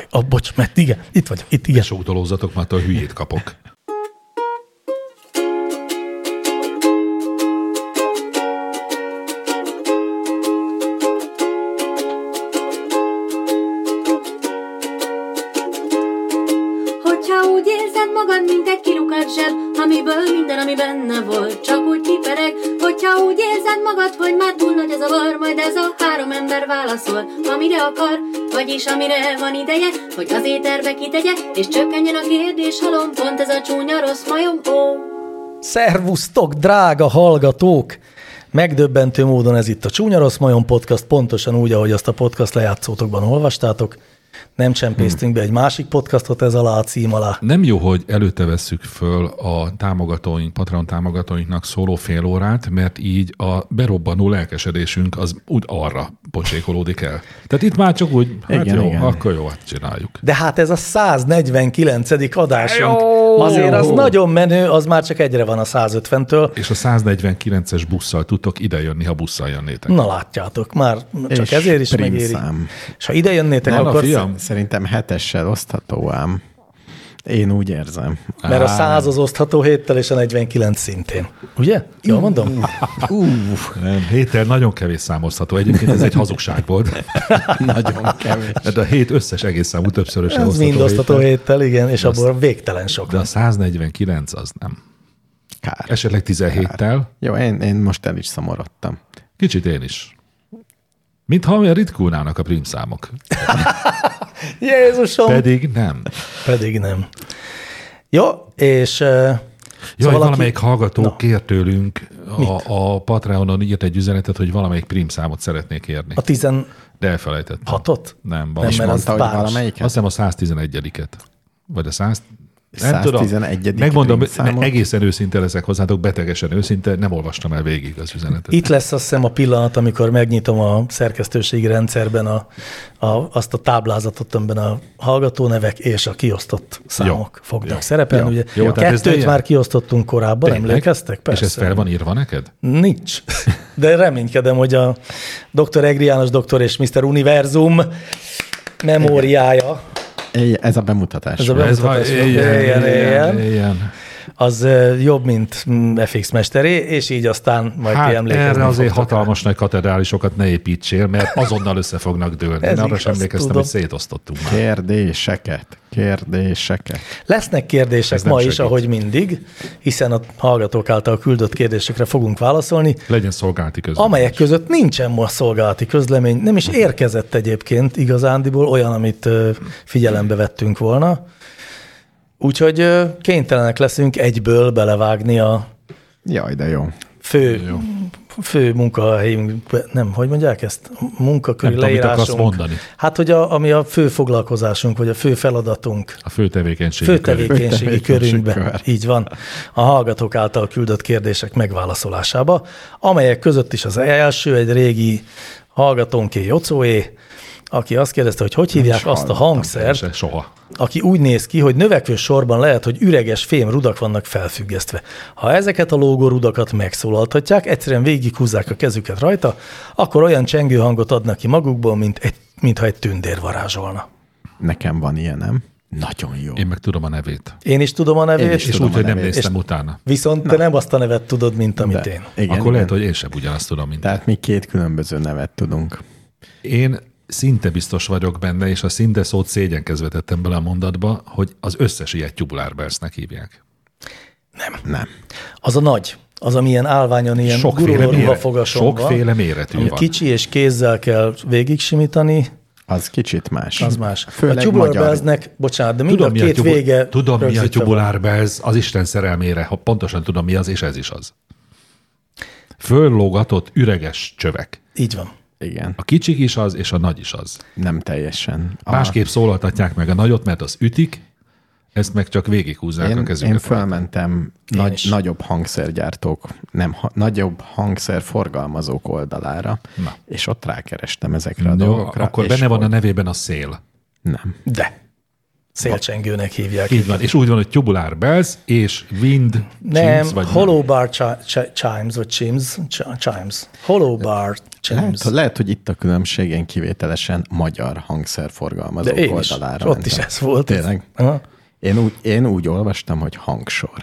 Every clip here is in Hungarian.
Bocs, mert igen, itt vagyok, itt igen. Sok dolózatok, mert a hülyét kapok. Hogyha úgy érzed magad, mint egy kilukat zseb, amiből minden, ami benne volt, csak úgy kipereg. Hogyha úgy érzed magad, hogy már túl nagy a zavar, majd ez a 3 ember válaszol, amire akar, vagyis amire van ideje, hogy az éterbe kitegye, és csökkenjen a kérdés halom, pont ez a csúnya rossz majom, ó. Szervusztok, drága hallgatók! Megdöbbentő módon ez itt a Csúnya Rossz Majom Podcast, pontosan úgy, ahogy azt a podcast lejátszótokban olvastátok. Nem csempésztünk be egy másik podcastot ez alá a cím alá. Nem jó, hogy előtte vesszük föl a támogatóink, Patreon támogatóinknak szóló fél órát, mert így a berobbanó lelkesedésünk az úgy arra pocsékolódik el. Tehát itt már csak úgy, hát igen, jó, igen. Akkor jó, hát csináljuk. De hát ez a 149. adásunk. Azért az nagyon menő, az már csak egyre van a 150-től. És a 149-es busszal tudtok idejönni, ha busszal jönnétek. Na látjátok, már csak és ezért is megéri. És ha ide jönnétek, akkor... Szerintem 7-essel osztható ám. Én úgy érzem. Mert a 100 az osztható 7-tel, és a 49 szintén. Ugye? Jól mondom? Nem, 7-tel nagyon kevés számozható. Egyébként ez egy hazugság volt. Nagyon kevés. De a 7 összes egész számú többszörösen osztható 7-tel. Ez mind osztható 7-tel, igen, és abból végtelen sok. De a 149 az nem. Kár. Esetleg 17-tel. Jó, én most el is szomorodtam. Kicsit én is. Mintha olyan ritkulnának a prímszámok. Jézusom! Pedig nem. Pedig nem. Jó, és... Szóval valamelyik hallgató kért tőlünk, a Patreonon írt egy üzenetet, hogy valamelyik prímszámot szeretnék érni. A 10... De elfelejtettem. 6-ot? Nem, és mondta, hogy valamelyiket? Azt hiszem a 111-et. Vagy a 111. Megmondom, egészen őszinte leszek hozzátok, betegesen őszinte, nem olvastam el végig az üzenetet. Itt lesz azt hiszem a pillanat, amikor megnyitom a szerkesztőségi rendszerben azt a táblázatot, amiben a hallgatónevek és a kiosztott számok fognak szerepelni. Ugye jó, 2 már kiosztottunk korábban, emlékeztek? Persze. És ez fel van írva neked? Nincs. De reménykedem, hogy a Dr. Egri János doktor és Mr. Univerzum memóriája. Ez a bemutatás. Ilyen. Az jobb, mint FX mesteré, és így aztán majd ti emlékezni. Erre azért hatalmas nagy katedrálisokat ne építsél, mert azonnal össze fognak dőlni. Én arra sem emlékeztem, hogy szétosztottunk már. Kérdéseket. Lesznek kérdések ma is, ahogy mindig, hiszen a hallgatók által küldött kérdésekre fogunk válaszolni. Legyen szolgálati közlemény. Amelyek között nincsen ma szolgálati közlemény. Nem is érkezett egyébként igazándiból olyan, amit figyelembe vettünk volna. Úgyhogy kénytelenek leszünk egyből belevágni a Jaj, de jó. fő munkahelyünk, nem, hogy mondják ezt? Munkaköri leírásunk. Mondani. Hát, hogy ami a fő foglalkozásunk, vagy a fő feladatunk. A fő tevékenységi körünkben. Így van. A hallgatók által küldött kérdések megválaszolásába, amelyek között is az első, egy régi hallgatónké, Jocóé, aki azt kérdezte, hogy hívják azt a hangszert, aki úgy néz ki, hogy növekvő sorban lehet, hogy üreges fém rudak vannak felfüggesztve. Ha ezeket a lógó rudakat megszólaltatják, egyszerűen végighúzzák a kezüket rajta, akkor olyan csengő hangot adnak ki magukból, mintha egy tündér varázsolna. Nekem van ilyenem. Nagyon jó. Én meg tudom a nevét. Én is tudom a nevét. És úgy, hogy nem néztem utána. Viszont te nem azt a nevet tudod, mint amit én. Igen, akkor lehet, hogy én sem ugyanazt tudom, mint Tehát mi 2 különböző nevet tudunk. Én szinte biztos vagyok benne, és a szinte szót szégyenkezve tettem bele a mondatba, hogy az összes ilyet tubulárbelsznek hívják. Nem. Az a nagy. Az, amilyen állványon ilyen gurulóruhafogason van. Sokféle méretű van. Kicsi és kézzel kell végig simítani. Az kicsit más. Az más. Főleg a tubulárbelznek, bocsánat, de mind a két vége tudom, mi a tubulárbelz, az Isten szerelmére, ha pontosan tudom, mi az, és ez is az. Föllógatott üreges csövek. Így van. Igen. A kicsik is az, és a nagy is az. Nem teljesen. Másképp szólaltatják meg a nagyot, mert az ütik, ezt meg csak végighúzzák a kezüket. Én fölmentem nagyobb hangszergyártók, nagyobb hangszerforgalmazók oldalára, és ott rákerestem ezekre a dolgokra. Akkor benne van a nevében a szél. Nem. De. Szélcsengőnek hívják. Így van, és úgy van, hogy tubular bells és wind Nem, chimes, vagy hollow bar chimes, vagy chimes. Hollow bar chimes. Lehet, hogy itt a különbség, én kivételesen magyar hangszerforgalmazók De én is, oldalára ott is ez volt. Tényleg? Aha. Én úgy olvastam, hogy hangsor.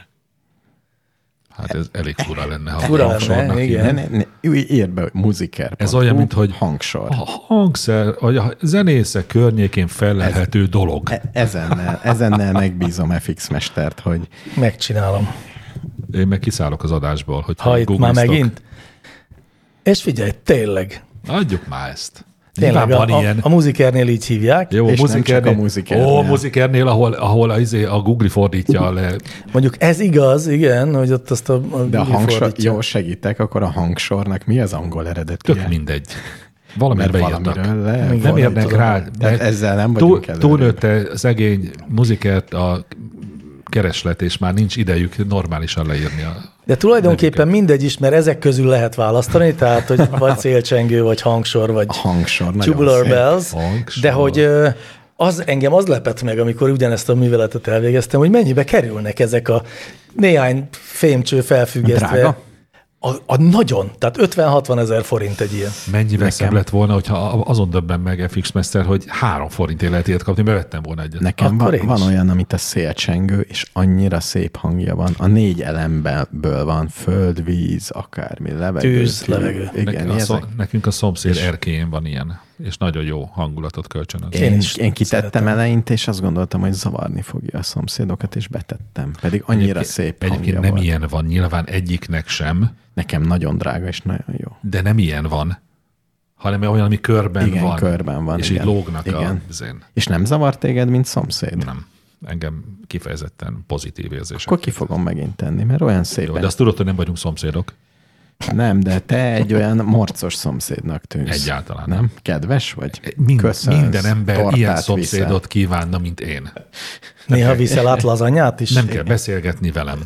Hát ez elég fura lenne, ha Fura hangsornak lenne, hívják. igen. Írd be, hogy muziker. Ez olyan, mint hogy hangsor. a hangszer, vagy a zenészek környékén fellelhető dolog. Ezennel megbízom FX mestert, hogy Megcsinálom. Én meg kiszállok az adásból, hogy Ha itt már googliztok. megint. És figyelj, tényleg. Adjuk már ezt. Tényleg, Nyilván van ilyen. a muzikernél így hívják. Jó, és nem csak a muzikernél. muzikernél, ahol a Google fordítja le. Mondjuk ez igaz, igen, hogy ott azt a de a hangsor, fordítja. jó, segítek, akkor a hangsornak mi az angol eredetije? Tök mindegy. Valamit Mert beírtak. valamiről Még Nem van, érnek tudom. rá. Tehát ezzel nem vagyunk előrébb. Túlnőtte szegény muzikert a kereslet, és már nincs idejük normálisan leírni a... De tulajdonképpen mindegy is, mert ezek közül lehet választani, tehát hogy vagy szélcsengő, vagy hangsor, vagy A hangsor nagyon tubular szép. bells, Hangsor. de hogy engem az lepett meg, amikor ugyanezt a műveletet elvégeztem, hogy mennyibe kerülnek ezek a néhány fémcső felfüggesztve. Drága? A nagyon, tehát 50-60 ezer forint egy ilyen. Mennyivel szebb lett volna, hogyha azon döbben meg FX Master, hogy 3 forintért lehet ilyet kapni, mert vettem volna egyet. Nekem Akkor én van is. olyan, amit a szélcsengő, és annyira szép hangja van. A 4 elemből van, föld, víz, akármi, levegő. Tűz, levegő. Igen, Nekünk a szomszéd erkélyén van ilyen, és nagyon jó hangulatot kölcsönöz. Én kitettem szeretem. eleinte, és azt gondoltam, hogy zavarni fogja a szomszédokat, és betettem. Pedig annyira szép hangja Egyébként nem volt. ilyen van, nyilván egyiknek sem, Nekem nagyon drága, és nagyon jó. de nem ilyen van, hanem olyan, ami körben Igen, van. körben van, És igen. így lógnak Igen. a zén. És nem zavar téged, mint szomszéd? Nem. Engem kifejezetten pozitív érzések. Akkor ki fogom megint tenni, mert olyan szépen. Jó, de azt tudod, hogy nem vagyunk szomszédok. Nem, de te egy olyan morcos szomszédnak tűnsz. Egyáltalán nem. Kedves vagy? Minden ember tortát ilyen viszel. szomszédot kívánna, mint én. Néha viszel át lazanyát is. Nem kell beszélgetni velem.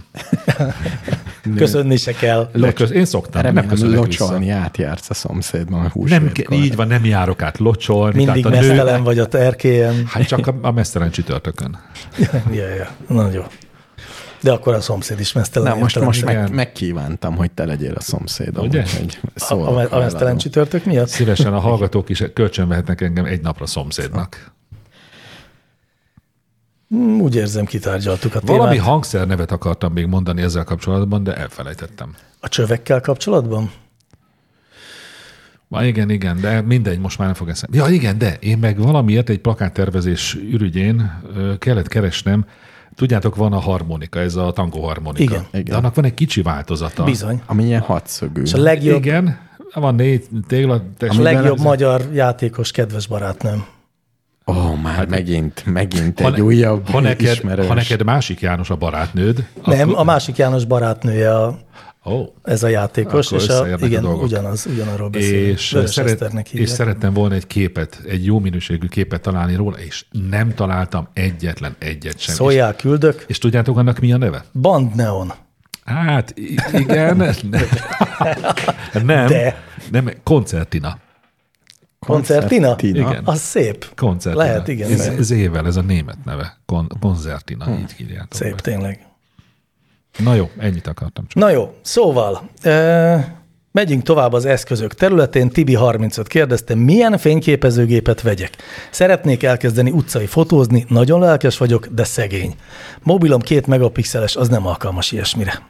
Köszönni se kell. Én szoktam, nem Remélem, köszönök vissza. locsolni átjársz a szomszédban a Nem, húsvétkor. így van, nem járok át locsolni. Mindig tehát a mesztelen vagy a erkélyen. Hát csak a mesztelen csütörtökön. Ja. Nagyon jó. De akkor a szomszéd is mesztelen. Na, most igen. megkívántam, hogy te legyél a szomszédom. Ugye? úgyhogy a szólok mesztelen hajlandó. csütörtök miatt? Szívesen a hallgatók is kölcsönvehetnek engem egy napra szomszédnak. Úgy érzem, kitárgyaltuk a Valami témát. hangszer nevet akartam még mondani ezzel kapcsolatban, de elfelejtettem. A csövekkel kapcsolatban? Igen, de mindegy, most már nem fog eszembe. Ja, igen, de én meg valamiért egy plakáttervezés ürügyén kellett keresnem. Tudjátok, van a harmonika, ez a tangó harmonika. Igen. De annak van egy kicsi változata. Bizony. Ami ilyen hatszögű. És a legjobb, Igen, van 4 tégla. a Amivel legjobb ez- magyar játékos kedves barátnőm. Már megint egy újabb ismerős. Ha neked másik János a barátnőd, Nem, a másik János barátnője ez a játékos, Akkor és összeérnek a igen, dolgok. ugyanarról beszélünk. és, Vörös Eszternek hívják. és szerettem volna egy képet, egy jó minőségű képet találni róla, és nem találtam egyetlen egyet sem. Szóljál, küldök. És tudjátok annak mi a neve? Band Neon. Hát igen, nem, De. nem, Koncertina. Koncertina? Igen. Az szép. Koncertina. Lehet, igen. Ez ével, ez a német neve. Koncertina, így hívjátok. Szép, be. tényleg. Na jó, ennyit akartam csak. Na jó, szóval megyünk tovább az eszközök területén. Tibi 35 kérdezte, milyen fényképezőgépet vegyek? Szeretnék elkezdeni utcai fotózni, nagyon lelkes vagyok, de szegény. Mobilom 2 megapixeles, az nem alkalmas ilyesmire.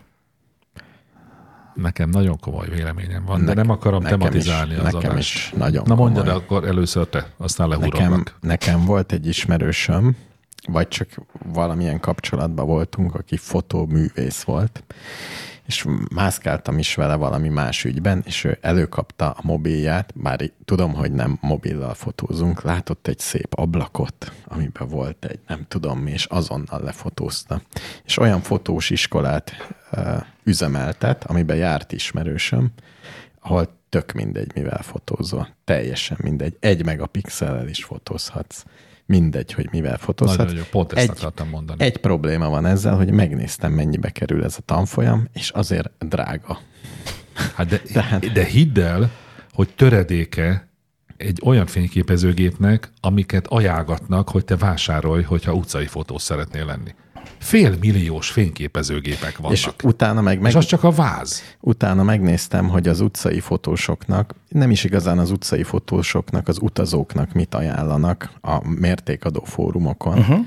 Nekem nagyon komoly véleményem van, de nem akarom nekem tematizálni is, az nekem adást. is nagyon Na mondjad komoly. akkor először te, aztán lehúroglak. Nekem volt egy ismerősöm, vagy csak valamilyen kapcsolatban voltunk, aki fotóművész volt, és mászkáltam is vele valami más ügyben, és ő előkapta a mobilját, bár tudom, hogy nem mobillal fotózunk, látott egy szép ablakot, amiben volt egy nem tudom mi, és azonnal lefotózta. És olyan fotós iskolát üzemeltet, amiben járt ismerősöm, ahol tök mindegy, mivel fotózol. Teljesen mindegy. 1 megapixellel is fotózhatsz. Mindegy, hogy mivel fotózhatsz. Nagyon jó, pont ezt akartam mondani. Egy probléma van ezzel, hogy megnéztem, mennyibe kerül ez a tanfolyam, és azért drága. Hát de hidd el, hogy töredéke egy olyan fényképezőgépnek, amiket ajánlgatnak, hogy te vásárolj, hogyha utcai fotós szeretnél lenni. 1,5 milliós fényképezőgépek vannak. És utána és az csak a váz. Utána megnéztem, hogy az utcai fotósoknak, nem is igazán az utcai fotósoknak, az utazóknak mit ajánlanak a mértékadó fórumokon.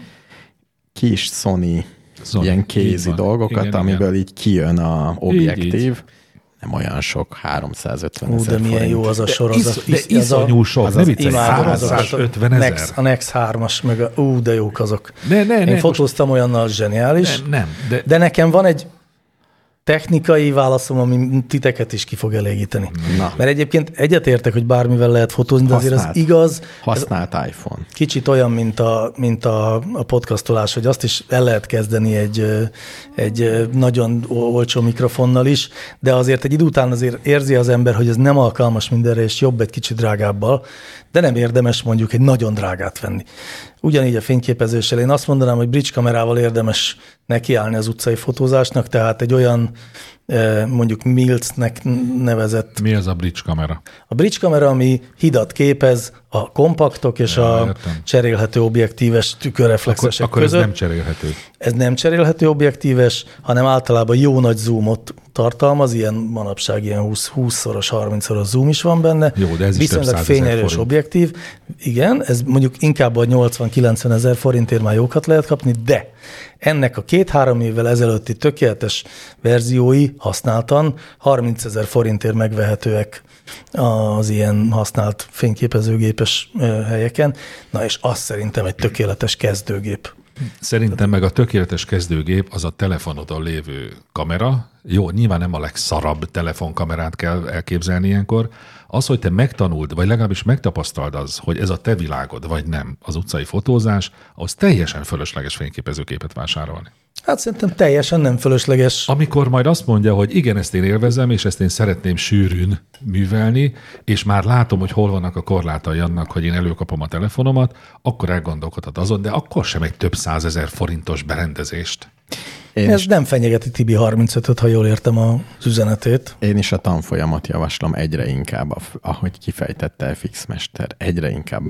Kis Sony ilyen kézi dolgokat, igen, amiből így kijön a objektív. Így. Nem olyan sok, 350 000 forint. De milyen jó az a sorozat. De iszonyú sok, nem viccelj, 350 000. A Nex 3-as, meg de jók azok. Én fotóztam most... olyannal, zseniális. De nekem van egy technikai válaszom, ami titeket is ki fog elégíteni. Na. Mert egyébként egyetértek, hogy bármivel lehet fotózni, de azért az igaz. Használt iPhone. Kicsit olyan, mint a podcastolás, hogy azt is el lehet kezdeni egy nagyon olcsó mikrofonnal is, de azért egy idő után azért érzi az ember, hogy ez nem alkalmas mindenre, és jobb egy kicsit drágábbal, de nem érdemes mondjuk egy nagyon drágát venni. Ugyanígy a fényképezéssel. Én azt mondanám, hogy bridge kamerával érdemes nekiállni az utcai fotózásnak, tehát egy olyan mondjuk Mills-nek nevezett... Mi az a bridge kamera? A bridge kamera, ami hidat képez a kompaktok és a cserélhető objektíves tükörreflexesek akkor között. Ez nem cserélhető. Ez nem cserélhető objektíves, hanem általában jó nagy zoomot tartalmaz, ilyen manapság ilyen 20-szoros, 30-szoros zoom is van benne. Jó, de ez viszonylag fényerős objektív. Igen, ez mondjuk inkább a 80-90 ezer forintért már jókat lehet kapni, de ennek a 2-3 évvel ezelőtti tökéletes verziói használtan 30 000 forintért megvehetőek az ilyen használt fényképezőgépes helyeken. Na és az szerintem egy tökéletes kezdőgép. Szerintem meg a tökéletes kezdőgép az a telefonodon lévő kamera. Jó, nyilván nem a legszarabb telefonkamerát kell elképzelni ilyenkor. Az, hogy te megtanuld, vagy legalábbis megtapasztald az, hogy ez a te világod, vagy nem, az utcai fotózás, az teljesen fölösleges fényképezőgépet vásárolni. Hát szerintem teljesen nem fölösleges. Amikor majd azt mondja, hogy igen, ezt én élvezem, és ezt én szeretném sűrűn művelni, és már látom, hogy hol vannak a korlátai annak, hogy én előkapom a telefonomat, akkor elgondolkodhat azon, de akkor sem egy több 100 000 forintos berendezést. Ez nem fenyegeti Tibi 35-öt, ha jól értem az üzenetét. Én is a tanfolyamot javaslom egyre inkább, ahogy kifejtette FX Mester, egyre inkább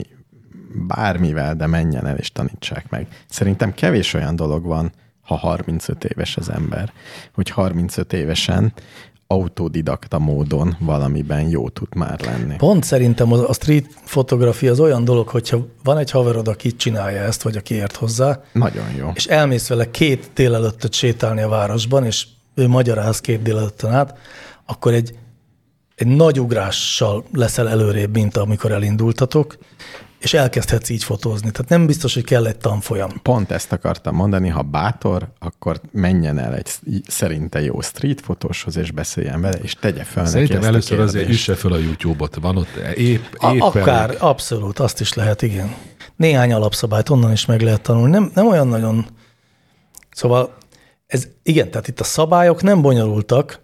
bármivel, de menjen el és tanítsák meg. Szerintem kevés olyan dolog van, ha 35 éves az ember, hogy 35 évesen autodidakta módon valamiben jó tud már lenni. Pont szerintem a street fotografia az olyan dolog, hogyha van egy haverod, aki csinálja ezt, vagy aki ért hozzá. Nagyon jó. És elmész vele 2 délelőttöt sétálni a városban, és ő magyaráz 2 délelőttön át, akkor egy nagy ugrással leszel előrébb, mint amikor elindultatok, és elkezdhetsz így fotózni. Tehát nem biztos, hogy kell egy tanfolyam. Pont ezt akartam mondani, ha bátor, akkor menjen el egy szerinte jó street fotóshoz, és beszéljen vele, és tegye fel neki szerintem először azért üsse fel a YouTube-ot. Van ott épp akár, abszolút, azt is lehet, igen. Néhány alapszabályt onnan is meg lehet tanulni. Nem olyan nagyon... Szóval igen, tehát itt a szabályok nem bonyolultak,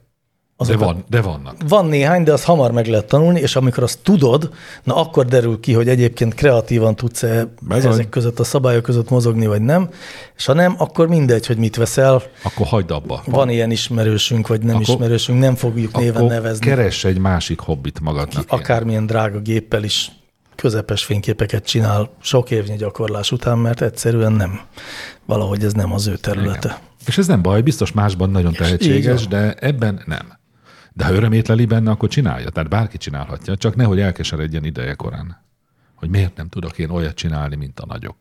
de vannak. Van néhány, de azt hamar meg lehet tanulni, és amikor azt tudod, na akkor derül ki, hogy egyébként kreatívan tudsz-e ezek között, a szabályok között mozogni, vagy nem. És ha nem, akkor mindegy, hogy mit veszel. Akkor hagyd abba. Van ilyen ismerősünk, vagy nem ismerősünk, nem fogjuk néven nevezni. Keress egy másik hobbit magadnak. Akármilyen drága géppel is közepes fényképeket csinál sok évnyi gyakorlás után, mert egyszerűen nem. Valahogy ez nem az ő területe. Igen. És ez nem baj, biztos másban nagyon tehetséges, de ebben nem. De ha örömét leli benne, akkor csinálja. Tehát bárki csinálhatja, csak nehogy elkeseredjen ideje korán. Hogy miért nem tudok én olyat csinálni, mint a nagyok.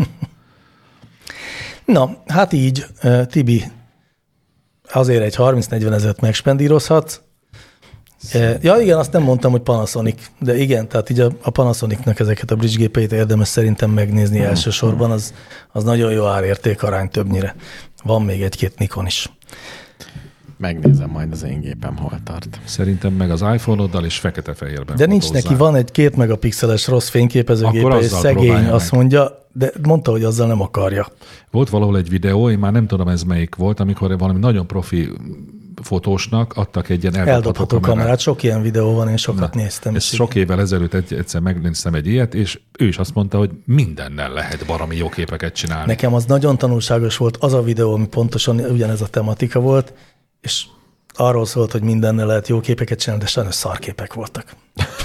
Na, hát így, Tibi, azért egy 30-40 ezeret megspendírozhatsz. Ja igen, azt nem mondtam, hogy Panasonic, de igen, tehát így a Panasonicnak ezeket a bridge gépeit érdemes szerintem megnézni elsősorban, az nagyon jó árérték arány többnyire. Van még 1-2 Nikon is. Megnézem majd az én gépem hol tart. Szerintem meg az iPhone-oddal és fekete-fehérben de nincs neki, van egy 2 megapixeles rossz fényképezőgépe, és szegény azt mondja, de mondta, hogy azzal nem akarja. Volt valahol egy videó, én már nem tudom ez melyik volt, amikor valami nagyon profi fotósnak adtak egy ilyen eldobható kamerát. Sok ilyen videó van, én sokat néztem. Ez sok évvel ezelőtt egyszer megnéztem egy ilyet, és ő is azt mondta, hogy mindennel lehet baromi jó képeket csinálni. Nekem az nagyon tanulságos volt az a videó, ami pontosan ugyanez a tematika volt, és arról szólt, hogy mindennel lehet jó képeket csinálni, de sajnos szarképek voltak.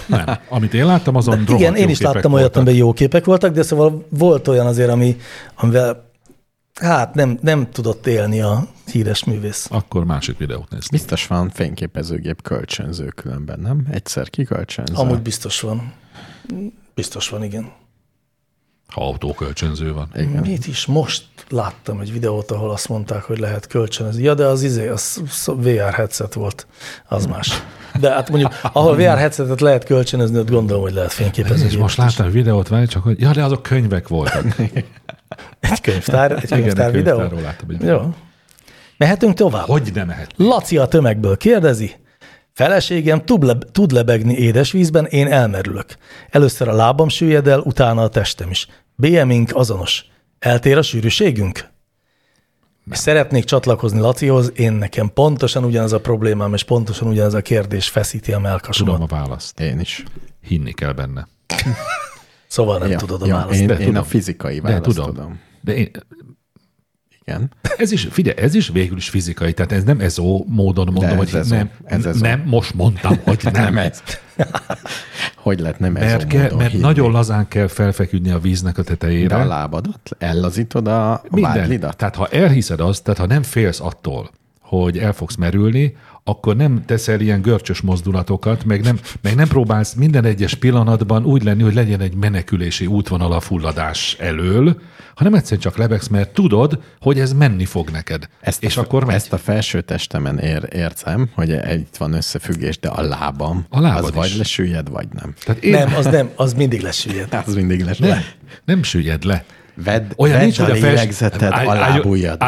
Nem. Amit én láttam, azon rohadt igen, én is képek láttam olyat, voltak. amiben jó képek voltak, de szóval volt olyan azért, amivel hát nem tudott élni a híres művész. Akkor másik videót néztem. Biztos van fényképezőgép kölcsönző különben, nem? Egyszer kikölcsönző. Amúgy biztos van. Biztos van, igen. Ha autókölcsönző van. Igen. Mit is? Most láttam egy videót, ahol azt mondták, hogy lehet kölcsönözni. Ja, de az VR headset volt. Az más. De hát mondjuk, ahol VR headsetet lehet kölcsönözni, ott gondolom, hogy lehet fényképezni. És most láttam a videót, várj csak, hogy ja, de azok könyvek voltak. Egy könyvtár videó? Könyvtárról láttam egy Jó. Mehetünk tovább? Hogy nem mehet? Laci a tömegből kérdezi. Feleségem tud lebegni édesvízben, én elmerülök. Először a lábam süllyed el, utána a testem is. BM-ink azonos. Eltér a sűrűségünk? És szeretnék csatlakozni Lacihoz, én nekem pontosan ugyanaz a problémám, és pontosan ugyanaz a kérdés feszíti a melkasomat. Tudom a választ. Én is. Hinni kell benne. Szóval nem tudod a választ. Én tudom. a fizikai választ tudom. De én, Igen. ez is végül is fizikai, tehát ez nem ezó módon mondom, hogy nem, most mondtam, hogy nem. ez. Hogy lett nem ez Mert nagyon lazán kell felfeküdni a víznek a tetejére. De a lábadat ellazítod a Minden. vádlidat? Tehát ha elhiszed azt, tehát ha nem félsz attól, hogy el fogsz merülni, akkor nem teszel ilyen görcsös mozdulatokat, meg nem próbálsz minden egyes pillanatban úgy lenni, hogy legyen egy menekülési útvonal a fulladás elől, hanem egyszerűen csak lebegsz, mert tudod, hogy ez menni fog neked. Akkor megy. Ezt a felső testemen érzem, hogy itt van összefüggés, de a lábam, A lábad az vagy is. lesüllyed, vagy nem. Tehát Nem, az mindig lesüllyed. Az mindig lesüllyed. nem süllyed le. Vedd Nincs, a hogy lélegzeted a lábujjadba.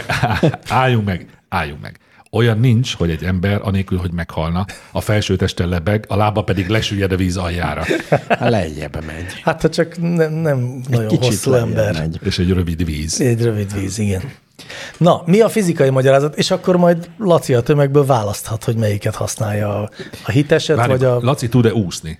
Álljunk meg. Olyan nincs, hogy egy ember anélkül, hogy meghalna, a felső testen lebeg, a lába pedig lesüllyed a víz aljára. Lejjebb megy. Hát ha csak nem nagyon Kicsit hosszú lejjebb ember. megy. És egy rövid víz. Egy rövid víz, igen. Na, mi a fizikai magyarázat? És akkor majd Laci a tömegből választhat, hogy melyiket használja, a hiteset, Várj, vagy a... Laci tud-e úszni?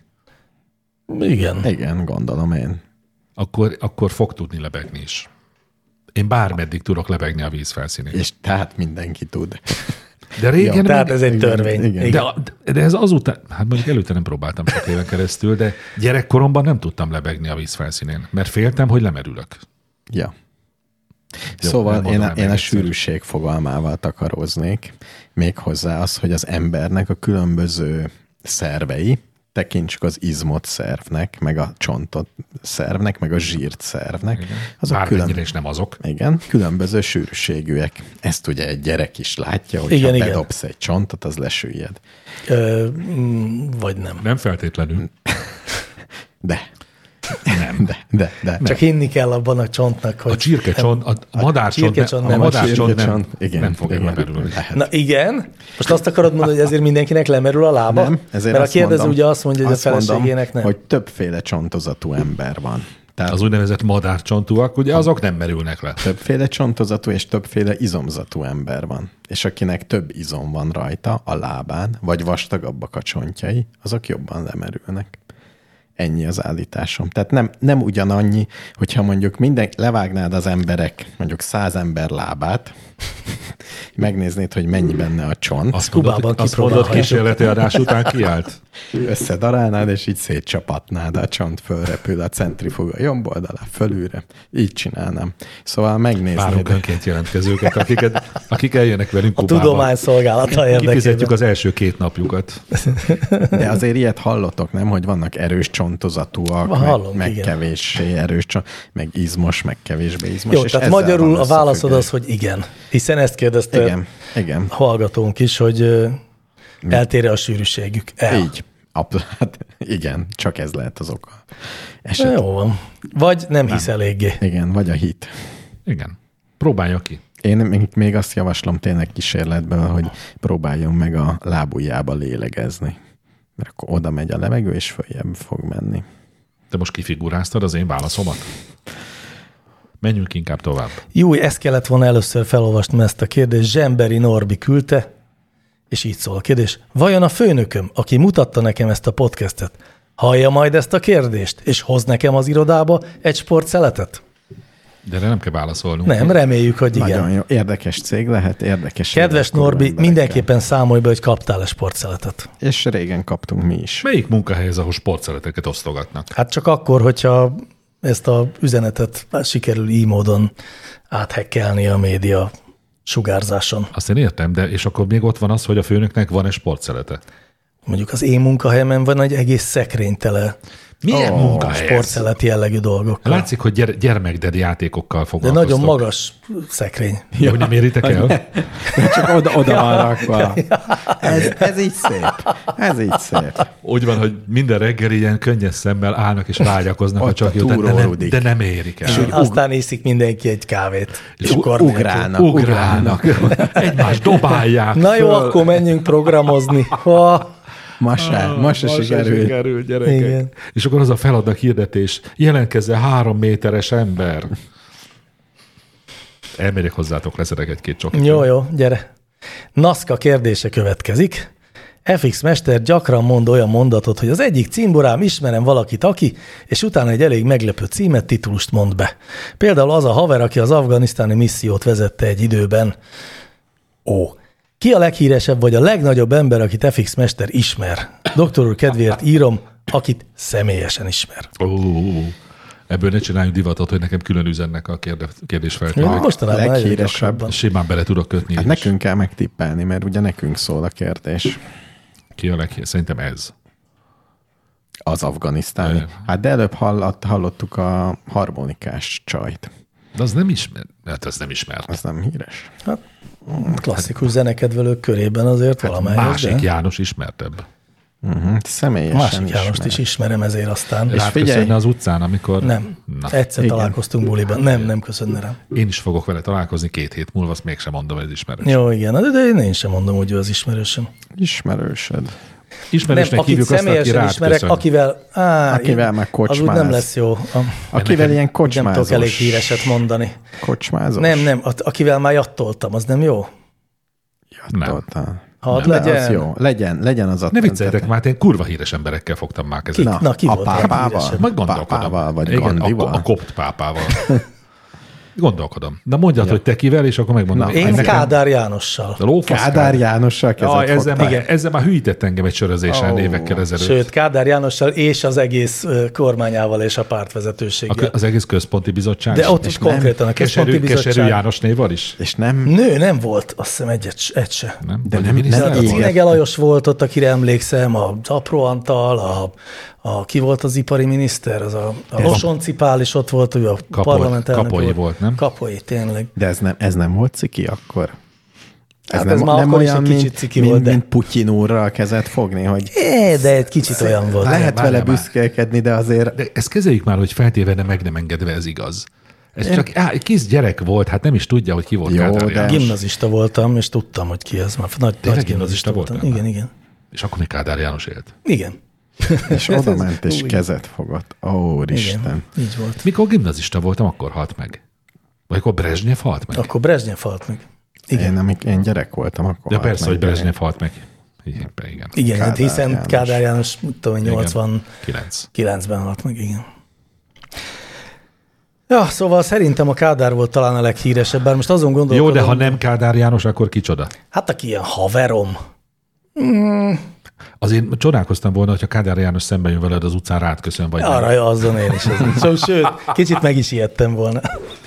Igen. Igen, gondolom én. Akkor fog tudni lebegni is. Én bármeddig tudok lebegni a víz felszínén. És tehát mindenki tud. De régen Tehát ez egy igen, törvény. igen. De ez azután, hát mondjuk előtte nem próbáltam sok éven keresztül, de gyerekkoromban nem tudtam lebegni a víz felszínén, mert féltem, hogy lemerülök. Ja. Jó, Szóval nem mondom el én még a egyszer. sűrűség fogalmával takaróznék, méghozzá az, hogy az embernek a különböző szervei, tekintsük az izmot szervnek, meg a csontot szervnek, meg a zsírt szervnek. Azok Bármennyire is nem azok. Igen, különböző sűrűségűek. Ezt ugye egy gyerek is látja, hogy Igen, ha igen. bedobsz egy csontot, az lesüllyed. Vagy nem. Nem feltétlenül. De. Nem. De. Csak hinni kell abban a csontnak, hogy... A csirkecsont, a madárcsont, csirkecsont a nem. madárcsont csirkecsont, nem, igen, nem fog igen. lemerülni. Na igen? Most azt akarod mondani, hogy ezért mindenkinek lemerül a lába? Nem, ezért Mert a azt kérdező mondom, ugye azt mondja, hogy a azt mondom, feleségének nem. hogy többféle csontozatú ember van. Tehát Az úgynevezett madárcsontúak, ugye azok nem merülnek le. többféle csontozatú és többféle izomzatú ember van. És akinek több izom van rajta a lábán, vagy vastagabbak a csontjai, azok jobban lemerülnek. Ennyi az állításom. Tehát nem ugyanannyi, hogyha mondjuk levágnád az emberek, mondjuk 100 ember lábát, megnéznéd, hogy mennyi benne a csont, Azt Kubában mondod kipróbálhatjuk. kísérleti adás után kiállt? összedarálnád, és így szétcsapatnád, a csont fölrepül a centrifuga jobb oldalá, fölülre. Így csinálnám. Szóval Várunk megnéznéd. önként jelentkezőket, akik eljönnek velünk A Kubába. tudomány szolgálata Kifizetjük érdekében. az első 2 napjukat. De azért ilyet hallotok, nem? Hogy vannak erős csontozatúak, Hallom, meg igen. kevéssé erős csont, meg izmos, meg kevésbé izmos. Jó, és tehát ezzel magyarul van a válaszod az, összefüggés. hogy igen. Hiszen ezt kérdezte Igen. a hallgatónk is, hogy eltér a sűrűségük. Így. Hát igen, csak ez lehet az oka. Na, jó van. Vagy nem hisz eléggé. Igen, vagy a hit. Igen. Próbálja ki. Én még azt javaslom tényleg kísérletből, hogy próbáljon meg a lábujjába lélegezni. Mert akkor oda megy a levegő, és följebb fog menni. Te most kifiguráztad az én válaszomat? Menjünk inkább tovább. Jó, ezt kellett volna először felolvasni ezt a kérdést. Zsemberi Norbi küldte, és így szól a kérdés. Vajon a főnököm, aki mutatta nekem ezt a podcastet, hallja majd ezt a kérdést, és hoz nekem az irodába egy sportszeletet? De erre nem kell válaszolnunk. Nem, reméljük, hogy igen. Nagyon jó. Érdekes cég lehet, érdekes. Kedves Norbi, mindenképpen számolj be, hogy kaptál-e sportszeletet. És régen kaptunk mi is. Melyik munkahely ez, ahol sportszeleteket osztogatnak? Hát csak akkor, hogyha ezt a üzenetet sikerül így módon áthekkelni a média sugárzáson. Azt én értem, de és akkor még ott van az, hogy a főnöknek van-e sportszelete? Mondjuk az én munkahelyemen van egy egész szekrénytele Milyen munkahely ez? sportszelet jellegű dolgokkal. Látszik, hogy gyermekdedi játékokkal De foglalkoztok. nagyon magas szekrény. Ja, hogy nem éritek el? Csak oda van rakva. Ez így szép. Ez így szép. Úgy van, hogy minden reggel ilyen könnyes szemmel állnak és vágyakoznak, Ott ha csak a jó, túrórudik. de nem érik el. Aztán iszik mindenki egy kávét. És Ugrálnak. Egymást dobálják. Na jó, föl. akkor menjünk programozni. Ma se sikerült. gyerekek. Igen. És akkor az a feladat hirdetés, jelentkezzen 3 méteres ember. Elmegyek hozzátok, leszedek egy-két csokit. Jó, gyere. NASCA kérdése következik. FX Mester gyakran mond olyan mondatot, hogy az egyik cimborám ismerem valakit, aki, és utána egy elég meglepő címet, titulust mond be. Például az a haver, aki az afganisztáni missziót vezette egy időben. Ki a leghíresebb vagy a legnagyobb ember, akit FX Mester ismer? Doktor úr kedvéért írom, akit személyesen ismer. Ebből ne csináljunk divatot, hogy nekem külön üzennek a kérdésfeltevők. Mostanában egyre Leghíresebb. gyakrabban. Simán bele tudok kötni. Hát is. nekünk kell megtippelni, mert ugye nekünk szól a kérdés. Ki a leghíresebb? Szerintem ez. Az afganisztáni. Hát de előbb hallottuk a harmonikás csajt. De az nem ismer. Hát az nem ismert. Az nem híres. Hát, klasszikus zenekedvelők körében azért valamelyik. Másik János ismertebb. Személyesen Másik Jánost is ismerem ezért aztán. Rád figyelj- köszönne az utcán, amikor... Nem. Na, Egyszer igen. találkoztunk buliban. Nem köszönne rám. én is fogok vele találkozni 2 hét múlva, azt mégsem mondom, hogy ez ismerős. Jó, igen, de én sem mondom, hogy ő az ismerősöm. Ismerősöd. Ismerősnek Nem, akit hívjuk azt, aki személyesen rád ismerek, köszön. Akivel meg az úgy kocsmáz. nem lesz jó. Akivel ilyen Nem kocsmázós. tudok elég híreset mondani. Kocsmázós. Nem, akivel már jattoltam, az nem jó? Nem. Hadd De legyen. az jó. Legyen az a... Ne vicceljetek már, én kurva híres emberekkel fogtam már kezet. Ki a volt a pápával? leghíresebb? Majd gondolkodom. Pápával vagy Igen, Gandival? a kopt pápával. Gondolkodom. Na mondjad, hogy te kivel, és akkor megmondom. Na, hogy Én nekem- Kádár Jánossal. Lófaszkár. Kádár Jánossal Jaj, kezet ezzel, fogtál. ezzel már hűített engem egy sörözésen évekkel ezelőtt. Sőt, Kádár Jánossal és az egész kormányával és a pártvezetőséggel. Az egész központi bizottság. De ott és is konkrétan a központi Keserű bizottság. János névval is? És nem... Nő nem volt, azt hiszem egy se. Nem? De Vagy nem- miniszter nem A volt? így. Cinege Lajos volt ott, akire emlékszem, az Apró Antal, ki volt az ipari miniszter, a Losonci Pál is ott volt, ő a parlament elnöke Kapolyi volt, nem? Kapolyi, tényleg. De ez nem volt ciki akkor? Hát ez már akkor is egy kicsit ciki volt, de... mint Putyin úrral kezet fogni, hogy De egy kicsit olyan volt. lehet várjál vele már. büszkélkedni, de azért... De ezt kezeljük már, hogy feltéve meg nem engedve, ez igaz. Ez csak kis gyerek volt, hát nem is tudja, hogy ki volt Jó, Kádár de- János. Gimnazista voltam, és tudtam, hogy ki ez. Már nagy gimnazista gimnazista voltam. voltál? Igen. És akkor még Kádár János élt. Igen. És oda ment, és kezet fogott. Ó, Isten. Igen. Így volt. Mikor gimnazista voltam, akkor halt meg. Vagy akkor Brezsnyev halt meg? Akkor Brezsnyev halt meg. Igen. Én gyerek voltam, akkor De halt persze, meg. hogy Brezsnyev halt meg. Igen. Igen, Kádár hiszen János. Kádár János, tudom, Igen. 89-ben 9. halt meg, igen. Ja, szóval szerintem a Kádár volt talán a leghíresebb, bár most azon gondolkodom. Jó, de ha nem Kádár János, akkor kicsoda? Hát aki ilyen haverom. Azért csodálkoztam volna, hogyha Kádár János szemben jön veled az utcán, rád köszön, vagy nem. Arra azon én is. Sőt, kicsit meg is ijedtem volna.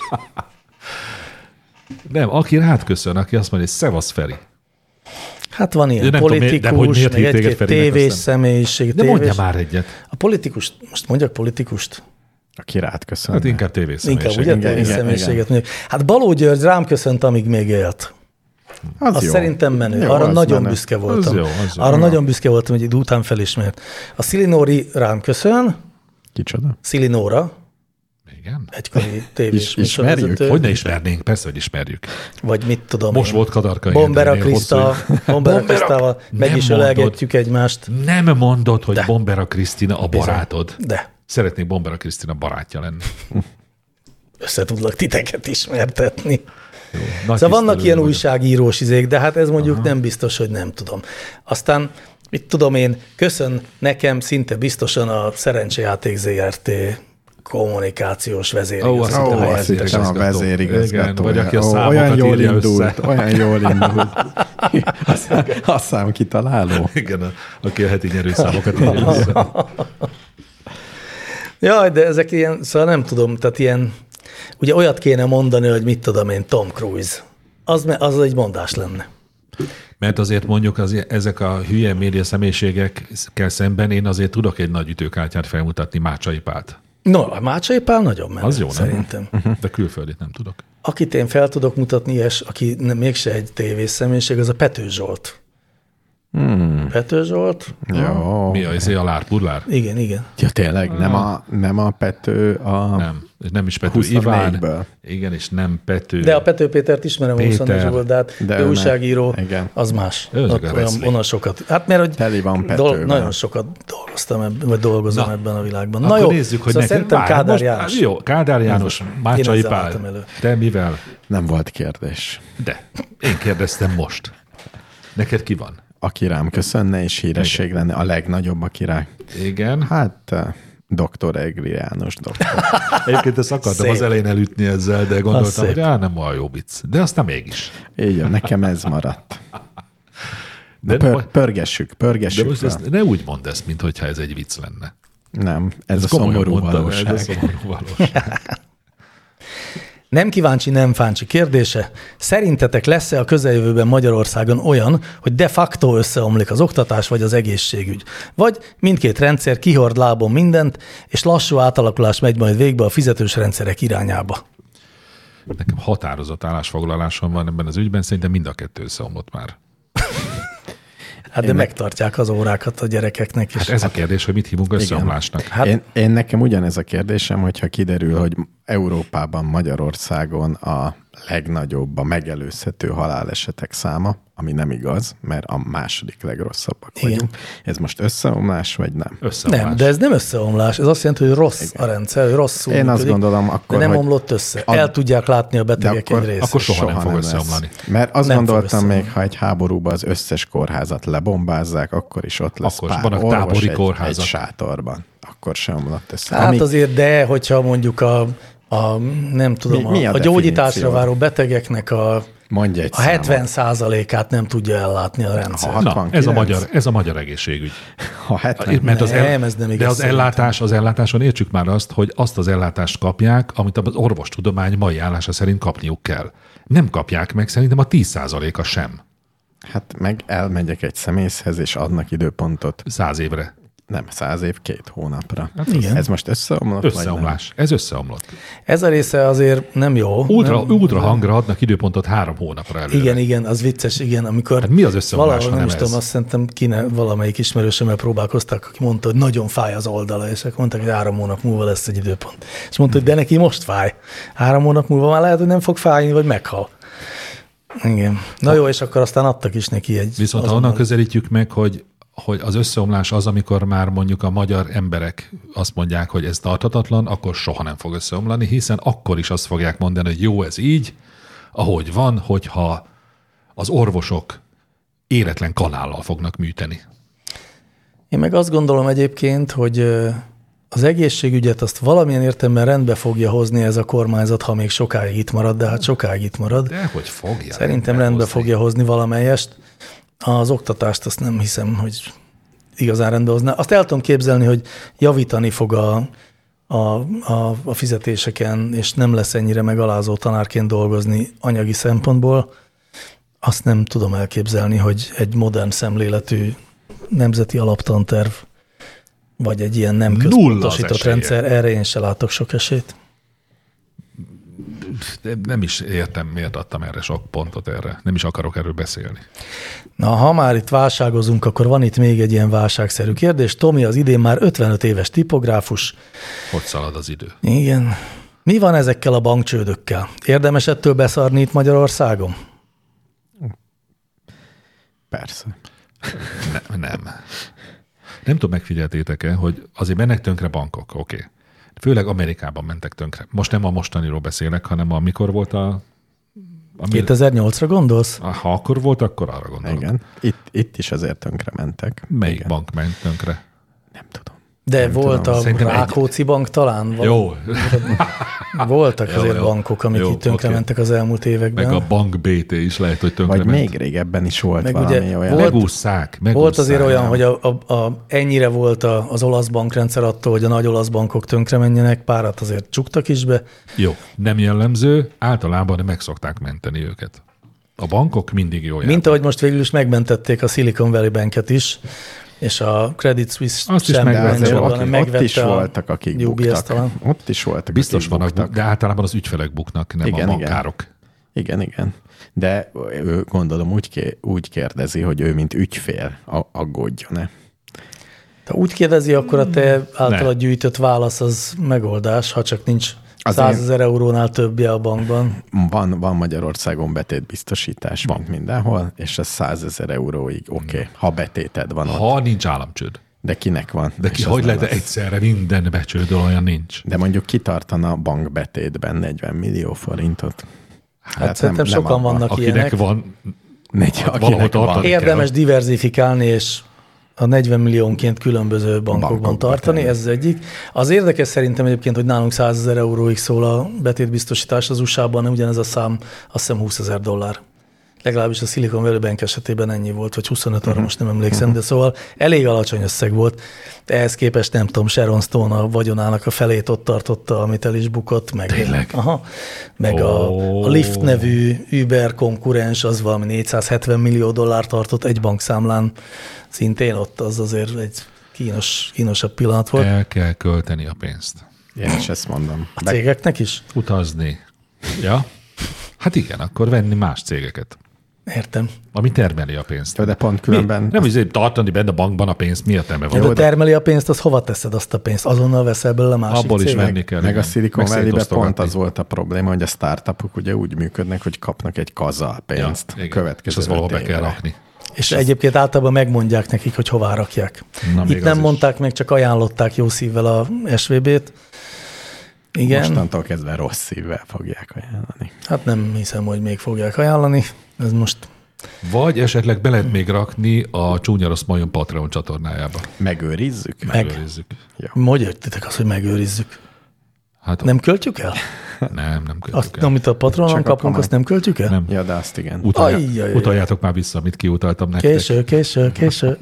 Nem, aki rád köszön, aki azt mondja, hogy szevasz Feri. Hát van De ilyen nem tudom, de hogy politikus, miért meg hív téged egy-két Ferinek, tévés aztán. személyiség. De mondja már egyet. A politikus, most mondjak politikust? Aki rád köszön. Hát inkább tévészemélyiség. Inkább ugye Igen, tévés igen, személyiséget mondjuk. Hát Baló György rám köszönt, amíg még élt. Az jó. szerintem menő. Jó, Arra az nagyon menő. büszke voltam. jó, az jó. Arra nagyon büszke voltam, hogy idő után felismert. A Szilinóri rám köszön, Kicsoda? Szilinóra, Igen. egykori tévés Ismerjük? műsorvezető, Hogy ne ismernénk? Persze, hogy ismerjük. vagy mit tudom Most én. volt Kadarka Bombera Endrénél Kriszta, hosszú- Bombera Krisztával meg Nem is mondod. ölelgetjük egymást. Nem mondod, hogy De. Bombera Krisztina a Bizony. barátod. De Szeretnék Bombera Krisztina barátja lenni. össze tudlak titeket ismertetni. Nagy Szóval vannak tisztelő ilyen vagyok. újságírós izék, de hát ez mondjuk nem biztos, hogy nem tudom. Aztán, mit tudom én, köszön nekem szinte biztosan a Szerencsejáték ZRT kommunikációs vezér. Ó, azt hittem a vezérigazgató. Igen, vagy aki a olyan számokat jól írja indult, össze. olyan jól indult. A szám kitaláló. Igen, aki a heti nyerőszámokat írja össze. Jaj, de ezek ilyen, szóval nem tudom, tehát ilyen, ugye olyat kéne mondani, hogy mit tudom én, Tom Cruise. Az egy mondás lenne. Mert azért mondjuk ezek a hülye média személyiségekkel szemben én azért tudok egy nagy ütőkártyát felmutatni, Mácsai Pált. No, a Mácsai Pál nagyon menő, Az jó, szerintem. Nem? De külföldit nem tudok. Akit én fel tudok mutatni, és aki mégse egy tévészemélyiség, az a Pető Zsolt. Pető Zsolt? Jó. Mi a lárpurlár? Igen, igen. Ja, tényleg, nem a Pető a... Nem is Pető 24-ből. Iván. Igen, és nem Pető. De a Pető Pétert ismerem, Péter. 24 volt, de hát De ő ő újságíró, igen. az más. Ő Ott a wrestling. onnan sokat. Hát mert hogy Teli van Petővel. nagyon sokat dolgoztam, vagy dolgozom ebben a világban. Na Akkor jó, nézzük, hogy szóval neked szerintem Kádár János. Jó, Kádár János, Mácsai ezzel Pál. álltam elő. Te mivel? Nem volt kérdés. De. Én kérdeztem most. Neked ki van? Aki rám köszönne, és híresség lenne, a legnagyobb, aki rá. Igen. Hát, Dr. Egri János doktor. Egyébként ezt akartam Szép. az elején elütni ezzel, de Az gondoltam, szép. hogy nem olyan jó vicc. De aztán mégis. Így van, nekem ez maradt. De, Pörgessük de most fel. ezt, ne úgy mondd ezt, mintha ez egy vicc lenne. Nem, ez a komolyan szomorú mondtam, valóság. Ez a szomorú valóság. Nem kíváncsi, nem fáncsi kérdése. Szerintetek lesz-e a közeljövőben Magyarországon olyan, hogy de facto összeomlik az oktatás vagy az egészségügy? Vagy mindkét rendszer kihord lábon mindent, és lassú átalakulás megy majd végbe a fizetős rendszerek irányába? Nekem határozott állásfoglalásom van ebben az ügyben, szerintem mind a kettő összeomlott már. Hát de megtartják az órákat a gyerekeknek is. Hát ez a kérdés, hogy mit hívunk összeomlásnak. Hát- Én nekem ugyanez a kérdésem, hogyha kiderül, hogy Európában, Magyarországon a legnagyobb, a megelőzhető halálesetek száma, ami nem igaz, mert a második legrosszabbak Igen. vagyunk. Ez most összeomlás, vagy nem? Összeomlás. Nem, de ez nem összeomlás. Ez azt jelenti, hogy rossz a rendszer, hogy rosszul Én azt működik, gondolom akkor, de nem hogy omlott össze. El tudják látni a betegek egy részét. akkor soha nem fog lesz. összeomlani. Mert azt Nem fog gondoltam összeomlani. még, ha egy háborúban az összes kórházat lebombázzák, akkor is ott lesz Akkor pár vannak orvos tábori egy kórházak. sátorban. Akkor sem omlott össze. Hát azért, de hogyha mondjuk nem tudom, Mi a a gyógyításra definíció? váró betegeknek Mondja egy a 70%-át nem tudja ellátni a rendszer. Ha Na, 69? ez a magyar egészségügy. Ha 70, Mert Nem, ez nem igaz de az szerintem. ellátáson értsük már azt, hogy azt az ellátást kapják, amit az orvostudomány mai állása szerint kapniuk kell. Nem kapják meg szerintem a 10%-a sem. Hát meg elmegyek egy szemészhez, és adnak időpontot. 100 évre. Nem 100 év, 2 hónapra. igen. Ez most összeomlott, vagy Összeomlás. Ez összeomlott. Ez a része azért nem jó. Ultra hangra adnak időpontot 3 hónapra előre. Igen, az vicces, igen, amikor Hát mi az összeomlás, valahol, ha nem nem is ez? tudom, azt szerintem valamelyik ismerősömmel próbálkoztak, aki mondta, hogy nagyon fáj az oldala, és akkor mondták, hogy 3 hónap múlva lesz egy időpont. És mondta, hogy de neki most fáj. 3 hónap múlva már lehet, hogy nem fog fájni, vagy meghal. Igen. Na jó, és akkor aztán adtak is neki egy... Viszont ha onnan közelítjük meg, hogy az összeomlás az, amikor már mondjuk a magyar emberek azt mondják, hogy ez tarthatatlan, akkor soha nem fog összeomlani, hiszen akkor is azt fogják mondani, hogy jó, ez így, ahogy van, hogyha az orvosok éretlen kanállal fognak műteni. Én meg azt gondolom egyébként, hogy az egészségügyet azt valamilyen értelemben rendbe fogja hozni ez a kormányzat, ha még sokáig itt marad, de hát sokáig itt marad. De hogy fogja? Szerintem rendbe fogja hozni valamelyest. Az oktatást azt nem hiszem, hogy igazán rendbe hozná. Azt el tudom képzelni, hogy javítani fog a fizetéseken, és nem lesz ennyire megalázó tanárként dolgozni anyagi szempontból. Azt nem tudom elképzelni, hogy egy modern szemléletű nemzeti alaptanterv, vagy egy ilyen nem központosított rendszer, erre én se látok sok esélyt. De nem is értem, miért adtam erre sok pontot erre. Nem is akarok erről beszélni. Na, ha már itt válságozunk, akkor van itt még egy ilyen válságszerű kérdés. Tomi az idén már 55 éves tipográfus. Hogy szalad az idő? Igen. Mi van ezekkel a bankcsődökkel? Érdemes ettől beszarni itt Magyarországon? Persze. Nem. Nem tudom, megfigyeltétek-e, hogy azért mennek tönkre bankok, oké. Főleg Amerikában mentek tönkre. Most nem a mostaniról beszélek, hanem amikor volt a... 2008-ra gondolsz? Ha akkor volt, akkor arra gondolok. Igen. Itt is azért tönkre mentek. Melyik Igen. bank ment tönkre? Nem tudom. De volt a Rákóczi Bank talán? Jó. Voltak azért bankok, amik itt tönkrementek az elmúlt években. Meg a Bank BT is lehet, hogy tönkrement. Vagy még régebben is volt meg valami ugye olyan. Megússzák. Volt azért olyan, hogy ennyire volt az olasz bankrendszer attól, hogy a nagy olasz bankok tönkremenjenek, párat azért csuktak is be. Jó, nem jellemző, általában meg szokták menteni őket. A bankok mindig jó járnak. Mint ahogy most végül is megmentették a Silicon Valley Banket is, és a Credit Suisse azt is megvette. Ott is voltak, akik buktak. Ott is voltak, biztos vannak, de általában az ügyfelek buknak, nem a bankárok. Igen. De ő gondolom úgy kérdezi, hogy ő mint ügyfél aggódjon-e. Ha úgy kérdezi, akkor a te általad gyűjtött válasz az megoldás, ha csak nincs 100 000 eurónál többje a bankban. Van Magyarországon betétbiztosítás, mint mindenhol, és ez 100 000 euróig oké, ha betéted van ott. Ha nincs államcsőd. De kinek van? De hogy lehet egyszerre minden becsődöl, olyan nincs? De mondjuk kitartana bankbetétben 40 millió forintot. Hát szerintem sokan vannak akinek ilyenek. Van, akinek van. Érdemes diverzifikálni, és a 40 milliónként különböző bankokban tartani, ez az egyik. Az érdekes szerintem egyébként, hogy nálunk 100 000 euróig szól a betétbiztosítás, az USA-ban ugyanez a szám, azt hiszem $20,000. Legalábbis a Silicon Valley Bank esetében ennyi volt, vagy 25, arra most nem emlékszem, de szóval elég alacsony összeg volt. Ehhez képest nem tudom, Sharon Stone a vagyonának a felét ott tartotta, amit el is bukott, meg a Lyft nevű Uber konkurens, az valami $470 millió tartott egy bankszámlán, szintén ott az azért egy kínosabb pillanat volt. El kell költeni a pénzt. Én is ezt mondom. A cégeknek is? Utazni. Ja? Hát igen, akkor venni más cégeket. Értem. Ami termeli a pénzt. De pont különben... Nem is tartani benne a bankban a pénzt, mi értelme van? De termeli a pénzt, az hova teszed azt a pénzt? Azonnal veszel belőle a másik abból cég? Is venni kell. Meg a Silicon Valley-ben pont az volt a probléma, hogy a startupok ugye úgy működnek, hogy kapnak egy kazzal pénzt. És azt valahol be kell rakni. És egyébként általában megmondják nekik, hogy hová rakják. Itt nem mondták meg, csak ajánlották jó szívvel a SVB-t. Igen. Mostantól kezdve rossz szívvel fogják ajánlani. Hát nem hiszem, hogy még fogják ajánlani. Ez most... Vagy esetleg be lehet még rakni a Csúnya Rossz Majom Patreon csatornájába. Megőrizzük? Megőrizzük. Hogy értitek azt, hogy megőrizzük? Hát, nem költjük el? Nem költjük el. Amit a Patronon kapunk, azt nem költjük el? Nem. Ja, de azt igen. Utaljátok már vissza, amit kiutaltam nektek. Késő.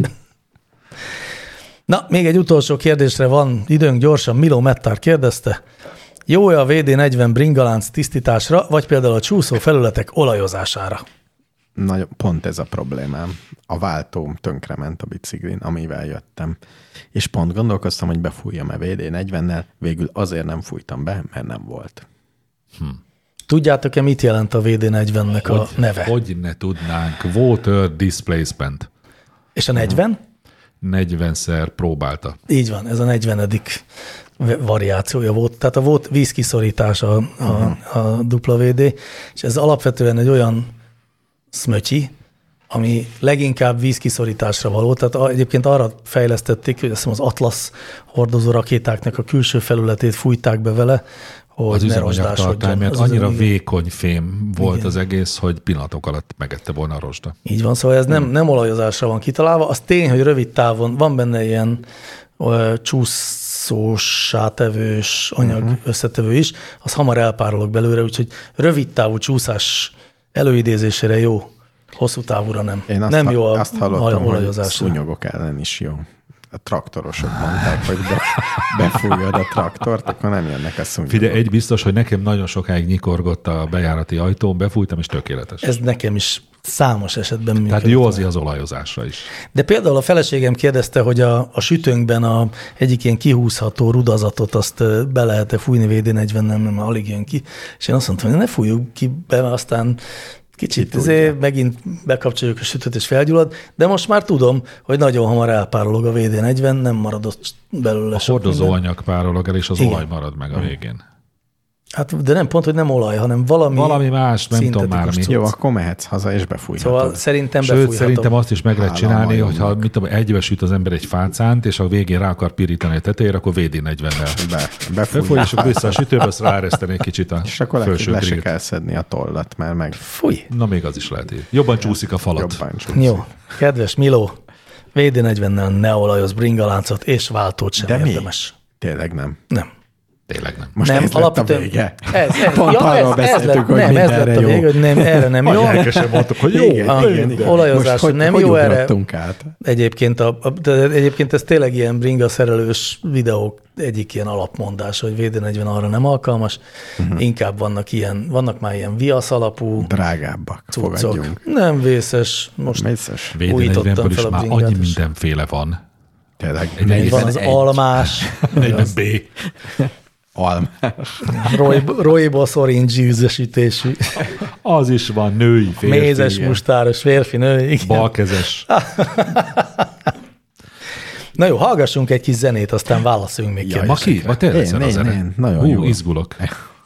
Na, még egy utolsó kérdésre van időnk gyorsan. Miló Mettár kérdezte, jó-e a WD-40 bringalánc tisztításra, vagy például a csúszó felületek olajozására? Pont ez a problémám. A váltóm tönkrement a biciklin, amivel jöttem. És pont gondolkoztam, hogy befújjam-e WD-40-nel, végül azért nem fújtam be, mert nem volt. Tudjátok-e, mit jelent a WD-40-nek a neve? Hogy ne tudnánk. Water Displacement. És a 40? 40-szer próbálta. Így van, ez a 40. variációja volt. Tehát volt vízkiszorítás a WD, és ez alapvetően egy olyan szmötyi, ami leginkább vízkiszorításra való. Tehát egyébként arra fejlesztették, hogy azt hiszem az Atlas hordozó rakétáknak a külső felületét fújták be vele, hogy az ne rozsdásodjon. Mert annyira vékony fém volt az egész, hogy pillanatok alatt megette volna a rozsda. Így van, szóval ez nem olajozásra van kitalálva. Az tény, hogy rövid távon van benne ilyen csúszósá tevős anyag összetevő is, az hamar elpárolog belőle, úgyhogy rövid távú csúszás előidézésére jó, hosszú távúra nem. Nem jó azt hallottam, hogy szúnyogok ellen is jó. A traktorosok mondták, hogy befújjad a traktort, akkor nem jönnek a szúnyogok. Figyelj, egy biztos, hogy nekem nagyon sokáig nyikorgott a bejárati ajtón, befújtam, és tökéletes. Ez nekem is számos esetben működik. Tehát jó az olajozásra is. De például a feleségem kérdezte, hogy a sütőnkben egyik ilyen kihúzható rudazatot azt be lehet-e fújni WD-40-nem, mert alig jön ki. És én azt mondtam, hogy ne fújjuk ki be, mert aztán kicsit megint bekapcsoljuk a sütőt és felgyullad, de most már tudom, hogy nagyon hamar elpárolog a WD-40, nem maradott belőle sok minden. A hordozóanyag párolog el, és az olaj marad meg a végén. Hát, de nem pont, hogy nem olaj, hanem valami más, nem tudom már mi. Jó, akkor mehetsz haza, és befújhatod. Szóval szerintem befújhatom. Sőt, szerintem azt is meg lehet csinálni, hogyha egybe süt az ember egy fácánt, és a végén rá akar pirítani a tetejére, akkor WD-40-nel. Befújj. És akkor vissza a sütőbe, azt ráereszteni egy kicsit a és akkor le se kell szedni a tollat, mert meg... Fúj. Na, még az is lehet. Jobban csúszik a falat. Jó, kedves Miló, VD40-nel ne olajoz bringaláncot, és váltót sem De érdemes. Tényleg nem. Nem. Tényleg nem. Most nem, ez lett a vége. Pont arról beszéltünk, hogy ez lett a vége, hogy nem, erre nem jó. Lelkesen mondtuk, hogy jó. Igen. Olajozás nem hogy jó erre. Át? Egyébként ez tényleg ilyen bringa szerelős videók egyik ilyen alapmondás, hogy VD40 arra nem alkalmas. Inkább vannak már ilyen viasz alapú drágábbak, cuccok. fogadjunk. Nem vészes. Most vészes. újítottam VD40-ből fel is a már bringát. annyi mindenféle van. Tényleg. Van az almás, 40B. Almás. rooibos orange ízesítésű, Az is van, női, férfi. mézes, mustáros, férfi, nő, igen. Balkezes. Na jó, hallgassunk egy kis zenét, aztán válaszoljunk még Ma ki? Ma te leszel a zene. Én. Nagyon jó. Izgulok.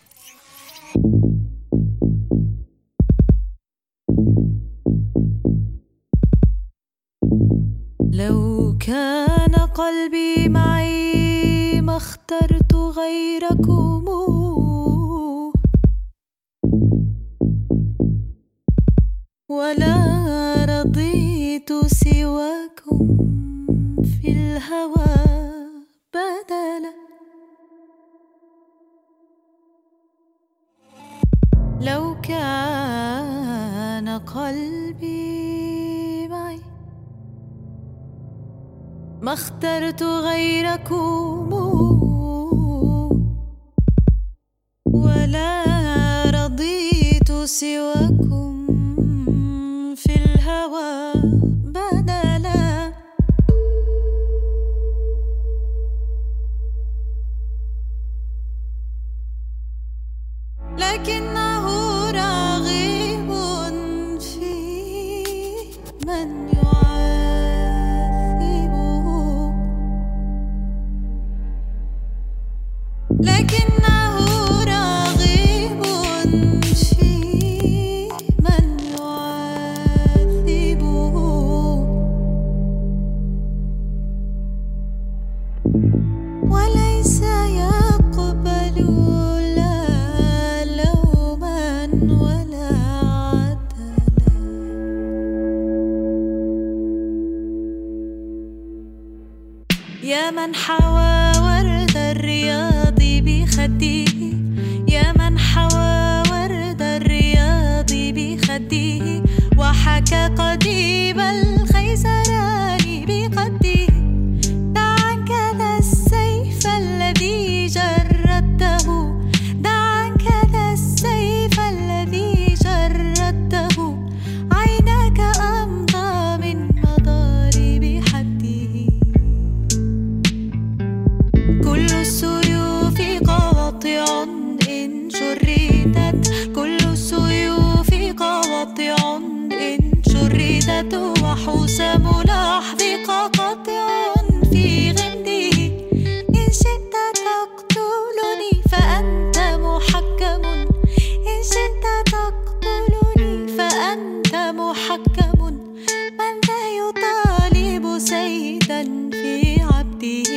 لو كان قلبي معي ما اخترت غيركم ولا رضيت سواكم في الهوى بدلا لو كان قلبي معي ما اخترت غيركم ولا رضيت سواكم في الهوى بدلا لكنه راغب في من لكنه راغب في من يعذبه وليس يقبل لا لوما ولا عدلا يا من حوى ورد الرياض بخديه يا من حوى ورد الرياض بخديه وحكى قضيب الخيزران بقده دع عنك ذا السيف الذي جردته دع عنك ذا السيف الذي جردته عيناك أمضى من مضارب حده كل السيوف قاطع إن جردت كل السيوف قاطع إن جردت وحسام الأحذق قاطع في غمده إن شئت تقتلني فأنت محكم إن شئت تقتلني فأنت محكم من ذا يطالب سيدا في عبده.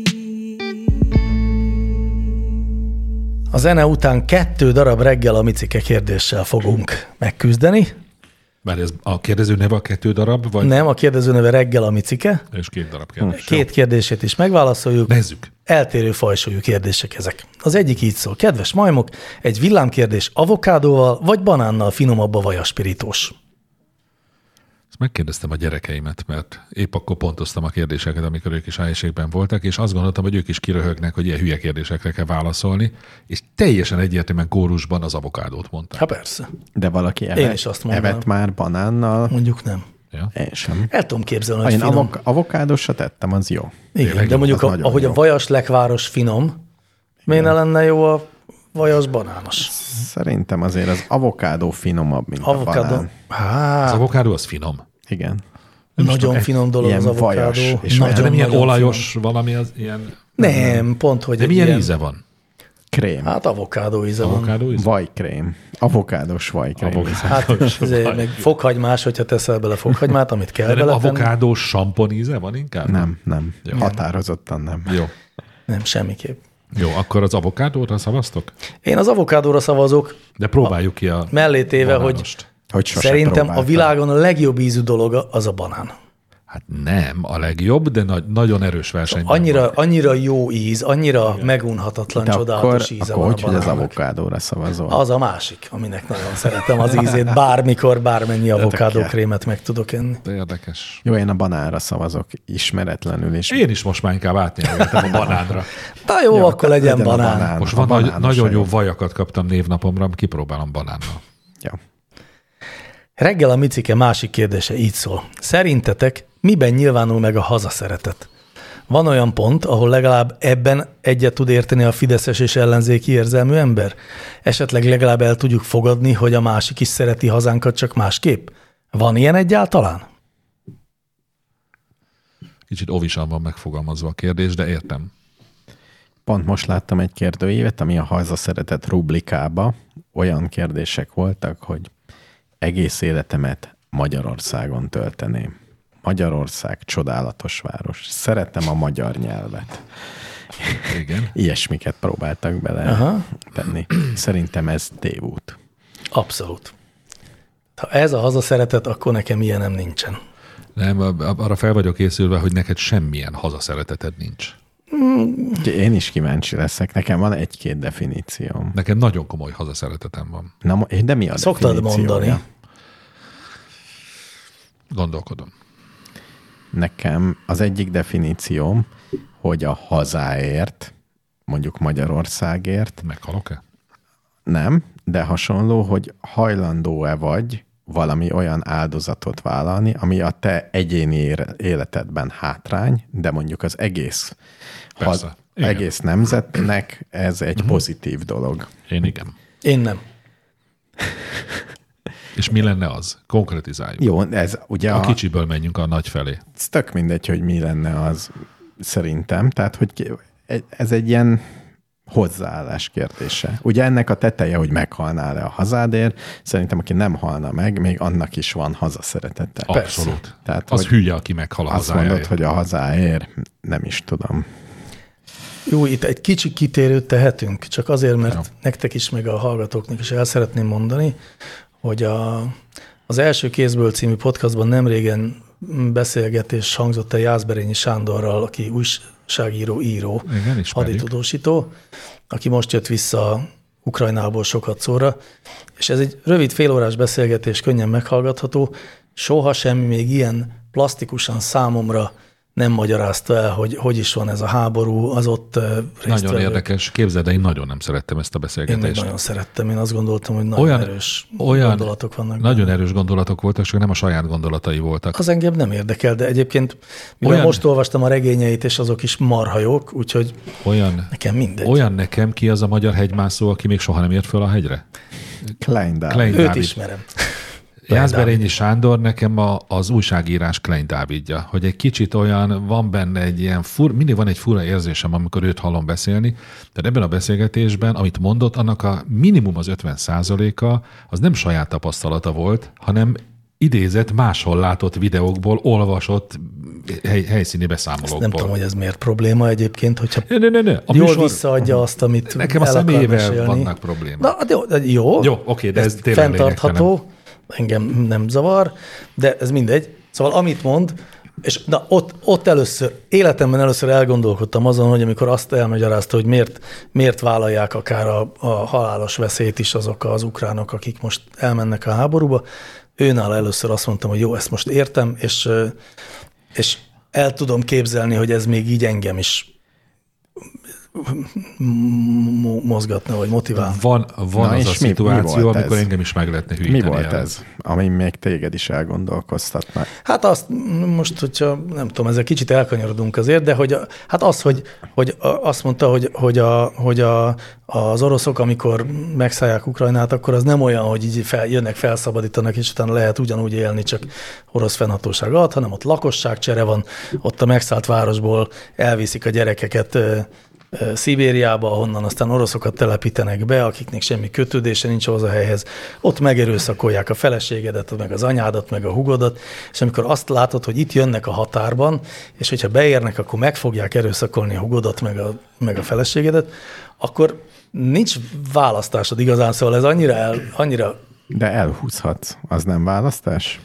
A zene után 2 darab reggel a Micike kérdéssel fogunk megküzdeni. Bár ez a kérdező neve a 2 darab? Vagy? Nem, a kérdező neve reggel a Micike. És 2 darab kérdés. 2 kérdését is megválaszoljuk. Nézzük. Eltérő fajsúlyú kérdések ezek. Az egyik így szól. Kedves majmok, egy villámkérdés avokádóval vagy banánnal finomabb a vajaspirítós? Ezt megkérdeztem a gyerekeimet, mert épp akkor pontoztam a kérdéseket, amikor ők is ájségben voltak, és azt gondoltam, hogy ők is kiröhögnek, hogy ilyen hülye kérdésekre kell válaszolni, és teljesen egyértelműen kórusban az avokádót mondták. Hát persze. De valaki Én is azt mondanám. evett már banánnal? Mondjuk nem. Ja. Én sem. El tudom képzelni, hogy Én finom. avokádosat ettem, az jó. Igen, Tényleg de jó, mondjuk az nagyon ahogy jó. a vajas lekváros finom, miért ne lenne jó a vajas banános? Szerintem azért az avokádó finomabb, mint a Avokádó. banán. Az avokádó az finom. Igen. Nagyon finom dolog ilyen az avokádó. vajas, és De nem ilyen nagyon olajos valami, az ilyen... Nem, pont, hogy De egy milyen ilyen, íze van? Krém. Hát avokádó íze van. Avokádó íze? Vajkrém. Avokádos vajkrém. Hát ezért meg fokhagymás, hogyha teszel bele fokhagymát, amit kell De nem beletenni. avokádós sampon íze van inkább? Nem. Jó. Határozottan nem. Jó. Nem, semmiképp. Jó, akkor az avokádóra szavaztok? Én az avokádóra szavazok, De próbáljuk ki a mellé téve, hogy banánost. Hogy sose szerintem próbáltam. a világon a legjobb ízű dolog az a banán. Hát nem a legjobb, de nagyon erős versenyben van. Annyira jó íz, annyira megunhatatlan, De csodálatos íze akkor van hogy, a hogy az banánnak. avokádóra szavazol? Az a másik, aminek nagyon szeretem az ízét. Bármikor, bármennyi avokádókrémet meg tudok enni. De érdekes. Jó, én a banánra szavazok ismeretlenül, és Én is most már inkább átnyelgeltem a banánra. Na jó, akkor legyen a banán. Most A van banános nagyon jó a vajakat kaptam névnapomra, kipróbálom banánnal. Ja. Reggel a Micike másik kérdése így szól. Szerintetek miben nyilvánul meg a hazaszeretet? Van olyan pont, ahol legalább ebben egyet tud érteni a fideszes és ellenzéki érzelmű ember? Esetleg legalább el tudjuk fogadni, hogy a másik is szereti hazánkat, csak másképp? Van ilyen egyáltalán? Kicsit ovisan van megfogalmazva a kérdés, de értem. Pont most láttam egy kérdőívet, ami a hazaszeretet rubrikába olyan kérdések voltak, hogy egész életemet Magyarországon tölteném. Magyarország csodálatos város. Szeretem a magyar nyelvet. Igen. Ilyesmiket próbáltak bele tenni. Szerintem ez tévút. Abszolút. Ha ez a hazaszeretet, akkor nekem ilyenem nincsen. Nem, arra fel vagyok készülve, hogy neked semmilyen hazaszereteted nincs. Én is kíváncsi leszek. Nekem van egy-két definícióm. Nekem nagyon komoly hazaszeretetem van. Na, de mi a Szoktad definíciója? mondani. Gondolkodom. Nekem az egyik definícióm, hogy a hazáért, mondjuk Magyarországért, Meghalok-e? nem, de hasonló, hogy hajlandó-e vagy valami olyan áldozatot vállalni, ami a te egyéni életedben hátrány, de mondjuk az egész, Persze. Igen. egész nemzetnek ez egy pozitív dolog. Én igen. Én nem. És mi lenne az? Konkretizáljuk. Jó, ez ugye A kicsiből menjünk a nagy felé. ez tök mindegy, hogy mi lenne az szerintem. Tehát, hogy ez egy ilyen hozzáállás kérdése. Ugye ennek a teteje, hogy meghalnál-e a hazádért, szerintem aki nem halna meg, még annak is van hazaszeretete. Abszolút. Tehát, Az hogy hülye, aki meghal a azt mondod, hazájáért. hogy a hazáért, nem is tudom. Jó, itt egy kicsi kitérőt tehetünk, csak azért, mert nektek is, meg a hallgatóknak is el szeretném mondani, hogy az Első kézből című podcastban nemrégen beszélgetés hangzott el Jászberényi Sándorral, aki újságíró, író, Igen, ismerjük. haditudósító, aki most jött vissza Ukrajnából sokat szóra, és ez egy rövid félórás beszélgetés, könnyen meghallgatható, soha semmi még ilyen plastikusan számomra nem magyarázta el, hogy is van ez a háború, az ott résztvevők. Nagyon érdekes. Képzeld, én nagyon nem szerettem ezt a Én meg beszélgetést. nagyon szerettem, én azt gondoltam, hogy nagyon erős gondolatok vannak. Nagyon erős gondolatok voltak, csak nem a saját gondolatai voltak. Az engem nem érdekel, de egyébként, mivel most olvastam a regényeit, és azok is marha jók, úgyhogy nekem mindegy. Olyan nekem, ki az a magyar hegymászó, aki még soha nem ért föl a hegyre? Klein Dávid. Klein Őt Dávid. ismerem. Jászberényi Sándor nekem az újságírás Klein Dávidja, hogy egy kicsit olyan, van benne egy ilyen mindig van egy fura érzésem, amikor őt hallom beszélni, tehát ebben a beszélgetésben, amit mondott, annak a minimum az 50%-a az nem saját tapasztalata volt, hanem idézett, máshol látott videókból, olvasott helyszíni beszámolókból. Nem tudom, hogy ez miért probléma egyébként, hogyha Ne. jól visszaadja azt, amit nekem a el akar személyével mesélni. vannak problémák. Na, jó. Jó, oké, de ez tényleg fenntartható, engem nem zavar, de ez mindegy. Szóval amit mond, és na, ott életemben először elgondolkodtam azon, hogy amikor azt elmagyarázta, hogy miért vállalják akár a halálos veszélyt is azok az ukránok, akik most elmennek a háborúba, őnála először azt mondtam, hogy jó, ezt most értem, és el tudom képzelni, hogy ez még így engem is mozgatna, vagy motivál. Van az a szituáció, amikor ez? engem is meg lehetne hűíteni. Mi volt el. ez, ami még téged is elgondolkoztatna? Hát azt most, hogyha nem tudom, ezzel kicsit elkanyarodunk azért, de hogy azt mondta, hogy az oroszok, amikor megszállják Ukrajnát, akkor az nem olyan, hogy így jönnek, felszabadítanak, és utána lehet ugyanúgy élni, csak orosz fennhatóság alatt, hanem ott lakosságcsere van, ott a megszállt városból elviszik a gyerekeket Szibériába, ahonnan aztán oroszokat telepítenek be, akiknek semmi kötődése nincs ahhoz a helyhez. Ott megerőszakolják a feleségedet, meg az anyádat, meg a húgodat, és amikor azt látod, hogy itt jönnek a határban, és hogyha beérnek, akkor meg fogják erőszakolni a húgodat, meg a feleségedet, akkor nincs választásod igazán, szóval ez annyira De elhúzhatsz, az nem választás?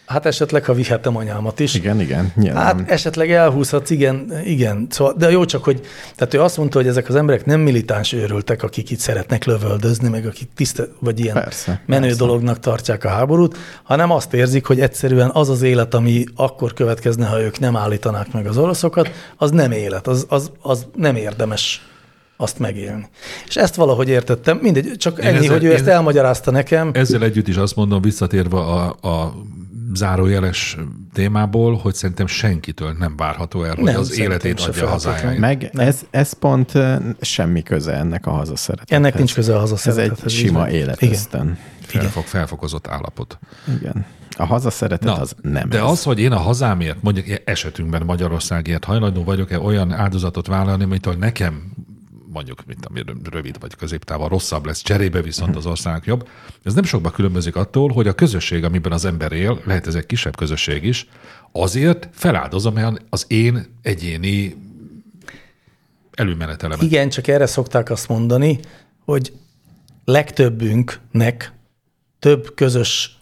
Hát esetleg, ha vihetem anyámat is. Igen, nyilván. Hát esetleg elhúzhatsz, igen. Szóval, de jó, csak hogy, tehát ő azt mondta, hogy ezek az emberek nem militáns őrültek, akik itt szeretnek lövöldözni, meg akik vagy ilyen menő dolognak tartják a háborút, hanem azt érzik, hogy egyszerűen az az élet, ami akkor következne, ha ők nem állítanák meg az oroszokat, az nem élet, az nem érdemes azt megélni. És ezt valahogy értettem, mindegy, csak ennyi, hogy ő ezt elmagyarázta nekem. Ezzel együtt is azt mondom, visszatérve a zárójeles témából, hogy szerintem senkitől nem várható el, hogy az életét adja a hazájáért. Meg ez pont semmi köze ennek a hazaszeretethez. Ennek nincs köze a hazaszeretethez. Ez egy sima életösztön. Felfokozott állapot. Igen. A hazaszeretet az nem. De az, hogy én a hazámért, mondjuk esetünkben Magyarországért hajlandó vagyok-e olyan áldozatot vállalni, amitől nekem mondjuk, rövid vagy középtávon rosszabb lesz, cserébe viszont az ország jobb. Ez nem sokba különbözik attól, hogy a közösség, amiben az ember él, lehet ez egy kisebb közösség is, azért feláldozom az én egyéni előmenetelemet. Igen, csak erre szokták azt mondani, hogy legtöbbünknek több közös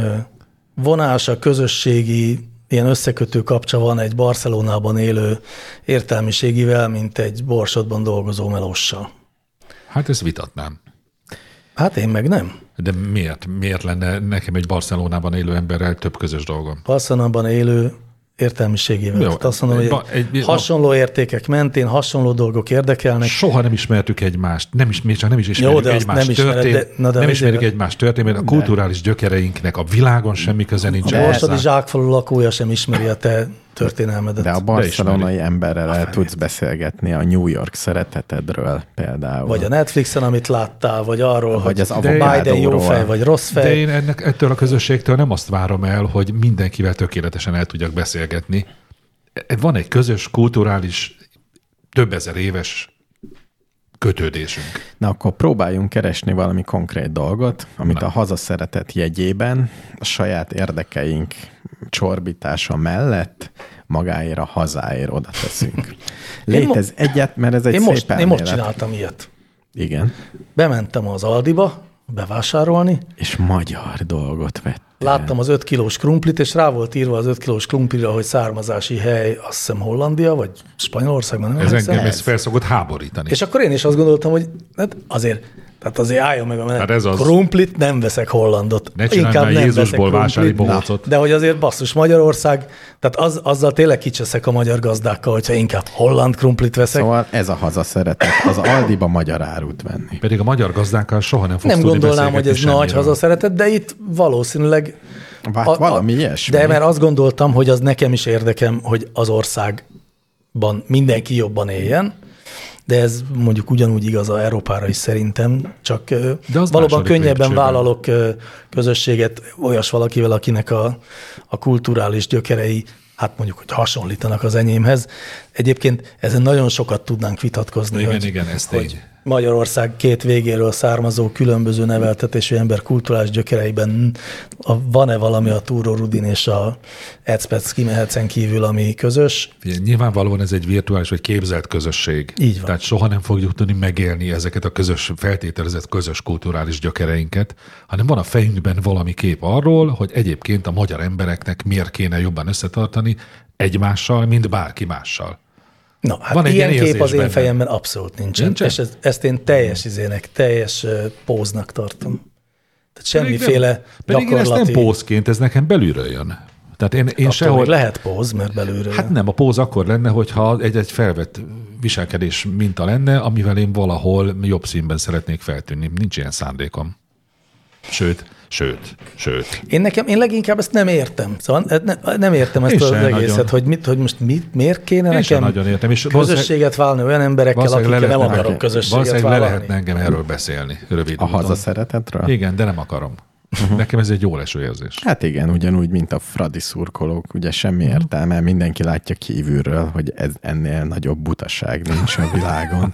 vonása, közösségi ilyen összekötő kapcsa van egy Barcelonában élő értelmiségivel, mint egy Borsodban dolgozó melóssal. Hát ezt vitatnám. Hát én meg nem. De miért? Miért lenne nekem egy Barcelonában élő emberrel több közös dolgom? Barcelonában élő értelmiségével. Tehát azt mondom, hogy hasonló értékek mentén, hasonló dolgok érdekelnek. Soha nem ismertük egymást, még csak nem is ismerjük egymást történet, a kulturális gyökereinknek a világon semmi köze nincs. A borsodi zsákfalu lakója sem ismeri a te történelmedet. De a barcelonai emberrel el tudsz beszélgetni a New York szeretetedről például. Vagy a Netflixen, amit láttál, vagy arról, vagy hogy Biden jó fej, vagy rossz fej. De én ettől a közösségtől nem azt várom el, hogy mindenkivel tökéletesen el tudjak beszélgetni. Van egy közös, kulturális, több ezer éves kötődésünk. Na akkor próbáljunk keresni valami konkrét dolgot, amit a hazaszeretet jegyében a saját érdekeink csorbítása mellett magáért a hazáért oda teszünk. Létez egyet, mert ez egy szép elmélet. Én most csináltam ilyet. Igen. Bementem az Aldiba bevásárolni. És magyar dolgot vettem. Láttam az 5 kilós krumplit, és rá volt írva az 5 kilós krumplira, hogy származási hely, azt hiszem Hollandia, vagy Spanyolországban, nem ez engem ezt felszokott háborítani. És akkor én is azt gondoltam, hogy azért álljon meg a menet. Krumplit nem veszek hollandot. Ne csinálj már Jézusból vásári bohócot. De hogy azért basszus Magyarország, tehát azzal tényleg kicseszek a magyar gazdákkal, hogyha inkább holland krumplit veszek. Szóval ez a hazaszeretet, az Aldiba magyar árut venni. Pedig a magyar gazdákkal soha nem fogsz tudni beszélgetni. Nem gondolnám, hogy ez nagy hazaszeretet, de itt valószínűleg valami ilyesmi. De mert azt gondoltam, hogy az nekem is érdekem, hogy az országban mindenki jobban éljen, de ez mondjuk ugyanúgy igaz az Európára is szerintem, csak valóban könnyebben vállalok közösséget olyas valakivel, akinek a kulturális gyökerei, hát mondjuk, hogy hasonlítanak az enyémhez. Egyébként ezen nagyon sokat tudnánk vitatkozni, hogy Magyarország két végéről származó különböző neveltetésű ember kulturális gyökereiben van-e valami a Túró Rudin és a Ecpec Kimehetsen kívül, ami közös? Nyilvánvalóan ez egy virtuális vagy képzelt közösség. Így van. Tehát soha nem fogjuk tudni megélni ezeket a közös, feltételezett közös kulturális gyökereinket, hanem van a fejünkben valami kép arról, hogy egyébként a magyar embereknek miért kéne jobban összetartani egymással, mint bárki mással. Na, hát van ilyen kép az én fejemben abszolút nincsen. És ezt én teljes póznak tartom. Tehát semmiféle pedig én ezt nem pózként, ez nekem belülről jön. Tehát én sehol... lehet póz, mert belülről Hát nem, a póz akkor lenne, hogyha egy felvett viselkedés minta lenne, amivel én valahol jobb színben szeretnék feltűnni. Nincs ilyen szándékom. Sőt. Én leginkább ezt nem értem. Szóval nem értem ezt az egészet, hogy most miért kéne nekem nagyon értem. És közösséget válni olyan emberekkel, akikkel nem akarok közösséget vállalni. Valószínűleg le lehetne engem erről beszélni rövid a hazaszeretetről? Igen, de nem akarom. Nekem ez egy jó leső érzés. Hát igen, ugyanúgy, mint a fradi szurkolók, ugye semmi értelme, mindenki látja kívülről, hogy ez ennél nagyobb butaság nincs a világon.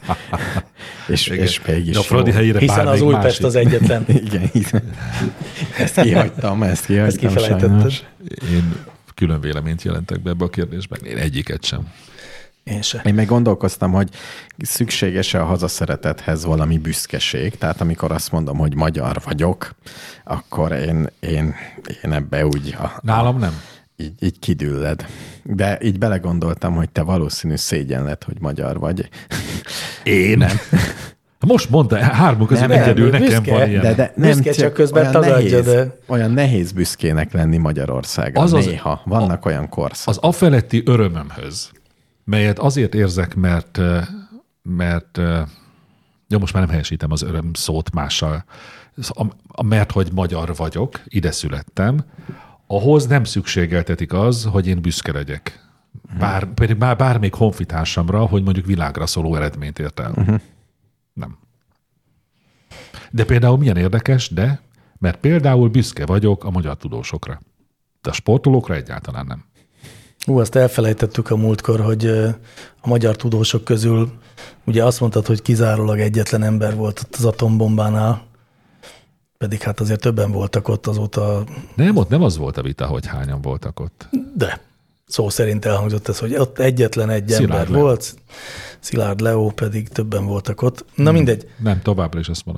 és mégis a fradi helyére hiszen az Újpest másik. Az egyetlen. Igen. Ezt kihagytam kifelejtetted. Én külön véleményt jelentek be ebbe a kérdésben. Én egyiket sem. Én se. Én meg gondolkoztam, hogy szükséges-e a hazaszeretethez valami büszkeség. Tehát amikor azt mondom, hogy magyar vagyok, akkor én ebbe úgy... Nálam nem. Így kidülled. De így belegondoltam, hogy te valószínű szégyenled, hogy magyar vagy. Én? Nem. Most mondta, hármunk közül egyedül nekem büszke, van ilyen. De büszke, csak közben tagadja, de... Olyan nehéz büszkének lenni Magyarországon néha. Vannak olyan korszak. Az afeletti örömömhöz, melyet azért érzek, mert jó, most már nem helyesítem az öröm szót mással, mert hogy magyar vagyok, ide születtem, ahhoz nem szükségeltetik az, hogy én büszke legyek. Pedig már bármelyik honfitársamra, hogy mondjuk világra szóló eredményt ért el. Nem. De például milyen érdekes, mert például büszke vagyok a magyar tudósokra. De a sportolókra egyáltalán nem. Azt elfelejtettük a múltkor, hogy a magyar tudósok közül, ugye azt mondtad, hogy kizárólag egyetlen ember volt ott az atombombánál, pedig hát azért többen voltak ott azóta. Nem, ott nem az volt a vita, hogy hányan voltak ott. De szó szerint elhangzott ez, hogy ott egyetlen egy ember Leo volt, Szilárd Leó, pedig többen voltak ott. Na mindegy. Nem, továbbra is azt mondom.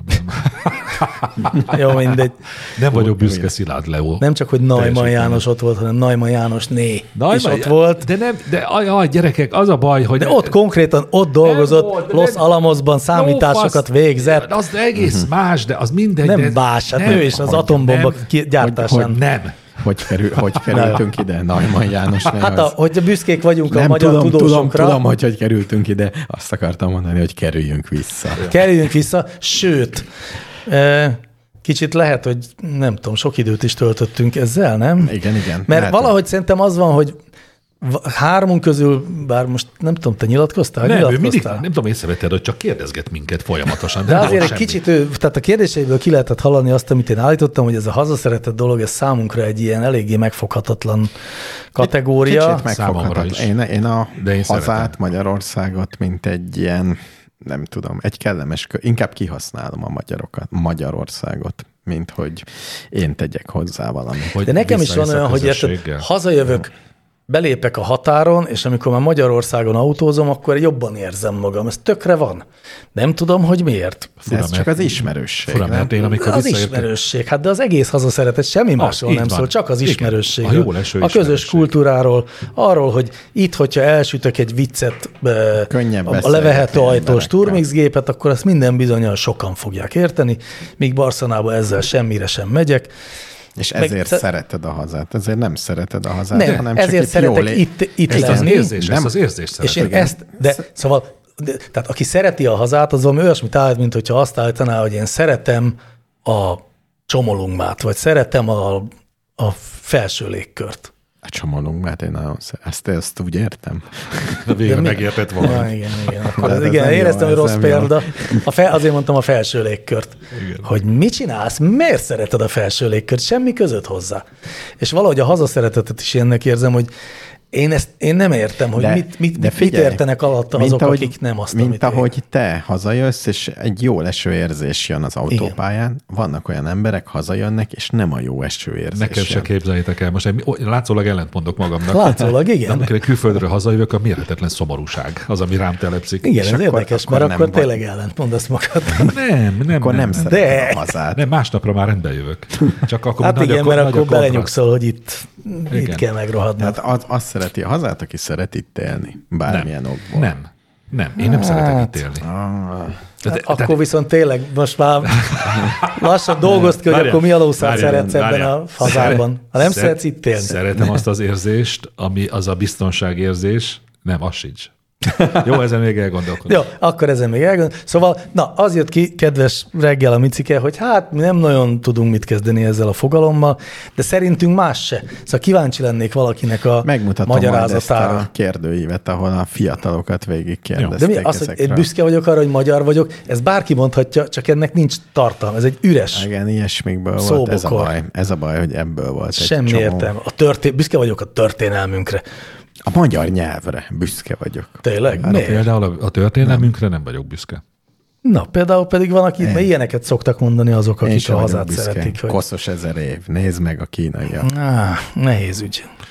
Jó, mindegy. Nem vagyok büszke Szilárd Leó. Nem csak, hogy Neumann János ott volt, hanem Neumann Jánosné is ott volt. De gyerekek, az a baj, hogy... De ott konkrétan ott dolgozott, Los Alamosban számításokat végzett. Az egész más, de az mindegy. Nem más, hát ő is az atombomba gyártásán. Nem. Hogy kerültünk ide, Neumann János? Hát, hogy büszkék vagyunk a magyar tudósokra. Tudom, hogy kerültünk ide. Azt akartam mondani, hogy kerüljünk vissza. Kerüljünk vissza, sőt, kicsit lehet, hogy nem tudom, sok időt is töltöttünk ezzel, nem? Igen. Mert lehet, valahogy szerintem az van, hogy hármunk közül, bár most nem tudom, te nyilatkoztál? Nem, ő mindig, nem tudom, észrevetted, hogy csak kérdezget minket folyamatosan. De azért egy kicsit tehát a kérdéseiből ki lehetett hallani azt, amit én állítottam, hogy ez a hazaszeretett dolog, ez számunkra egy ilyen eléggé megfoghatatlan kategória. Kicsit megfoghatatlan. Én a hazát, szeretem. Magyarországot, mint egy ilyen, nem tudom, egy kellemes, inkább kihasználom a Magyarországot, mint hogy én tegyek hozzá valamit. De nekem is van olyan, hogy hazajövök, belépek a határon, és amikor már Magyarországon autózom, akkor jobban érzem magam. Ez tökre van. Nem tudom, hogy miért. Ez csak az ismerősség. Az ismerősség. Hát de az egész hazaszeretet semmi másról nem szól, csak az ismerősségről. A közös kultúráról, arról, hogy itt, hogyha elsütök egy viccet, a levehető ajtós turmixgépet, akkor azt minden bizonnyal sokan fogják érteni, míg Barcelonába ezzel semmire sem megyek. És ezért szereted a hazát. Ezért nem szereted a hazát, nem, hanem ezért csak szeretek itt ez lenni. Ez az érzés és én ezt, tehát aki szereti a hazát, az valami olyasmit állít, mint hogyha azt állítaná, hogy én szeretem a Csomolungmát, vagy szeretem a felső légkört. A Csomolungmát én nagyon szeretem. Ezt úgy értem. Végre megértett volna. Igen. Akkor igen, éreztem, hogy rossz példa. Azért mondtam a felső légkört. Igen. Hogy mit csinálsz? Miért szereted a felső légkört? Semmi között hozzá. És valahogy a hazaszeretetet is ennek érzem, hogy én nem értem, hogy mit értenek alatta azok, akik nem azt, mint ahogy te hazajössz, és egy jó esőérzés jön az autópályán. Igen. Vannak olyan emberek, hazajönnek, és nem a jó esőérzés. Nekem se képzeljétek el. Most látszólag ellentmondok magamnak. Látszólag, igen. Amikor egy külföldről hazajövök, a mérhetetlen szomorúság az, ami rám telepszik. Igen, ez érdekes, mert akkor tényleg ellentmondasz magad. Nem. Akkor nem szeretem a hazát. Nem, másnapra már rendbe jövök. Csak akkor hát igen, mert akkor belenyugszol, hogy itt kell megrohadnod. Hát azt szereti a hazát, aki szeret itt élni. Bármilyen okból. Nem. Én nem szeretek itt élni. Akkor viszont tényleg most már lassan dolgozt ki, hogy akkor mi a lószát szeretsz ebben a hazában. Ha nem szeretsz itt élni. Szeretem azt az érzést, ami az a biztonságérzés. Nem, az sincs. Jó, ezen még elgondolkodom. Jó, akkor ezen még elgondolkodom. Szóval, az jött ki, kedves reggel a Micike, hogy hát mi nem nagyon tudunk mit kezdeni ezzel a fogalommal, de szerintünk más se. Szóval kíváncsi lennék valakinek a magyarázatára. Majd ezt a kérdőívet, ahol a fiatalokat végig kérdezték. De mi az, hogy én büszke vagyok arra, hogy magyar vagyok, ez bárki mondhatja, csak ennek nincs tartalma. Ez egy üres igen, ilyesmikből volt ez a baj. Ez a baj, hogy ebből volt semmi egy csomó. Értem. Büszke vagyok a történelmünkre. A magyar nyelvre büszke vagyok. Tényleg? Hát például a történelmünkre nem vagyok büszke. Na, például pedig van, akik ilyeneket szoktak mondani azok, akik a hazát szeretik. Hogy... Koszos 1000 év, nézd meg a kínaiak. Nehéz ügy.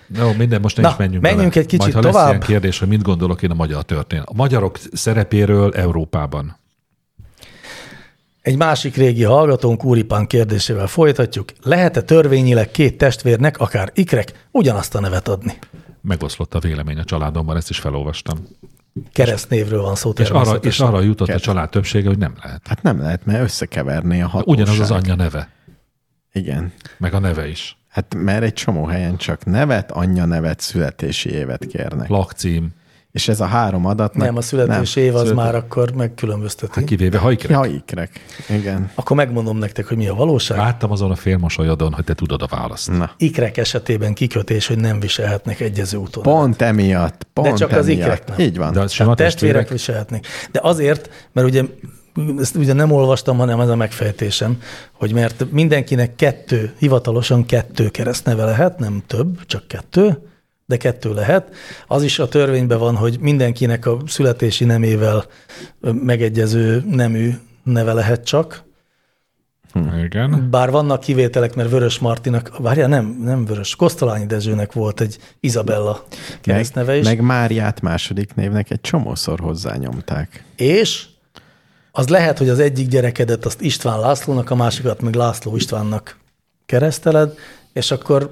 No, minden, most ne is menjünk menjünk bele. egy kicsit Majd, ha tovább. lesz ilyen kérdés, hogy mit gondolok én a magyar történet. A magyarok szerepéről Európában. Egy másik régi hallgatónk Úripán kérdésével folytatjuk. Lehet-e törvényileg két testvérnek, akár ikrek, ugyanazt a nevet adni? Megoszlott a vélemény a családomban, ezt is felolvastam. Keresztnévről van szó És természetesen. arra jutott a család többsége, hogy nem lehet. Hát nem lehet, mert összekeverné a hatóság. Ugyanaz az anyja neve, Igen. meg a neve is. Hát mert egy csomó helyen csak nevet, anyja nevet, születési évet kérnek. Lakcím, És ez a 3 adatnak... Nem, a születési év az már akkor megkülönbözteti. hát kivéve hajkrek. Ja, ikrek. Igen. Akkor megmondom nektek, hogy mi a valóság. Láttam azon a félmosolyodon, hogy te tudod a választ. Na. Ikrek esetében kikötés, hogy nem viselhetnek egyező úton. Pont emiatt. Pont De csak az emiatt. ikrek nem. Így van. De a sima Testvérek testvérek, viselhetnek. De azért, mert ugye ezt ugye nem olvastam, hanem ez a megfejtésem, hogy mert mindenkinek hivatalosan 2 keresztneve lehet, nem több, csak 2, de 2 lehet. Az is a törvényben van, hogy mindenkinek a születési nemével megegyező nemű neve lehet csak. igen. Bár vannak kivételek, mert Vörös Martinak, várjál, nem Vörös, Kosztolányi Dezsőnek volt egy Izabella keresztneve is. Meg Máriát második névnek egy csomószor hozzányomták. És az lehet, hogy az egyik gyerekedet azt István Lászlónak, a másikat meg László Istvánnak kereszteled, és akkor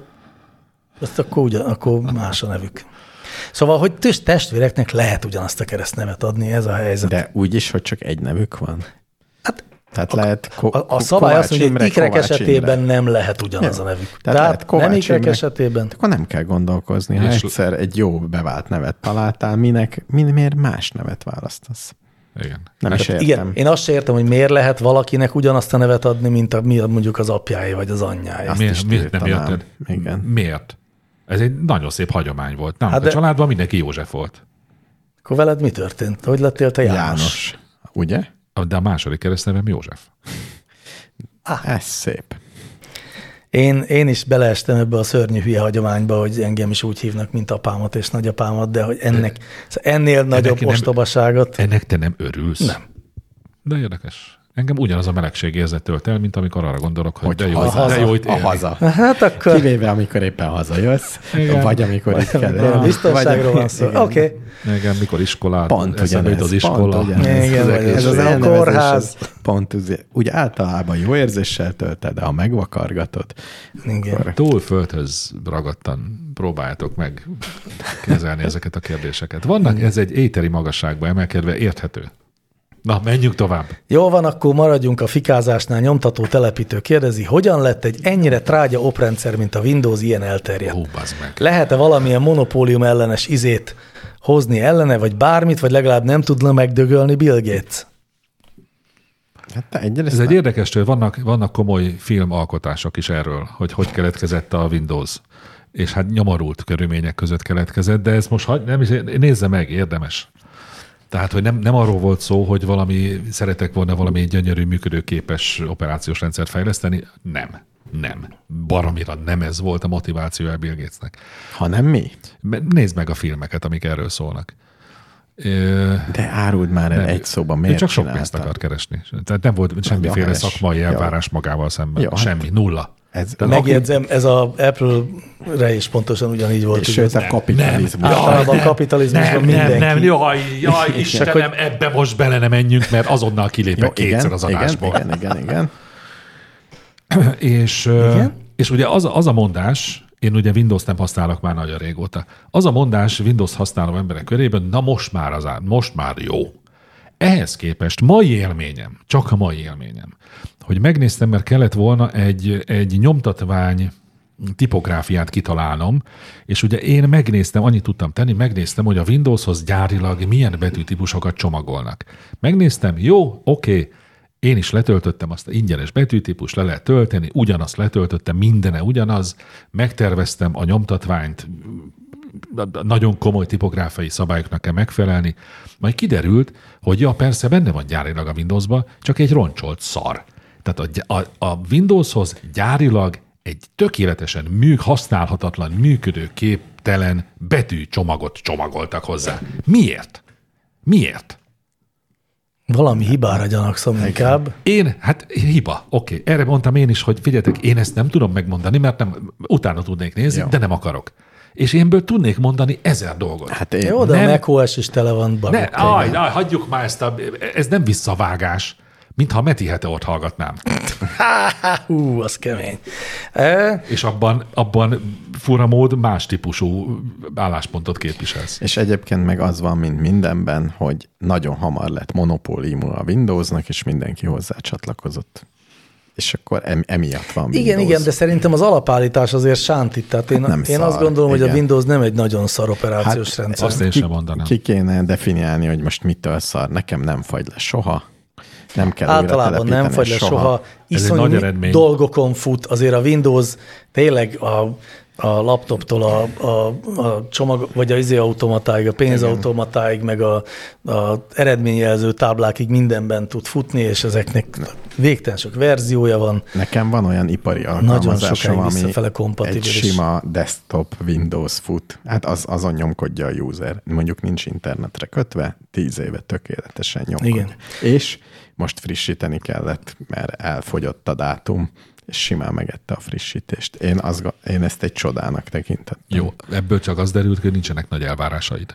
más a nevük. Szóval, hogy testvéreknek lehet ugyanazt a keresztnevet adni, ez a helyzet. De úgy is, hogy csak egy nevük van. Hát Tehát lehet a szabály azt mondja, hogy ikrek Kovács esetében Imre. nem lehet ugyanaz Jó. a nevük. Tehát lehet nem Kovács ikrek Imre. esetében. Akkor nem kell gondolkozni. Ha És- egyszer egy jó bevált nevet találtál, miért más nevet választasz? Igen. Nem is értem. Igen, én azt sem értem, hogy miért lehet valakinek ugyanazt a nevet adni, mint mondjuk az apjáé vagy az anyjáé. Azt is Miért nem tiltanám. érted? Igen. Miért? Ez egy nagyon szép hagyomány volt. Nem, Hát a de- családban mindenki József volt. Akkor veled mi történt? Hogy lettél te János? János. Ugye? De a második keresztnevem József. Ez szép. Én is beleestem ebbe a szörnyű hülye hagyományba, hogy engem is úgy hívnak, mint apámat és nagyapámat, de hogy ennél nagyobb nem- ostobaságot. Ennek te nem örülsz? Nem. De érdekes. Engem ugyanaz a melegségérzet tölt el, mint amikor arra gondolok, hogy de jó, haza, de jó itt a élni. haza. Hát akkor Kivéve, amikor éppen hazajössz, Igen. vagy amikor itt kell amikor a élni, biztonságról vagy- van szó. igen. Oké. Igen, mikor iskolát, Pont eszembe jut ugyanez. az iskola. Pont ugyanez. Igen, vagy ez az a elnevezés, kórház. ez pont úgy általában jó érzéssel tölted, de ha megvakargatod, Igen. akkor Túl földhöz ragadtan próbáljátok meg kezelni ezeket a kérdéseket. Vannak, ez egy éteri magasságba emelkedve érthető. Na, menjünk tovább. Jó van, akkor maradjunk a fikázásnál. Nyomtató telepítő kérdezi, hogyan lett egy ennyire trágya oprendszer, mint a Windows ilyen elterjedt? Ó, bazd meg. Lehet-e valamilyen monopólium ellenes izét hozni ellene, vagy bármit, vagy legalább nem tudna megdögölni Bill Gates? hát te egyrészt Ez egy érdekes, hogy vannak komoly filmalkotások is erről, hogy keletkezett a Windows. És hát nyomorult körülmények között keletkezett, de ez most nem is, nézze meg, érdemes. Tehát, hogy nem arról volt szó, hogy szeretek volna valami gyönyörű, működőképes operációs rendszert fejleszteni. Nem. Baromira nem ez volt a motivációja Bill Gatesnek. hanem mi? Nézd meg a filmeket, amik erről szólnak. De áruld már el egy szóban, Ő miért csak sok csinálta? pénzt akar keresni. Tehát nem volt semmiféle helyes. szakmai Jó. elvárás magával szemben. Jó, hát Semmi, nulla. Ez, Megjegyzem, ez a Apple-re is pontosan ugyanígy volt. és sőt, a kapitalizmus. Általában a kapitalizmusban mindenki. jaj, Istenem, ebbe most bele nem menjünk, mert azonnal kilépek kétszer az adásból. Igen. És ugye az a mondás, én ugye Windows nem használok már nagyon régóta, az a mondás Windows használó emberek körében, na most már jó. Ehhez képest mai élményem, csak a mai élményem, hogy megnéztem, mert kellett volna egy nyomtatvány tipográfiát kitalálnom, és ugye én megnéztem, annyit tudtam tenni, megnéztem, hogy a Windowshoz gyárilag milyen betűtípusokat csomagolnak. Megnéztem, jó, oké, én is letöltöttem azt a ingyenes betűtípus, le lehet tölteni, ugyanazt letöltöttem, mindene ugyanaz, megterveztem a nyomtatványt, nagyon komoly tipográfiai szabályoknak kell megfelelni, majd kiderült, hogy ja, persze benne van gyárilag a Windowsban, csak egy roncsolt szar. Tehát a Windowshoz gyárilag egy tökéletesen használhatatlan, működőképtelen betűcsomagot csomagoltak hozzá. Miért? Valami hibára gyanakszom inkább. Hiba. Oké. Erre mondtam én is, hogy figyeljetek, én ezt nem tudom megmondani, mert utána tudnék nézni, de nem akarok. És énből tudnék mondani 1000 dolgot. Hát én Jó, de a macOS is tele van bugokkal. Hagyjuk már ezt ez nem visszavágás, mintha Meti Heteort hallgatnám. Az kemény. És abban fura mód más típusú álláspontot képviselsz. És egyébként meg az van, mint mindenben, hogy nagyon hamar lett monopóliuma a Windowsnak, és mindenki hozzá csatlakozott. És akkor emiatt van Windows. Igen, de szerintem az alapállítás azért sántít. Tehát én azt gondolom, hogy a Windows nem egy nagyon szar operációs rendszer. Azt én sem mondanám. Ki kéne definiálni, hogy most mitől szar. Nekem nem fagy le soha. Nem kell általában nem fagy le soha. Iszonyú dolgokon fut. Azért a Windows tényleg a laptoptól a csomag, vagy az automatáig, a pénzautomatáig, meg a eredményjelző táblákig mindenben tud futni, és ezeknek végtelen sok verziója van. Nekem van olyan ipari alkalmazásom, ami egy is. sima desktop Windows fut. Hát azon nyomkodja a user. Mondjuk nincs internetre kötve, 10 éve tökéletesen nyomkod. Igen. És most frissíteni kellett, mert elfogyott a dátum, és simán megette a frissítést. Én ezt egy csodának tekintettem. Jó, ebből csak az derült, hogy nincsenek nagy elvárásaid.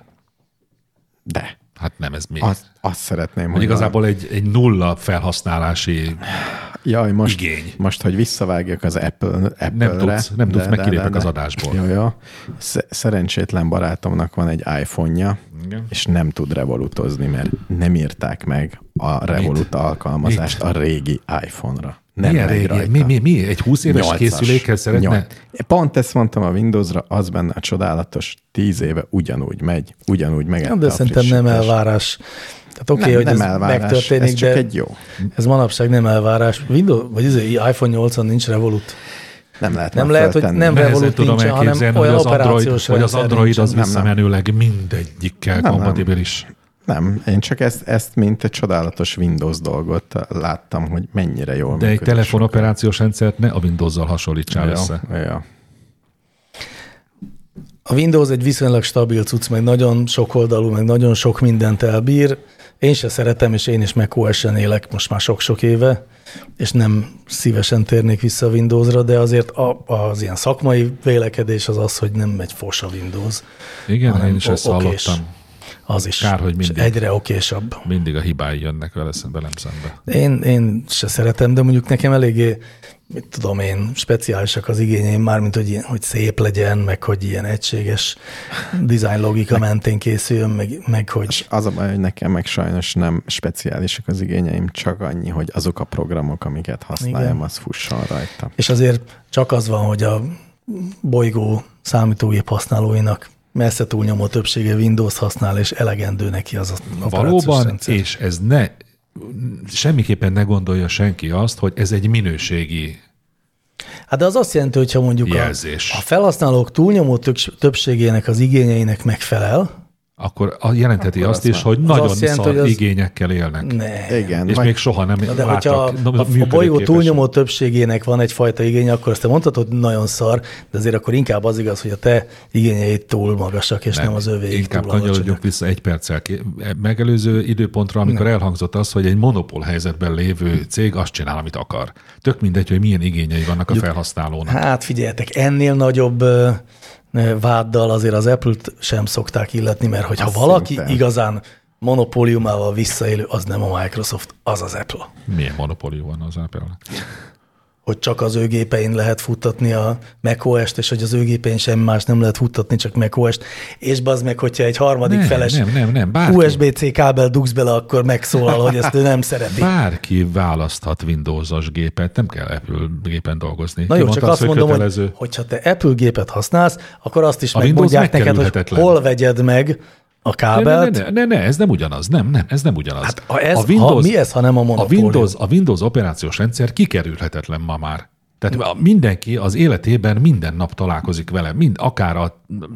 De. Hát nem, ez mi? Azt szeretném, hogy igazából egy nulla felhasználási igény. Most, hogy visszavágjak az Apple-re. Nem tudsz, megkilépek az adásból. Jó. Szerencsétlen barátomnak van egy iPhone-ja, igen. És nem tud revolutozni, mert nem írták meg a Revolut alkalmazást a régi iPhone-ra. Nem milyen régi? Mi? Egy 20 éves 8-as készülékkel szeretne? Pont ezt mondtam a Windowsra, az benne a csodálatos, 10 éve ugyanúgy megy, ugyanúgy megette de szerintem nem elvárás. Tehát oké, hogy ez elvárás, megtörténik, ez csak egy jó. Ez manapság nem elvárás. Windows, vagy ez iPhone 8-on nincs Revolut. Nem lehet, hogy nem Revolut nincsen, hanem olyan operációs rendszer. Hogy az Android az visszamenőleg mindegyikkel kompatibilis. Nem, én csak ezt mint egy csodálatos Windows dolgot láttam, hogy mennyire jól működik. De egy telefonoperációs rendszert ne a Windows-zal hasonlítsál össze. Ja. A Windows egy viszonylag stabil cucc, meg nagyon sok oldalú, meg nagyon sok mindent elbír. Én se szeretem, és én is macOS-en élek most már sok-sok éve, és nem szívesen térnék vissza a Windowsra, de azért az ilyen szakmai vélekedés az, hogy nem egy fos a Windows. Igen, én is ezt hallottam. Az is. Kár, hogy mindig, egyre okésabb. Mindig a hibái jönnek velem szembe. Én se szeretem, de mondjuk nekem eléggé, mit tudom én, speciálisak az igényeim, mármint, hogy szép legyen, meg hogy ilyen egységes design logika mentén készüljön, meg hogy... És az a baj, hogy nekem meg sajnos nem speciálisak az igényeim, csak annyi, hogy azok a programok, amiket használjam, igen. Az fusson rajta. És azért csak az van, hogy a bolygó számítógép használóinak messze túlnyomó többsége Windows használ, és elegendő neki az valóban, rendszer. És ez semmiképpen ne gondolja senki azt, hogy ez egy minőségi Hát de az azt jelenti, hogyha mondjuk a felhasználók túlnyomó többségének az igényeinek megfelel, akkor jelentheti azt is, hogy nagyon szar igényekkel élnek. Igen. És még soha nem de láttak. A bolygó túlnyomó többségének van egyfajta igénye, akkor azt te mondhatod, hogy nagyon szar, de azért akkor inkább az igaz, hogy a te igényeid túl magasak, és nem az övéig inkább kanyarodjunk vissza egy perccel megelőző időpontra, amikor elhangzott az, hogy egy monopól helyzetben lévő cég azt csinál, amit akar. Tök mindegy, hogy milyen igényei vannak a felhasználónak. Hát figyeljetek, ennél nagyobb váddal azért az Apple-t sem szokták illetni, mert hogyha valaki igazán monopóliumával visszaélő, az nem a Microsoft, az az Apple. Milyen monopólium van az Apple? Hogy csak az ő gépein lehet futtatni a macOS-t, és hogy az ő gépein semmi más nem lehet futtatni, csak macOS-t, és bazd meg, hogyha egy harmadik feles USB-C kábel dugsz bele, akkor megszólal, hogy ezt ő nem szereti. Bárki választhat Windows-os gépet, nem kell Apple gépen dolgozni. Na jó, csak azt mondom, hogyha te Apple gépet használsz, akkor azt is megmondják neked, hogy hol vegyed meg a kábelt. Ne, ez nem ugyanaz. Nem, ez nem ugyanaz. Hát mi ez, ha nem a monopólium? A Windows operációs rendszer kikerülhetetlen ma már. Tehát mindenki az életében minden nap találkozik vele, akár a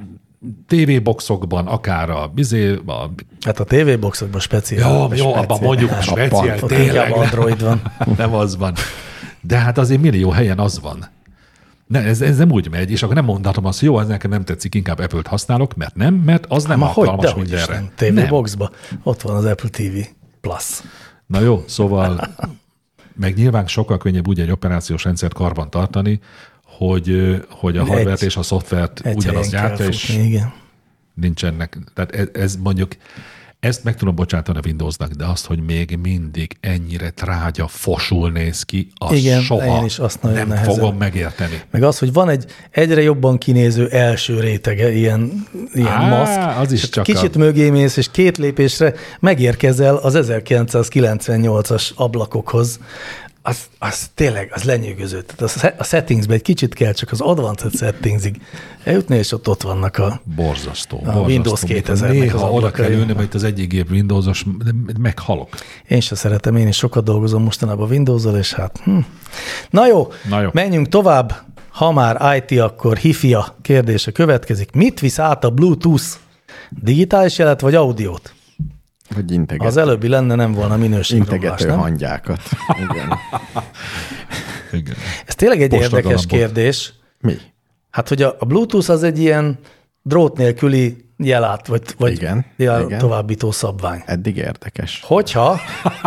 TV-boxokban, akár Hát a TV-boxokban speciál. Jó, abban mondjuk speciál, tényleg. Android van. Nem az van. De hát azért millió helyen az van. Ez nem úgy megy, és akkor nem mondhatom azt, hogy jó, az nekem nem tetszik, inkább Apple-t használok, mert az nem alkalmas mindenre. TV-boxba. Ott van az Apple TV Plus. Na jó, szóval meg nyilván sokkal könnyebb úgy egy operációs rendszert karban tartani, hogy a hardware és a szoftvert ugyanazt gyártja, és igen. nincsenek. Tehát ez mondjuk, ezt meg tudom bocsátani a Windowsnak, de azt, hogy még mindig ennyire trágya, fosul néz ki, azt igen, soha én is azt nagyon nem nehezen fogom megérteni. Meg az, hogy van egy egyre jobban kinéző első rétege, ilyen maszk, az is csak kicsit mögé mész, és 2 lépésre megérkezel az 1998-as ablakokhoz. Az tényleg, az lenyűgöző. Tehát a settingsbe egy kicsit kell, csak az advanced settingsig eljutni, és ott vannak a borzasztó. Windows 2000-nek az Néha oda ablakai. kell ülni, mert itt az egyik gép Windowsos, meghalok. Én sem szeretem, én is sokat dolgozom mostanában Windows-zal, és hát... Na jó, menjünk tovább. Ha már IT, akkor HiFi-a kérdése következik. Mit visz át a Bluetooth? Digitális jelet vagy audiót? Vagy integető. Az előbbi lenne, nem volna minőségromlás, Integető nem? hangyákat. Igen. Igen. Ez tényleg egy érdekes Postagalambot. kérdés. Mi? Hát, hogy a Bluetooth az egy ilyen drót nélküli jelát, vagy Igen, jel igen. továbbító szabvány. Eddig érdekes. Hogyha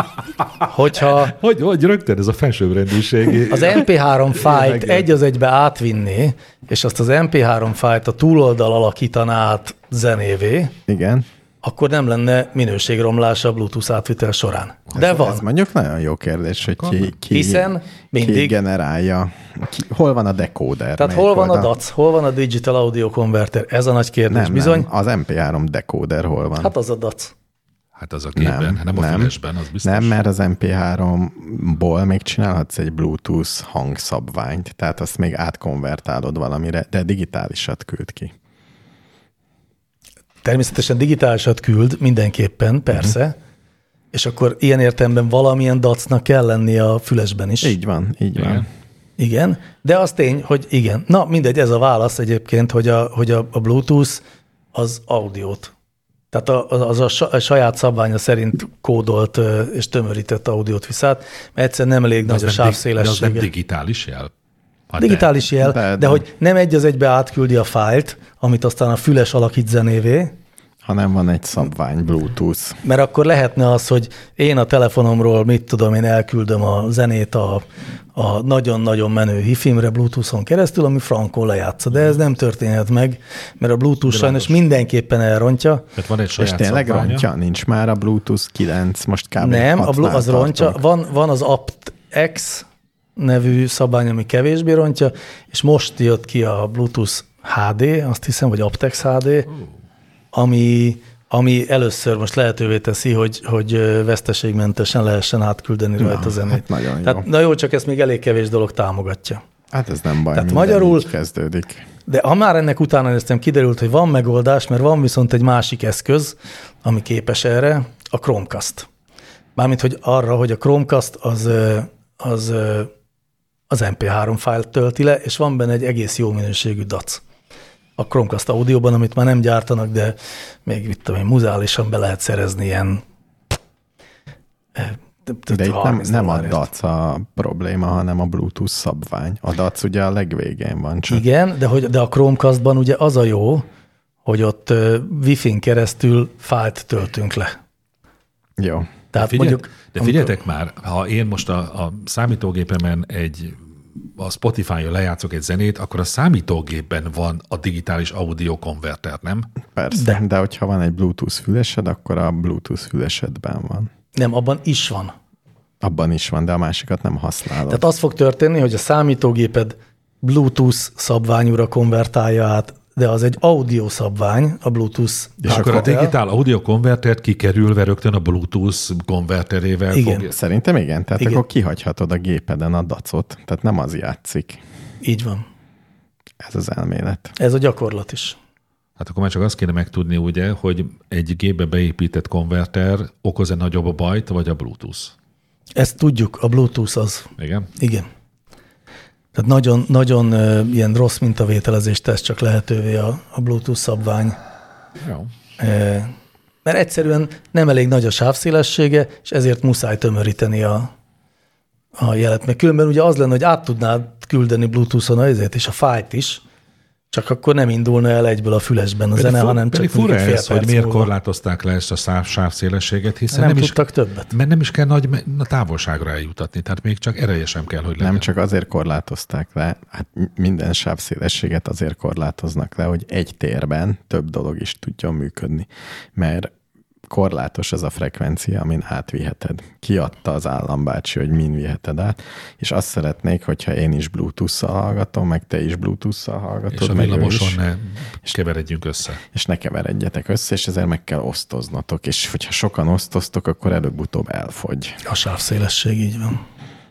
Hogy rögtön ez a felsőbbrendűségi... az MP3 fájlt Igen. egy az egybe átvinni, és azt az MP3 fájlt a túloldal alakítaná át zenévé, Igen. akkor nem lenne minőségromlás a Bluetooth átvitel során. De Ez van. mondjuk nagyon jó kérdés, hogy ki Hiszen mindig- generálja. Hol van a decóder? Tehát Melyik hol van a oldal? DAC, hol van a Digital Audio Converter? Ez a nagy kérdés. Nem, bizony. nem, az MP3 decóder hol van? Hát az a DAC. Hát az a gépben, nem a fülesben, az biztos. Nem, mert az MP3-ból még csinálhatsz egy Bluetooth hangszabványt, tehát azt még átkonvertálod valamire, de digitálisat küld ki. Természetesen digitálisat küld mindenképpen, persze, és akkor ilyen értelemben valamilyen DAC-nak kell lennie a fülesben is. Így van, így Igen. van. Igen, de az tény, hogy igen. Na, mindegy, ez a válasz egyébként, hogy a Bluetooth az audiót. Tehát az a saját szabványa szerint kódolt és tömörített audiót visz át, mert egyszerűen nem elég nagy a De az sávszélessége. nem digitális jel? Hát Digitális jel, de- de hogy nem egy az egybe átküldi a fájlt, amit aztán a füles alakít zenévé, Hanem van egy szabvány Bluetooth. mert akkor lehetne az, hogy én a telefonomról, mit tudom, én elküldöm a zenét a nagyon-nagyon menő hifimre Bluetooth-on keresztül, ami frankon lejátsza. De ez nem történhet meg, mert a Bluetooth sajnos mindenképpen elrontja. Tehát van egy És saját tényleg szabványa. rontja? Nincs már a Bluetooth 9, most kb. Nem, 6-nál az rontja. tartunk. Van az aptX nevű szabály, ami kevésbé rontja, és most jött ki a Bluetooth HD, azt hiszem, vagy aptX HD, ami először most lehetővé teszi, hogy veszteségmentesen lehessen átküldeni rajta a zenét. hát nagyon jó. Tehát, na jó, csak ezt még elég kevés dolog támogatja. Hát ez nem baj, Tehát minden magyarul- így kezdődik. De ha már ennek utána néztem, kiderült, hogy van megoldás, mert van viszont egy másik eszköz, ami képes erre, a Chromecast. Mármint, hogy arra, hogy a Chromecast az MP3 fájlt tölti le, és van benne egy egész jó minőségű DAC. A Chromecast audióban, amit már nem gyártanak, de még mit tudom én, muzeálisan be lehet szerezni ilyen De itt 30 nem a dollárért. DAC a probléma, hanem a Bluetooth szabvány. A DAC ugye a legvégén van csak. Igen, de a Chromecastban ugye az a jó, hogy ott Wi-Fi-n keresztül fájlt töltünk le. Jó. Tehát De figyeljetek már, ha én most a számítógépemen a Spotify-on lejátszok egy zenét, akkor a számítógépben van a digitális audio konverter, nem? Persze, de hogyha van egy Bluetooth fülesed, akkor a Bluetooth fülesedben van. Nem, abban is van. Abban is van, de a másikat nem használod. Tehát az fog történni, hogy a számítógéped Bluetooth szabványúra konvertálja át, de az egy audio szabvány, a Bluetooth. És akkor a digitál audio konvertert kikerülve rögtön a Bluetooth konverterével Igen. fogja. Szerintem igen, tehát Igen. akkor kihagyhatod a gépeden a dacot, tehát nem az játszik. Így van. Ez az elmélet. Ez a gyakorlat is. Hát akkor már csak azt kéne megtudni, ugye, hogy egy gépbe beépített konverter okoz-e nagyobb a bajt, vagy a Bluetooth? Ezt tudjuk, a Bluetooth az. Igen? Igen. Tehát nagyon, nagyon ilyen rossz mintavételezést tesz csak lehetővé a Bluetooth szabvány. Jó. Mert egyszerűen nem elég nagy a sávszélessége, és ezért muszáj tömöríteni a jelet. Mert különben ugye az lenne, hogy át tudnád küldeni Bluetooth-on azért és a fájlt is, Csak akkor nem indulna el egyből a fülesben a zene, hanem csak fura fél ez, hogy perc miért múlva. korlátozták le ezt a sávszélességet, hiszen Nem tudtak többet. Mert nem is kell nagy távolságra eljutatni, tehát még csak ereje sem kell, hogy legyen. Nem csak azért korlátozták le, hát minden sávszélességet azért korlátoznak le, hogy egy térben több dolog is tudjon működni, mert korlátos ez a frekvencia, amin átviheted. Kiadta az állambácsi, hogy min viheted át, és azt szeretnék, hogyha én is Bluetooth-szal hallgatom, meg te is Bluetooth-szal hallgatod, és a meg ő villamoson is, ne keveredjünk össze. és ne keveredjetek össze, és ezért meg kell osztoznotok, és hogyha sokan osztoztok, akkor előbb-utóbb elfogy. A sávszélesség így van.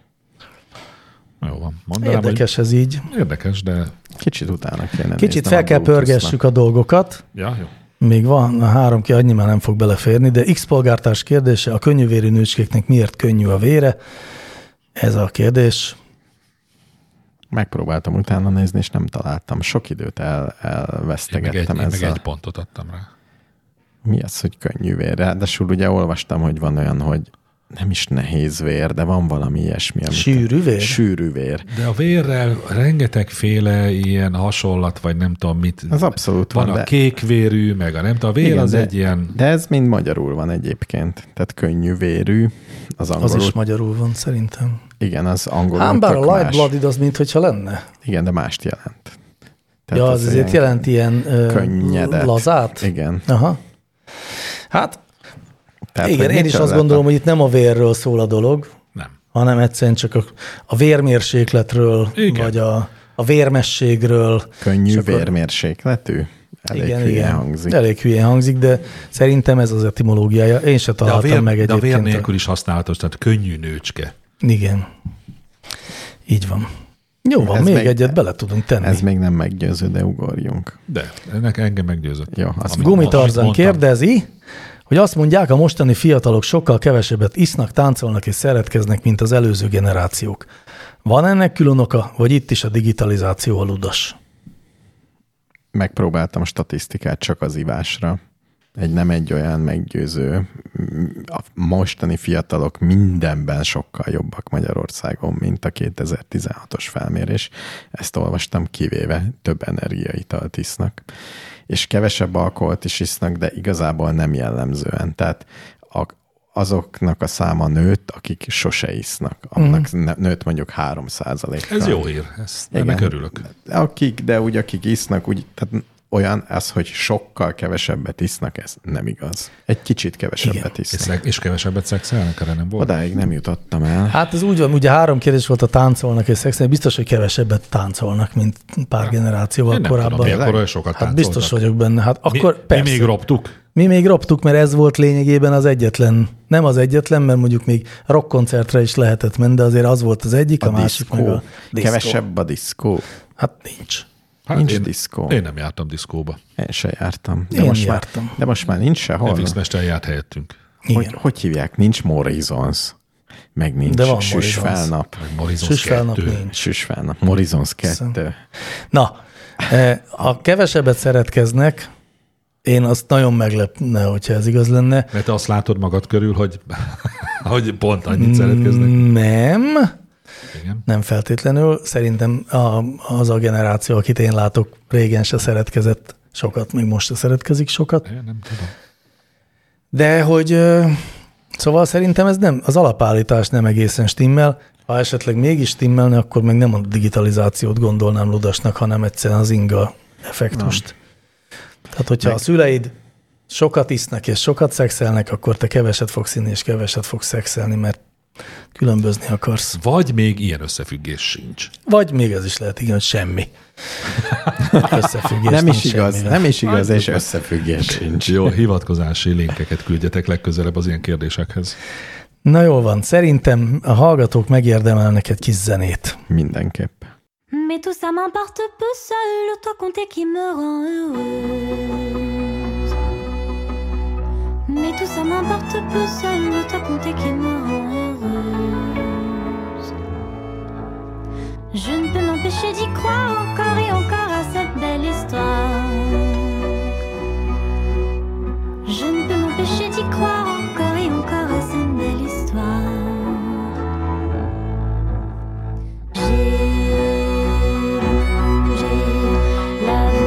Jó van. Mondanám, Érdekes ez így. hogy érdekes, de... Kicsit utána kéne Kicsit néznem fel a kell Bluetooth-nak. pörgessük a dolgokat. Ja, jó. Még van, a 3 annyi már nem fog beleférni, de X-polgártárs kérdése, a könnyűvérű nőcskéknek miért könnyű a vére? Ez a kérdés. Megpróbáltam utána nézni, és nem találtam. Sok időt elvesztegettem Én meg ezzel. egy pontot adtam rá. Mi az, hogy könnyű vér? Ráadásul ugye olvastam, hogy van olyan, hogy nem is nehéz vér, de van valami ilyesmi. Amit Sűrű vér? Sűrű vér. De a vérrel rengetegféle ilyen hasonlat, vagy nem tudom mit. Az abszolút van. van, A de- kékvérű, meg a nem tudom, a vér Igen, az de, egy ilyen... De ez mind magyarul van egyébként. Tehát könnyű vérű. Az Az angolul. is magyarul van szerintem. Igen, az angolul Ám bár a tök light más. blooded az minthogyha lenne. Igen, de mást jelent. Ja, az azért jelent ilyen könnyedet. lazát. Igen. Aha. Hát Tehát, igen, hogy én is mitől azt lehet gondolom, hogy itt nem a vérről szól a dolog, Nem. hanem egyszerűen csak a vérmérsékletről, Igen. vagy a vérmességről. Könnyű És akkor- vérmérsékletű? Elég Igen, hülye igen. hangzik. Elég hülyén hangzik, de szerintem ez az etimológiája. Én se De a találtam vér, meg de a egyébként. vér nélkül is használatos, tehát könnyű nőcske. Igen. Így van. Jó van, Ez még még- egyet bele tudunk tenni. Ez még nem meggyőző, de ugorjunk. De ennek engem meggyőzött. Jó, azt Amit- Gumi amit Tarzan mondtam. kérdezi, hogy azt mondják, a mostani fiatalok sokkal kevesebbet isznak, táncolnak és szeretkeznek, mint az előző generációk. Van ennek külön oka, vagy itt is a digitalizáció a ludas? Megpróbáltam statisztikát csak az ivásra. Nem egy olyan meggyőző. A mostani fiatalok mindenben sokkal jobbak Magyarországon, mint a 2016-os felmérés. Ezt olvastam, kivéve több energiaitalt isznak. És kevesebb alkoholt is isznak, de igazából nem jellemzően. Tehát azoknak a száma nőtt, akik sose isznak. Annak nőtt mondjuk 3%-kal. Ez jó hír, ennek örülök. Akik isznak, úgy, tehát olyan az, hogy sokkal kevesebbet isznak, ez nem igaz. Egy kicsit kevesebbet isznak. És kevesebbet szexelnek, erre nem volt? Odáig nem jutottam el. Hát ez úgy van, ugye 3 kérdés volt a táncolnak és szexelnek, biztos, hogy kevesebbet táncolnak, mint pár generációval Én nem korábban. tudom, akkor olyan sokat Hát biztos táncoltak. vagyok benne. Hát akkor Mi persze. még roptuk? Mi még roptuk, mert ez volt lényegében az egyetlen, nem az egyetlen, mert mondjuk még rockkoncertre is lehetett menni, de azért az volt az egyik, a másik meg a diszkó. Kevesebb a diszkó. Hát nincs. Nincs én, diszkó. Én nem jártam diszkóba. Én se jártam. Én jártam. De most már nincs sehol. Elvis Mester járt helyettünk. Hogy hívják? Nincs Morizons. Meg nincs De van Süsfelnap. Morizons Süsfelnap 2. nincs. Süsfelnap. Morizons 2. Na, ha kevesebbet szeretkeznek, én azt nagyon meglepne, hogyha ez igaz lenne. Mert te azt látod magad körül, hogy, hogy pont annyit szeretkeznek. Nem, Igen. nem feltétlenül. Szerintem az a generáció, akit én látok, régen se szeretkezett sokat, még most se szeretkezik sokat. Én nem tudom. De hogy szóval szerintem ez nem, az alapállítás nem egészen stimmel. Ha esetleg mégis stimmelne, akkor meg nem a digitalizációt gondolnám ludasnak, hanem egyszerűen az inga effektust. Tehát, hogyha a szüleid sokat isznak és sokat szexelnek, akkor te keveset fogsz inni és keveset fogsz szexelni, mert különbözni akarsz. Vagy még ilyen összefüggés sincs. Vagy még ez is lehet, igen, hogy semmi. Összefüggés Nem nincs is igaz, semmivel. nem is igaz, és összefüggés sincs. Jó, hivatkozási linkeket küldjetek legközelebb az ilyen kérdésekhez. Na jól van, szerintem a hallgatók megérdemelnek egy kis zenét. Mindenképp. Mais tout ça m'importe peu, seul le toi compter qui me rend heureuse. Mais tout ça m'importe peu, seul le toi compter qui me rend heureuse. Je ne peux m'empêcher d'y croire encore et encore à cette belle histoire. Je ne peux m'empêcher d'y croire encore et encore à cette belle histoire. J'ai la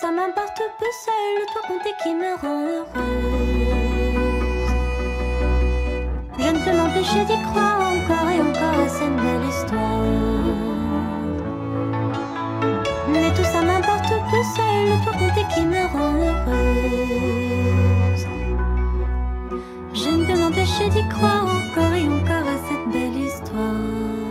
ça m'importe peu, seul le toit compté qui me rend heureuse. Je ne peux m'empêcher d'y croire encore et encore à cette belle histoire. Mais tout ça m'importe peu, seul le toit compté qui me rend heureuse. Je ne peux m'empêcher d'y croire encore et encore à cette belle histoire.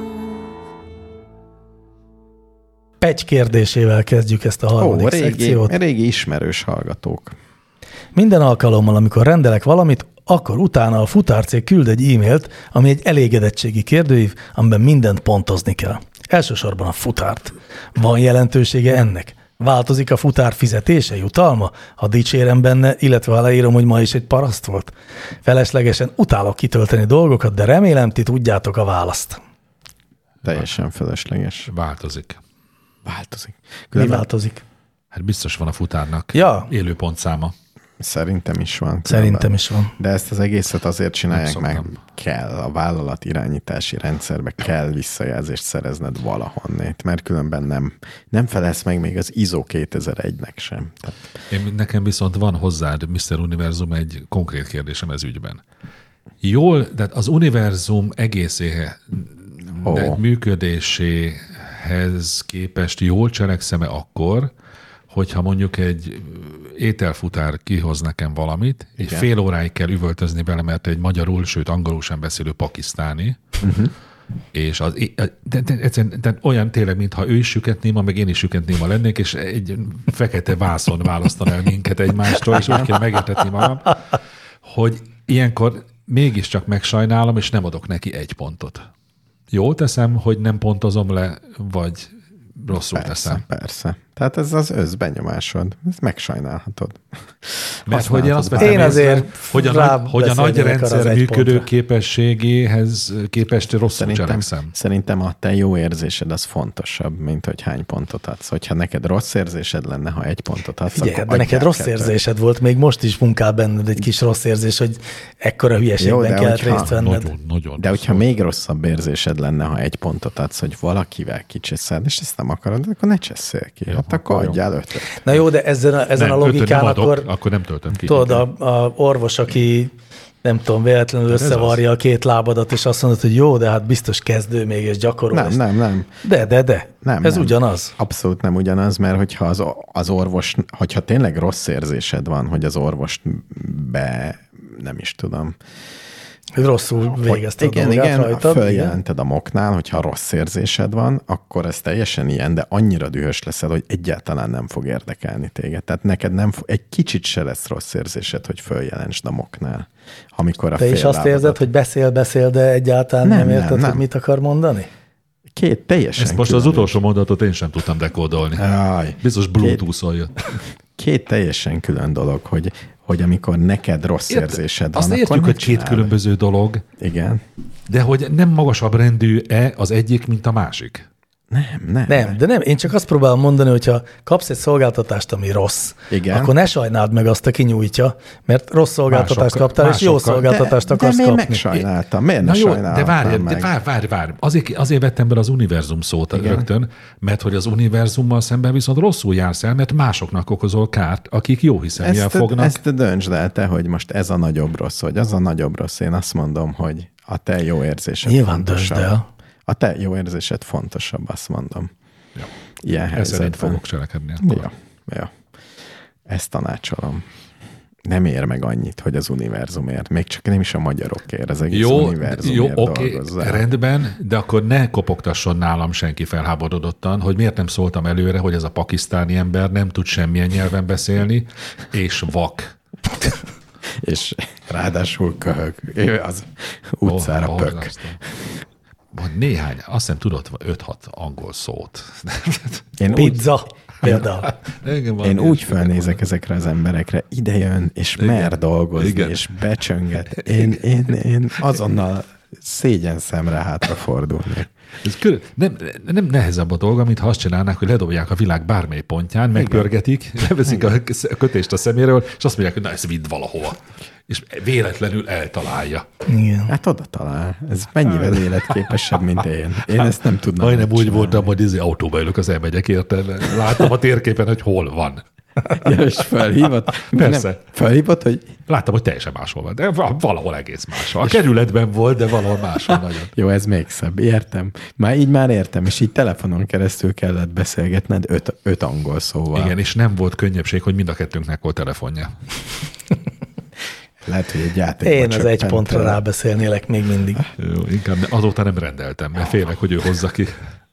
Pecs kérdésével kezdjük ezt a harmadik szekciót. Régi ismerős hallgatók. Minden alkalommal, amikor rendelek valamit, akkor utána a futárcég küld egy e-mailt, ami egy elégedettségi kérdőív, amiben mindent pontozni kell. Elsősorban a futárt. Van jelentősége ennek? Változik a futár fizetése, jutalma, ha dicsérem benne, illetve ha leírom, hogy ma is egy paraszt volt? Feleslegesen utálok kitölteni dolgokat, de remélem, ti tudjátok a választ. Teljesen fölösleges. Változik. Mi változik? Hát biztos van a futárnak élő pontszáma. Szerintem is van. Szerintem is van. De ezt az egészet azért csinálják meg, szoktam. kell. A vállalat irányítási rendszerbe kell visszajelzést szerezned valahonnét, mert különben nem felelsz meg még az ISO 2001-nek sem. Tehát... Nekem viszont van hozzád, Mr. Univerzum, egy konkrét kérdésem ez ügyben. Jól, de az univerzum egészéhez, működéséhez képest jól cselekszem-e akkor, hogyha mondjuk egy ételfutár kihoz nekem valamit, egy fél óráig kell üvöltözni vele, mert egy magyarul, sőt angolul sem beszélő pakisztáni, és de olyan tényleg, mintha ő is süketnéma, meg én is süketnéma lennék, és egy fekete vászon választan el minket egymástól, és úgy kell megértetni magam, hogy ilyenkor mégiscsak megsajnálom, és nem adok neki egy pontot. Jól teszem, hogy nem pontozom le, vagy rosszul teszem? Persze. Tehát ez az összbenyomásod. Ezt megsajnálhatod. Mert hogy én azt vettem azért hogy a nagy rendszer működő képességéhez képest rosszul cselekszem. Szerintem a te jó érzésed az fontosabb, mint hogy hány pontot adsz. Hogyha neked rossz érzésed lenne, ha egy pontot adsz, figyelj, akkor de neked rossz érzésed volt, még most is munkál benned egy kis rossz érzés, hogy ekkora hülyeségben kellett részt venned. Nagyon de hogyha még rosszabb érzésed lenne, ha egy pontot adsz, hogy valakivel kicseszel, és ezt nem akarod, akkor ne cseszél ki. Jó, hát akkor adjál 5-öt. Na jó, de ezen a logikán akkor nem töltöm ki. Tudod, a orvos, aki nem tudom, véletlenül összevarja a két lábadat, és azt mondod, hogy jó, de hát biztos kezdő még, és gyakorol. Nem. De. Ez ugyanaz. Abszolút nem ugyanaz, mert hogyha az orvos, hogyha tényleg rossz érzésed van, hogy az orvost nem is tudom. Rosszul végezted a dolgát rajtad. Följelented a moknál, hogyha rossz érzésed van, akkor ez teljesen ilyen, de annyira dühös leszel, hogy egyáltalán nem fog érdekelni téged. Tehát neked egy kicsit se lesz rossz érzésed, hogy följelentsd a moknál. Amikor te is azt érzed, hogy beszél, de egyáltalán nem érted, hogy mit akar mondani? Teljesen ezt most az utolsó mondatot én sem tudtam dekódolni. Biztos Bluetooth-on jött. Két teljesen külön dolog, hogy amikor neked rossz érzésed van, azt értjük, hogy két különböző dolog. Igen. De hogy nem magasabb rendű-e az egyik, mint a másik? Nem. Én csak azt próbálom mondani, hogyha kapsz egy szolgáltatást, ami rossz, akkor ne sajnáld meg azt, aki nyújtja, mert rossz szolgáltatást kaptál, és jó szolgáltatást akarsz kapni. De megsajnáltam. Miért ne sajnáltam meg? Várj. Azért vettem be az univerzum szót rögtön, mert hogy az univerzummal szemben viszont rosszul jársz el, mert másoknak okozol kárt, akik jó hiszeműen fognak. Ezt döntsd el te, hogy most ez a nagyobb rossz, vagy az a nagyobb rossz. Én azt mondom, hogy a te jó érzésed nyilván döntsd el. A te jó érzésed fontosabb, azt mondom. Ja. Ilyen helyzetben. Ezt fogok cselekedni. Ja. Ezt tanácsolom. Nem ér meg annyit, hogy az univerzum ér. Még csak nem is a magyarok ér, az egész univerzumért dolgozzál. Rendben, de akkor ne kopogtasson nálam senki felháborodottan, hogy miért nem szóltam előre, hogy ez a pakisztáni ember nem tud semmilyen nyelven beszélni, és vak. És ráadásul köhög. Ő az utcára pök. Néhány, azt hiszem tudott 5-6 angol szót. Pizza például. Én úgy felnézek ezekre az emberekre, ide jön, és mer dolgozni, és becsönget. Én azonnal szégyen szemre hátrafordulni. Nem nehezebb a dolga, mint ha azt csinálnák, hogy ledobják a világ bármely pontján, megpörgetik, leveszik a kötést a szeméről, és azt mondják, hogy na, ezt vidd valahova. És véletlenül eltalálja. Igen. Hát oda talál. Ez mennyivel életképesebb, mint én. Én ezt nem tudnám. Majdnem úgy voltam, hogy autóba ülök, az elmegyek érte. Láttam a térképen, hogy hol van. Ja, és felhívott? Persze. Nem, felhívott, hogy Láttam, hogy teljesen máshol van, de valahol egész máshol. A kerületben volt, de valahol máshol nagyon. jó, ez még szebb, értem. Már értem, és így telefonon keresztül kellett beszélgetned 5 angol szóval. Igen, és nem volt könnyebbség, hogy mind a kettőnknek volt telefonja. Lehet, hogy egy játékba Én az egy csöppent pontra el. rábeszélnélek még mindig. Jó, inkább azóta nem rendeltem, mert félek, hogy ő hozza ki.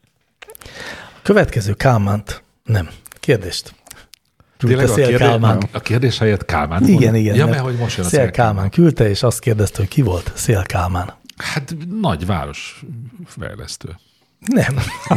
Következő Kálmánt. Nem. Kérdést. Tényleg Küldte Szél Kálmán. a kérdés helyett Kálmán. Igen, igen. Ja, mert mert hogy most jön a Szél Kálmán küldte, és azt kérdezte, hogy ki volt Szél Kálmán. Hát nagy város fejlesztő. Nem.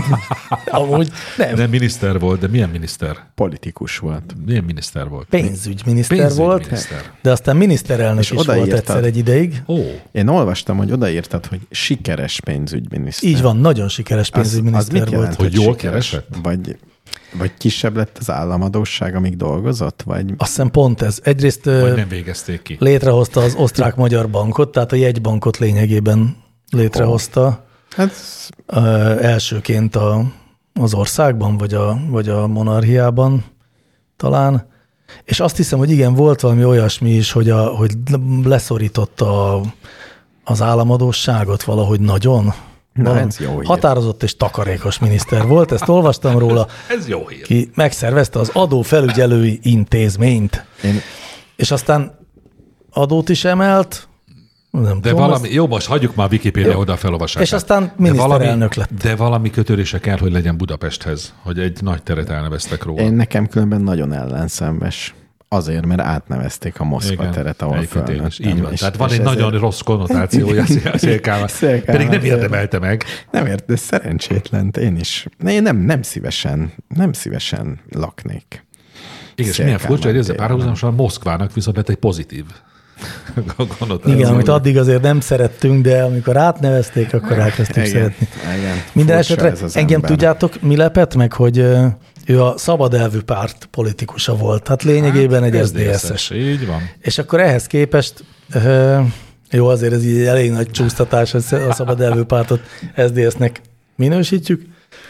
Amúgy nem. Nem miniszter volt, de milyen miniszter? Politikus volt. Milyen miniszter volt? Pénzügyminiszter volt, Pénzügyminiszter. de aztán miniszterelnök És is volt odaírtad. egyszer egy ideig. Ó, Én olvastam, hogy odaírtad, hogy sikeres pénzügyminiszter. Így van, nagyon sikeres pénzügyminiszter mit volt. jelent, Hogy jól sikeres? keresett? Vagy kisebb lett az államadósság, amíg dolgozott? Vagy Azt hiszem pont ez. Egyrészt vagy nem végezték ki. létrehozta az osztrák-magyar bankot, tehát a jegybankot lényegében létrehozta. hát Elsőként az országban, vagy a monarchiában talán. És azt hiszem, hogy igen, volt valami olyasmi is, hogy leszorította az államadósságot valahogy nagyon. Na, ez jó hír. Határozott és takarékos miniszter volt, ezt olvastam róla, Ez jó hír. ki megszervezte az adófelügyelői intézményt. én És aztán adót is emelt, nem De tudom, valami, jó, most hagyjuk már a Wikipédia oda a felolvasását. és aztán De miniszterelnök lett. De valami kötődése kell, hogy legyen Budapesthez, hogy egy nagy teret elneveztek róla. Én nekem különben nagyon ellenszenves. Azért, mert átnevezték a Moszkva Igen, teret, ahol egyébként én is. fölnőttem. Így van. Tehát van egy ezért- nagyon rossz konnotációja a Szélkálmán. Szélkálmán Pedig nem tér. érdemelte meg. Nem ért, de szerencsétlent én is. Én nem szívesen laknék. Igen, és milyen furcsa, hogy ezzel térben. párhuzamosan Moszkvának viszont lett egy pozitív konnotáció. Igen, amit addig azért nem szerettünk, de amikor átnevezték, akkor elkezdtük szeretni. Igen. Minden Furcsa esetre ez az engem ember. tudjátok, mi lepett meg, hogy ő a szabad elvű párt politikusa volt. Hát lényegében egy SZDSZ-es. Így van. És akkor ehhez képest, jó, azért ez így egy elég nagy csúsztatás, hogy a szabad elvű pártot SZDSZ-nek minősítjük,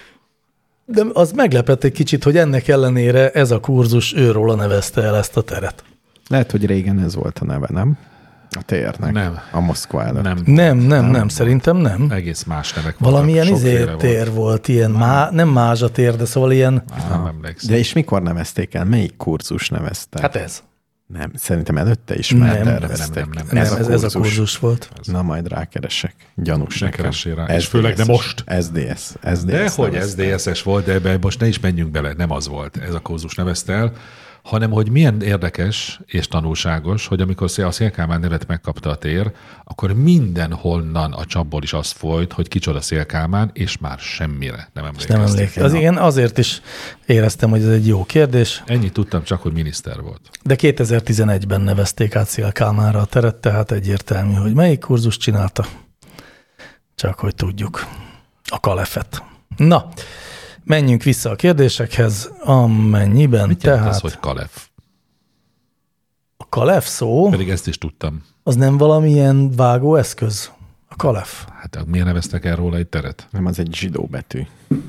de az meglepett egy kicsit, hogy ennek ellenére ez a kurzus őróla nevezte el ezt a teret. Lehet, hogy régen ez volt a neve, nem? A térnek. Nem. A Moszkva előtt. Nem, Szerintem nem. egész más nevek voltak. Valamilyen Sokféle tér volt, ilyen nem mázsa tér, de szóval ilyen, Nem emlékszem. De és mikor nevezték el? Melyik kurzus nevezte? hát ez. Nem, szerintem előtte is már Nem, tervezték. nem. Ez a kurzus volt. Na, majd rákeresek. Gyanús Ne nekem. keressél rá. És főleg nem most. SDS. De hogy nevezte. SZDSZ-es volt, de ebbe most ne is menjünk bele, nem az volt, ez a kurzus nevezte el, hanem hogy milyen érdekes és tanulságos, hogy amikor a Szél Kálmán nevet megkapta a tér, akkor mindenhonnan a csapból is az folyt, hogy kicsoda Szél Kálmán, és már semmire nem emlékeztek. Nem emlékszem. Az igen, azért is éreztem, hogy ez egy jó kérdés, Ennyit tudtam csak, hogy miniszter volt. de 2011-ben nevezték át Szél Kálmánra a teret, tehát egyértelmű, hogy melyik kurzus csinálta. Csak hogy tudjuk. A Kalefet. Na, menjünk vissza a kérdésekhez, amennyiben Mit jelent tehát az, hogy Kalef? a Kalef szó, Pedig ezt is tudtam. az nem valamilyen vágóeszköz? A Kalef. Hát miért neveztek el róla egy teret? Nem, az egy zsidó betű.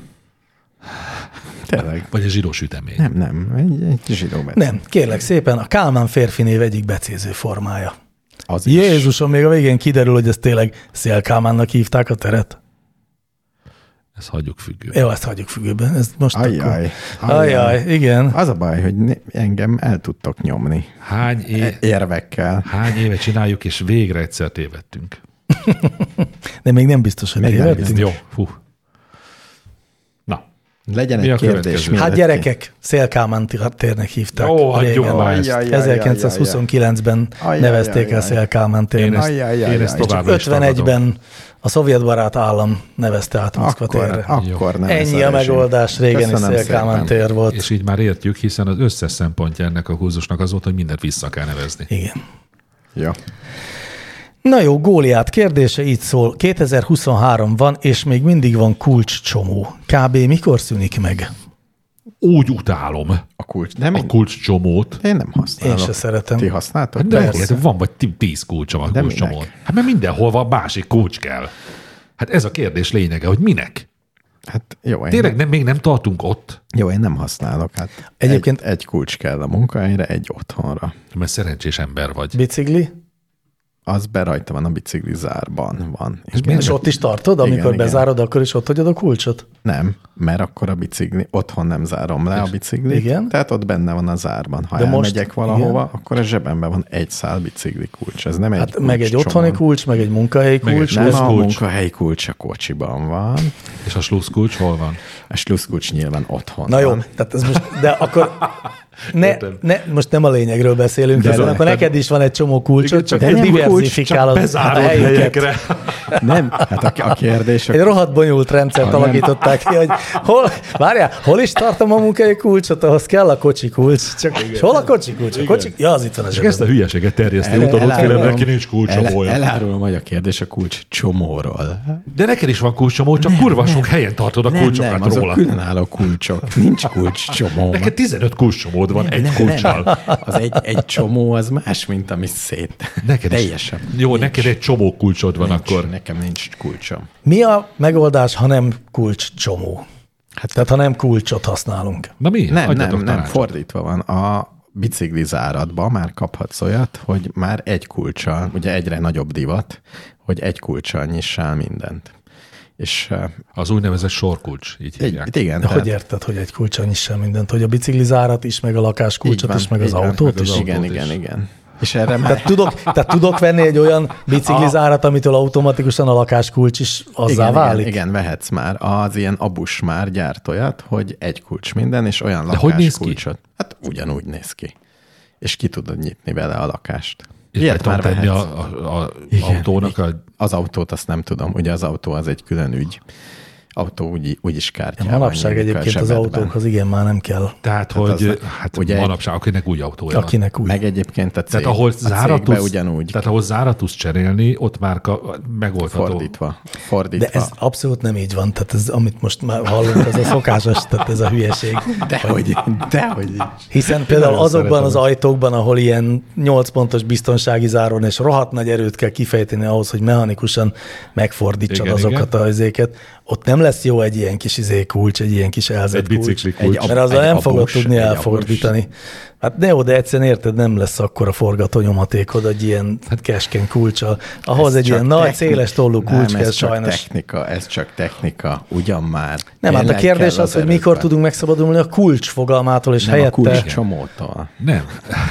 Tényleg. Vagy egy zsidó sütemény? Nem, egy zsidó betű. Nem, kérlek szépen, a Kálmán férfi név egyik becéző formája. Az is. Jézusom, még a végén kiderül, hogy ezt tényleg Szél Kálmánnak hívták a teret. Ezt hagyjuk függőben. Jó, ezt hagyjuk függőben. Ez most Ajjaj. Ajjaj, igen. Az a baj, hogy engem el tudtok nyomni. Érvekkel. Hány éve csináljuk, és végre egyszer tévedtünk. De még nem biztos, hogy Még nem tévedtünk. Jó, fú. Na, Legyen Mi a egy kérdés. következő? mielőtt Hát gyerekek, Szél Kálmán térnek hívták. Ó, hagyjuk régen. már ezt. 1929-ben nevezték el Szél Kálmán térnek. Én ezt továbbra is 51-ben a szovjetbarát állam nevezte át Moszkva térre. Akkor nem. Ennyi a megoldás, régen is Köszönöm Szél Kálmán szépen. tér volt. És így már értjük, hiszen az összes szempontja ennek a kurzusnak az volt, hogy mindent vissza kell nevezni. Igen. Jó. Na jó, Góliát kérdése így szól. 2023 van, és még mindig van kulcscsomó. Kb. Mikor szűnik meg? Úgy utálom A kulcs. De a kulcscsomót. én nem használom. Én se szeretem. Ti használtok? Hát de Persze. van vagy 10 kulcsom a De kulcscsomón. minek? Hát mert mindenhol van másik kulcs kell. Hát ez a kérdés lényege, hogy minek? Hát jó, Tényleg még nem tartunk ott? Jó, én nem használok. Hát Egyébként egy kulcs kell a munkahelyre, egy otthonra. Mert szerencsés ember vagy. bicikli? Az be rajta van a bicikli zárban van. És ott is tartod, amikor igen. bezárod, akkor is ott hagyod a kulcsot? Nem, mert akkor a bicikli, otthon nem zárom le a biciklit, Igen. tehát ott benne van a zárban. Ha De most- elmegyek valahova, igen. akkor a zsebemben van egy szál bicikli kulcs. Ez nem egy Hát meg egy kulcs otthoni csomag. kulcs, meg egy munkahelyi Meg egy kulcs. Nem, a sluszkulcs. munkahelyi kulcs a kocsiban van, És a sluszkulcs hol van? a sluszkulcs nyilván otthon Na jó, van. tehát ez most, de akkor most nem a lényegről beszélünk, De hiszen nem. akkor neked is van egy csomó kulcsot, csak de ez nem diversifikálod a Bezárod helyeket. helyekre. Nem, hát a kérdés... Egy rohadt bonyolult rendszert Ha nem- alakították ki, hogy hol is tartom a munkai kulcsot, ahhoz kell a kocsi kulcs. Csak hol a kocsi kulcs? A kocsi, ja, az itt van a Csak ezt a zsebben. hülyeséget terjeszti utóbb, ott félem, neki nincs kulcsomója. Elárulom, hogy a kérdés a kulcs csomóról. De neked is van kulcsomó, csak kurva sok helyen tartod a kulcsokat azok róla. különálló kulcsok. Nincs kulcs csomó. Neked 15 kulcsomód van egy kulccsal. Az egy csomó az más, mint ami szét. Neked is. Teljesen. Jó, Nincs. neked egy csomó kulcsod van Nincs. akkor. Nekem nincs kulcsom. Mi a megoldás, ha nem kulcs csomó? Tehát ha nem kulcsot használunk. Na mi? Nem, Adjatok nem, tanácsot. fordítva van. A bicikli záratban már kaphatsz olyat, hogy már egy kulccsal, ugye egyre nagyobb divat, hogy egy kulccsal nyissál mindent. És Az úgynevezett sorkulcs, így hívják. igen, De hogy érted, hogy egy kulcson nyissál mindent? Hogy a bicikli zárat is, meg a lakás kulcsot is, meg az autót is? Igen, igen, igen. És erre már... Tehát tudok venni egy olyan bicikli zárat, amitől automatikusan a lakáskulcs is azzá válik? Igen, vehetsz már. Az ilyen abus már gyárt olyat, hogy egy kulcs minden, és olyan De hogy néz ki? lakáskulcsot. Hát ugyanúgy néz ki. És ki tudod nyitni vele a lakást. És Ilyet be tudom már tenni vehetsz. a Igen, autónak Az autót azt nem tudom. Ugye az autó az egy külön ügy. Autó úgy is kártyával. Manapság nyílik a egyébként az zsebedben. autókhoz igen már nem kell. Tehát, az- hogy ugye- manapság, akinek új autója van. Akinek úgy. Meg egyébként a cég, Tehát ahol zárat cégbe tudsz, ugyanúgy tehát ahol zárat tudsz cserélni, ott már megoldható. fordítva. De ez abszolút nem így van. Tehát ez, amit most már hallunk, ez a szokásos, tehát ez a hülyeség. Dehogy. Hiszen például nagyon azokban szeretem. az ajtókban, ahol ilyen 8 pontos biztonsági záron és rohadt nagy erőt kell kifejteni ahhoz, hogy mechanikusan megfordítsad Igen, azokat a izéket, ott nem lesz jó egy ilyen kis kulcs, egy ilyen kis elzett Egy bicikli kulcs. Mert azzal Egy nem fogod abus, tudni egy elfordítani. Hát de jó, de egyszerűen érted, nem lesz akkor a forgatónyomatékod egy ilyen keskeny kulccsal. Ahhoz Ez egy csak ilyen nagy, technika. széles tollú Nem, kulcs kell ez csak sajnos. technika, ez csak technika. Ugyan már. Nem, hát a Tényleg kérdés kell az, hogy erőtben. mikor tudunk megszabadulni a kulcs fogalmától, és Nem a helyette... kulcs csomótól. Nem.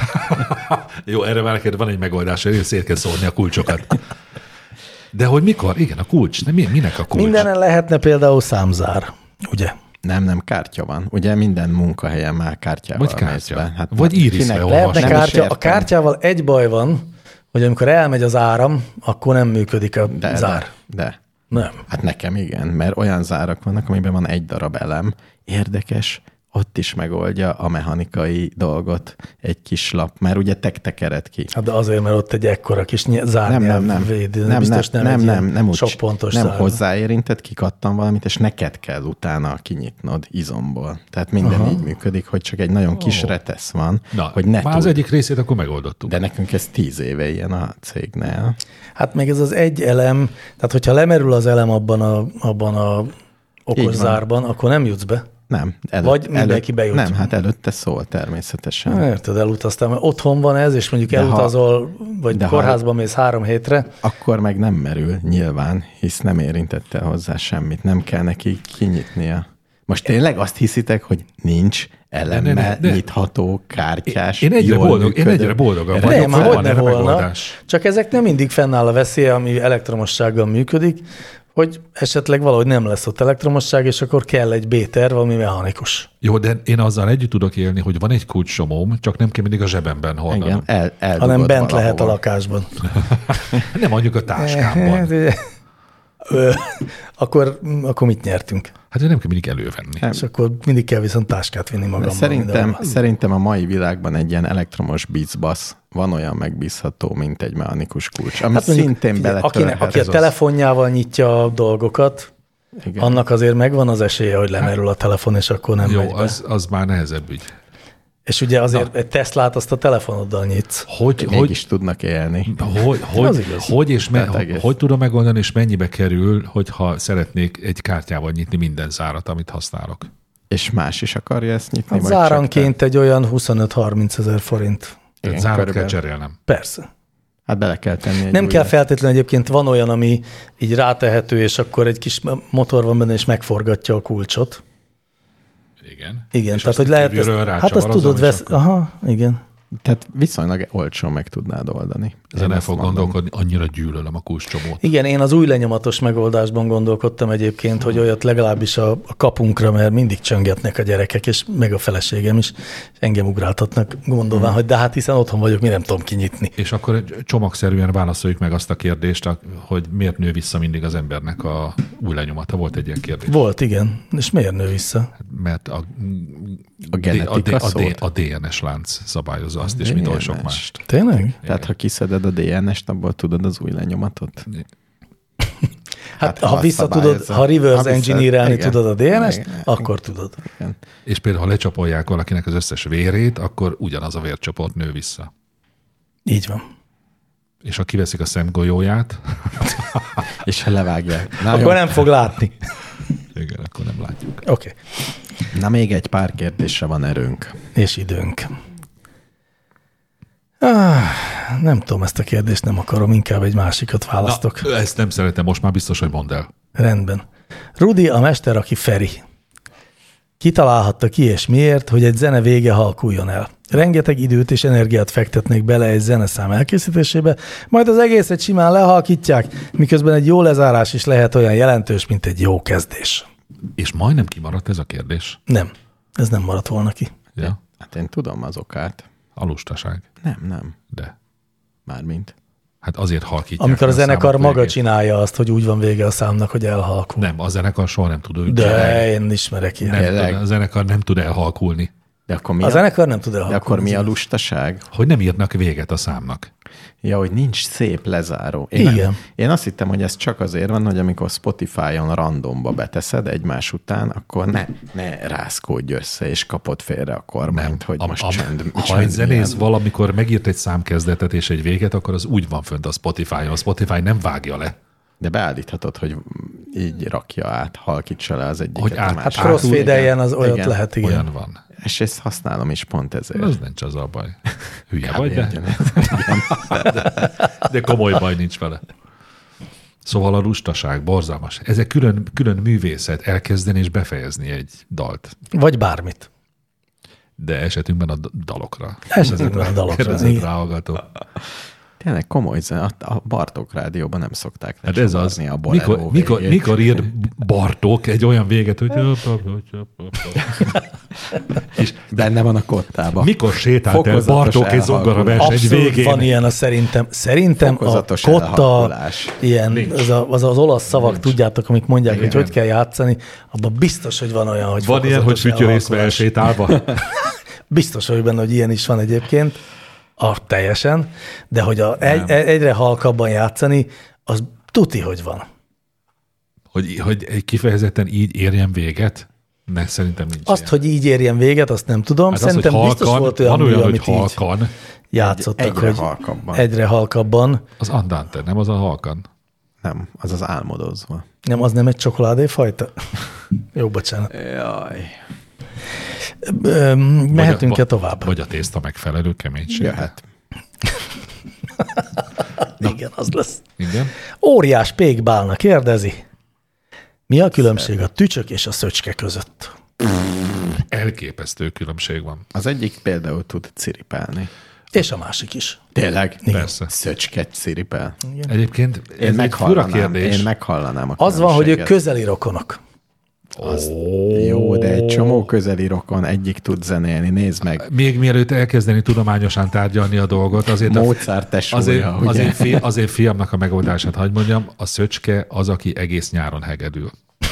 Jó, erre már neked van egy megoldás, hogy szét kell szórni a kulcsokat. De hogy mikor? Igen, a kulcs. De minek a kulcs? Mindenen lehetne például számzár, ugye? Nem, kártya van. Ugye minden munkahelyen már kártyával Vagy mész kártya. be. Hát Vagy írisre olvas. Lehetne Nem is kártya. A értem. kártyával egy baj van, hogy amikor elmegy az áram, akkor nem működik a zár. De. Nem. Hát nekem igen, mert olyan zárak vannak, amiben van egy darab elem. Érdekes, ott is megoldja a mechanikai dolgot egy kis lap, mert ugye tekered ki. Hát de azért, mert ott egy ekkora kis zárnyelv védő. Biztos nem úgy, sok pontos nem zár. hozzáérintett, kikattam valamit, és neked kell utána kinyitnod izomból. Tehát minden így működik, hogy csak egy nagyon kis retesz van, Na, hogy ne már az tud. egyik részét akkor megoldottuk. De nekünk ez 10 éve ilyen a cégnél. Hát meg ez az egy elem, tehát hogyha lemerül az elem abban a okos zárban, akkor nem jutsz be. Nem. Vagy mindenki bejut. Nem, hát előtte szól természetesen. Érted, elutaztál, mert otthon van ez, és mondjuk De ha- elutazol, vagy de ha- kórházba mész 3 hétre, Akkor meg nem merül, nyilván, hisz nem érintette hozzá semmit, nem kell neki kinyitnia. Most tényleg azt hiszitek, hogy nincs elemmel Ne. nyitható, kártyás, Én egyre jól én egyre boldogabb vagyok. nem, van hogy ne erre volna. megoldás. Csak ezek nem mindig fennáll a veszélye, ami elektromossággal működik, hogy esetleg valahogy nem lesz ott elektromosság, és akkor kell egy B-terv, ami mechanikus. Jó, de én azzal együtt tudok élni, hogy van egy kulccsomóm, csak nem kell mindig a zsebemben hordanom. Igen, eldugod Hanem bent valahova. lehet a lakásban. Nem mondjuk a táskámban. Akkor mit nyertünk? Hát nem kell mindig elővenni. Nem. És akkor mindig kell viszont táskát vinni De magammal. szerintem a mai világban egy ilyen elektromos bicbasz van olyan megbízható, mint egy mechanikus kulcs, ami Hát mondjuk, szintén figyelj, beletörhet. aki a telefonjával nyitja a dolgokat, Igen. annak azért megvan az esélye, hogy lemerül a telefon, és akkor nem megy Jó, be. az már nehezebb ügy. És ugye azért egy Teslát azt a telefonoddal nyitsz. Mégis tudnak élni. Hogy tudom megoldani, és mennyibe kerül, hogyha szeretnék egy kártyával nyitni minden zárat, amit használok? És más is akarja ezt nyitni? Hát záranként egy olyan 25-30 ezer forint. Tehát zárat kell cserélnem. Persze. Hát bele kell tenni. Nem kell feltétlenül, egyébként van olyan, ami így rátehető, és akkor egy kis motor van benne, és megforgatja a kulcsot. Igen, tehát hogy lehet ezt, hát azt tudod vesz... Aha, igen. Tehát viszonylag olcsón meg tudnád oldani. Ezen el fog gondolkodni, annyira gyűlölöm a kulcscsomót. Igen, én az új lenyomatos megoldásban gondolkodtam egyébként, hogy olyat legalábbis a kapunkra, mert mindig csöngetnek a gyerekek, és meg a feleségem is, és engem ugráltatnak gondolván, hogy de hát hiszen otthon vagyok, mi nem tudom kinyitni. És akkor csomagszerűen válaszoljuk meg azt a kérdést, hogy miért nő vissza mindig az embernek a új lenyomata. Volt egy ilyen kérdés. Volt, igen. És miért nő vissza? Mert a DNS lánc szabályozza azt is, mint oly sok mást. Tényleg? Tehát ha kiszeded a DNS-t, abból tudod az új lenyomatot? Hát ha visszatudod, ha reverse engineer-elni tudod a DNS-t, akkor tudod. Igen. És például, ha lecsapolják valakinek az összes vérét, akkor ugyanaz a vércsoport nő vissza. Így van. És ha kiveszik a szemgolyóját... és ha levágják. Akkor nem fog látni. Igen, akkor nem látjuk. Oké. Na még egy pár kérdésre van erőnk. És időnk. Nem tudom ezt a kérdést, nem akarom, inkább egy másikat választok. Na, ezt nem szeretem, most már biztos, hogy mondd el. Rendben. Rudi a mester, aki Feri. Kitalálhatta ki és miért, hogy egy zene vége halkuljon el. Rengeteg időt és energiát fektetnék bele egy zeneszám elkészítésébe, majd az egészet simán lehalkítják, miközben egy jó lezárás is lehet olyan jelentős, mint egy jó kezdés. És majdnem kimaradt ez a kérdés? Nem. Ez nem maradt volna ki. Ja. Hát én tudom az okát. A lustaság. Nem. De. Mármint. Hát azért halkítják. Amikor a zenekar maga végét. Csinálja azt, hogy úgy van vége a számnak, hogy elhalkul. Nem, a zenekar soha nem tud úgy De csinálni. én ismerek ilyen. A zenekar nem tud elhalkulni. De akkor mi A zenekar nem tud elhalkulni. De akkor mi a lustaság? Hogy nem írnak véget a számnak. Ja, hogy nincs szép lezáró. Igen. Én azt hittem, hogy ez csak azért van, hogy amikor Spotify-on randomba beteszed egymás után, akkor ne rázkódj össze, és kapod félre a kormányt, hogy most csönd. Ha egy zenész valamikor megírt egy számkezdetet és egy véget, akkor az úgy van fönt a Spotify-on. A Spotify nem vágja le. De beállíthatod, hogy így rakja át, halkítsa le az egyiket Hogy a át- másikra. Hát crossfade-eljen, az olyat Igen. lehet, igen. Olyan van. És ezt használom is pont ezért. Az nincs az a baj. Hülye Kb. vagy, de komoly baj nincs vele. Szóval a lustaság, borzalmas. Ezek külön művészet, elkezdeni és befejezni egy dalt. Vagy bármit. De esetünkben a dalokra. Esetünkben a dalokra, Kérdezett igen. ráhallgató. Tényleg komoly zene. A Bartók rádióban nem szokták Hát ez az. a Bolero Mikor ír Bartók egy olyan véget, hogy... és benne van a kottában. mikor sétált el Fokozatos Bartók egy zongora verseny Abszolút végén? van ilyen Szerintem a Fokozatos kotta, elhalkulás. ilyen, az olasz szavak, tudjátok, amik mondják, Igen. hogy kell játszani, abban biztos, hogy van olyan, hogy Van ilyen, hogy fokozatos fütyörészve elhalkulás. elsétálva? Biztos vagyok benne, hogy ilyen is van egyébként, teljesen, de hogy egyre halkabban játszani, az tuti, hogy van. Hogy egy kifejezetten így érjen véget? Ne, szerintem nincs Azt, ilyen. hogy így érjen véget, azt nem tudom. Hát Szerintem hogy biztos halkan, volt olyan van mű, olyan, hogy amit így halkan, játszottak, Egyre hogy halkabban. egyre halkabban. az andante, nem az a halkan. Nem, az az álmodozva. Nem, az nem egy csokoládéfajta? Jó, bocsánat. Jaj. Mehetünk-e tovább? Vagy a tészta megfelelő keménység. Jöhet. Igen, az lesz. Igen. Óriás Pékbálna kérdezi, mi a különbség a tücsök és a szöcske között? Elképesztő különbség van. Az egyik például tud ciripelni. És a másik is. Tényleg? Persze. Szöcsket ciripel. Egyébként ez egy fura kérdés. Én meghallanám a Az van, hogy ők különbséget. közeli rokonok. Jó, de egy csomó közeli rokon egyik tud zenélni, nézd meg. Még mielőtt elkezdeni tudományosan tárgyalni a dolgot, azért Mozart tesója, ugye? azért fiamnak a megoldását, hadd mondjam, a szöcske az, aki egész nyáron hegedül.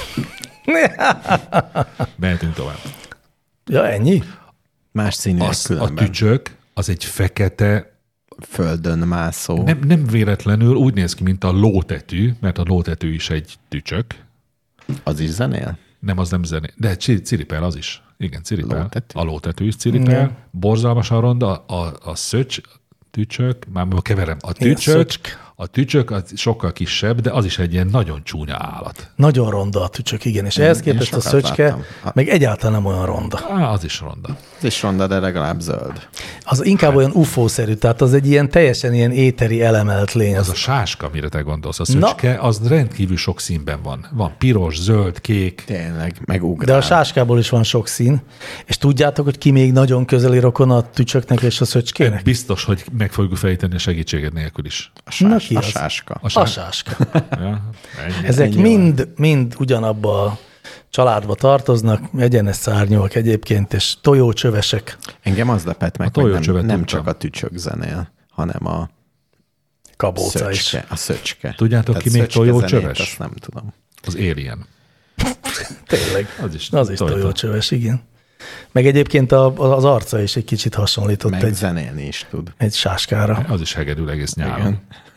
Mehetünk tovább. Ja, ennyi? Más színűek A különben. tücsök az egy fekete, Földön mászó. nem véletlenül úgy néz ki, mint a lótetű, mert a lótetű is egy tücsök. Az is zenél? Nem, az nem zené. De ciripel az is. Igen, ciripel. A lótetű is ciripel. Igen. Borzalmasan ronda. A tücsök, már keverem. A tücsök az sokkal kisebb, de az is egy ilyen nagyon csúnya állat. Nagyon ronda a tücsök, igen. És ehhez képest a szöcske meg egyáltalán nem olyan ronda. Az is ronda. Az is ronda, de legalább zöld. Az inkább olyan UFO-szerű, tehát az egy ilyen teljesen ilyen éteri elemelt lény. Az a sáska, amire te gondolsz. A szöcske, az rendkívül sok színben van. Van piros, zöld, kék. Tényleg, meg ugrál. De a sáskából is van sok szín. És tudjátok, hogy ki még nagyon közeli rokon a tücsöknek és a szöcskének? Biztos, hogy meg fogjuk fejteni a segítséged nélkül is. A sáska. A sáska. Ja, ezek mind ugyanabba a családba tartoznak, egyenes szárnyúak egyébként, és tojócsövesek. Engem az lepett meg, hogy nem csak a tücsök zenél, hanem a kabóca is. A szöcske. Tudjátok, ki még tojócsöves? Azt nem tudom. Az Alien. Tényleg. Az is tojócsöves, igen. Meg egyébként az arca is egy kicsit hasonlított. Meg zenélni is tud. Egy sáskára. Az is hegedül egész nyáron.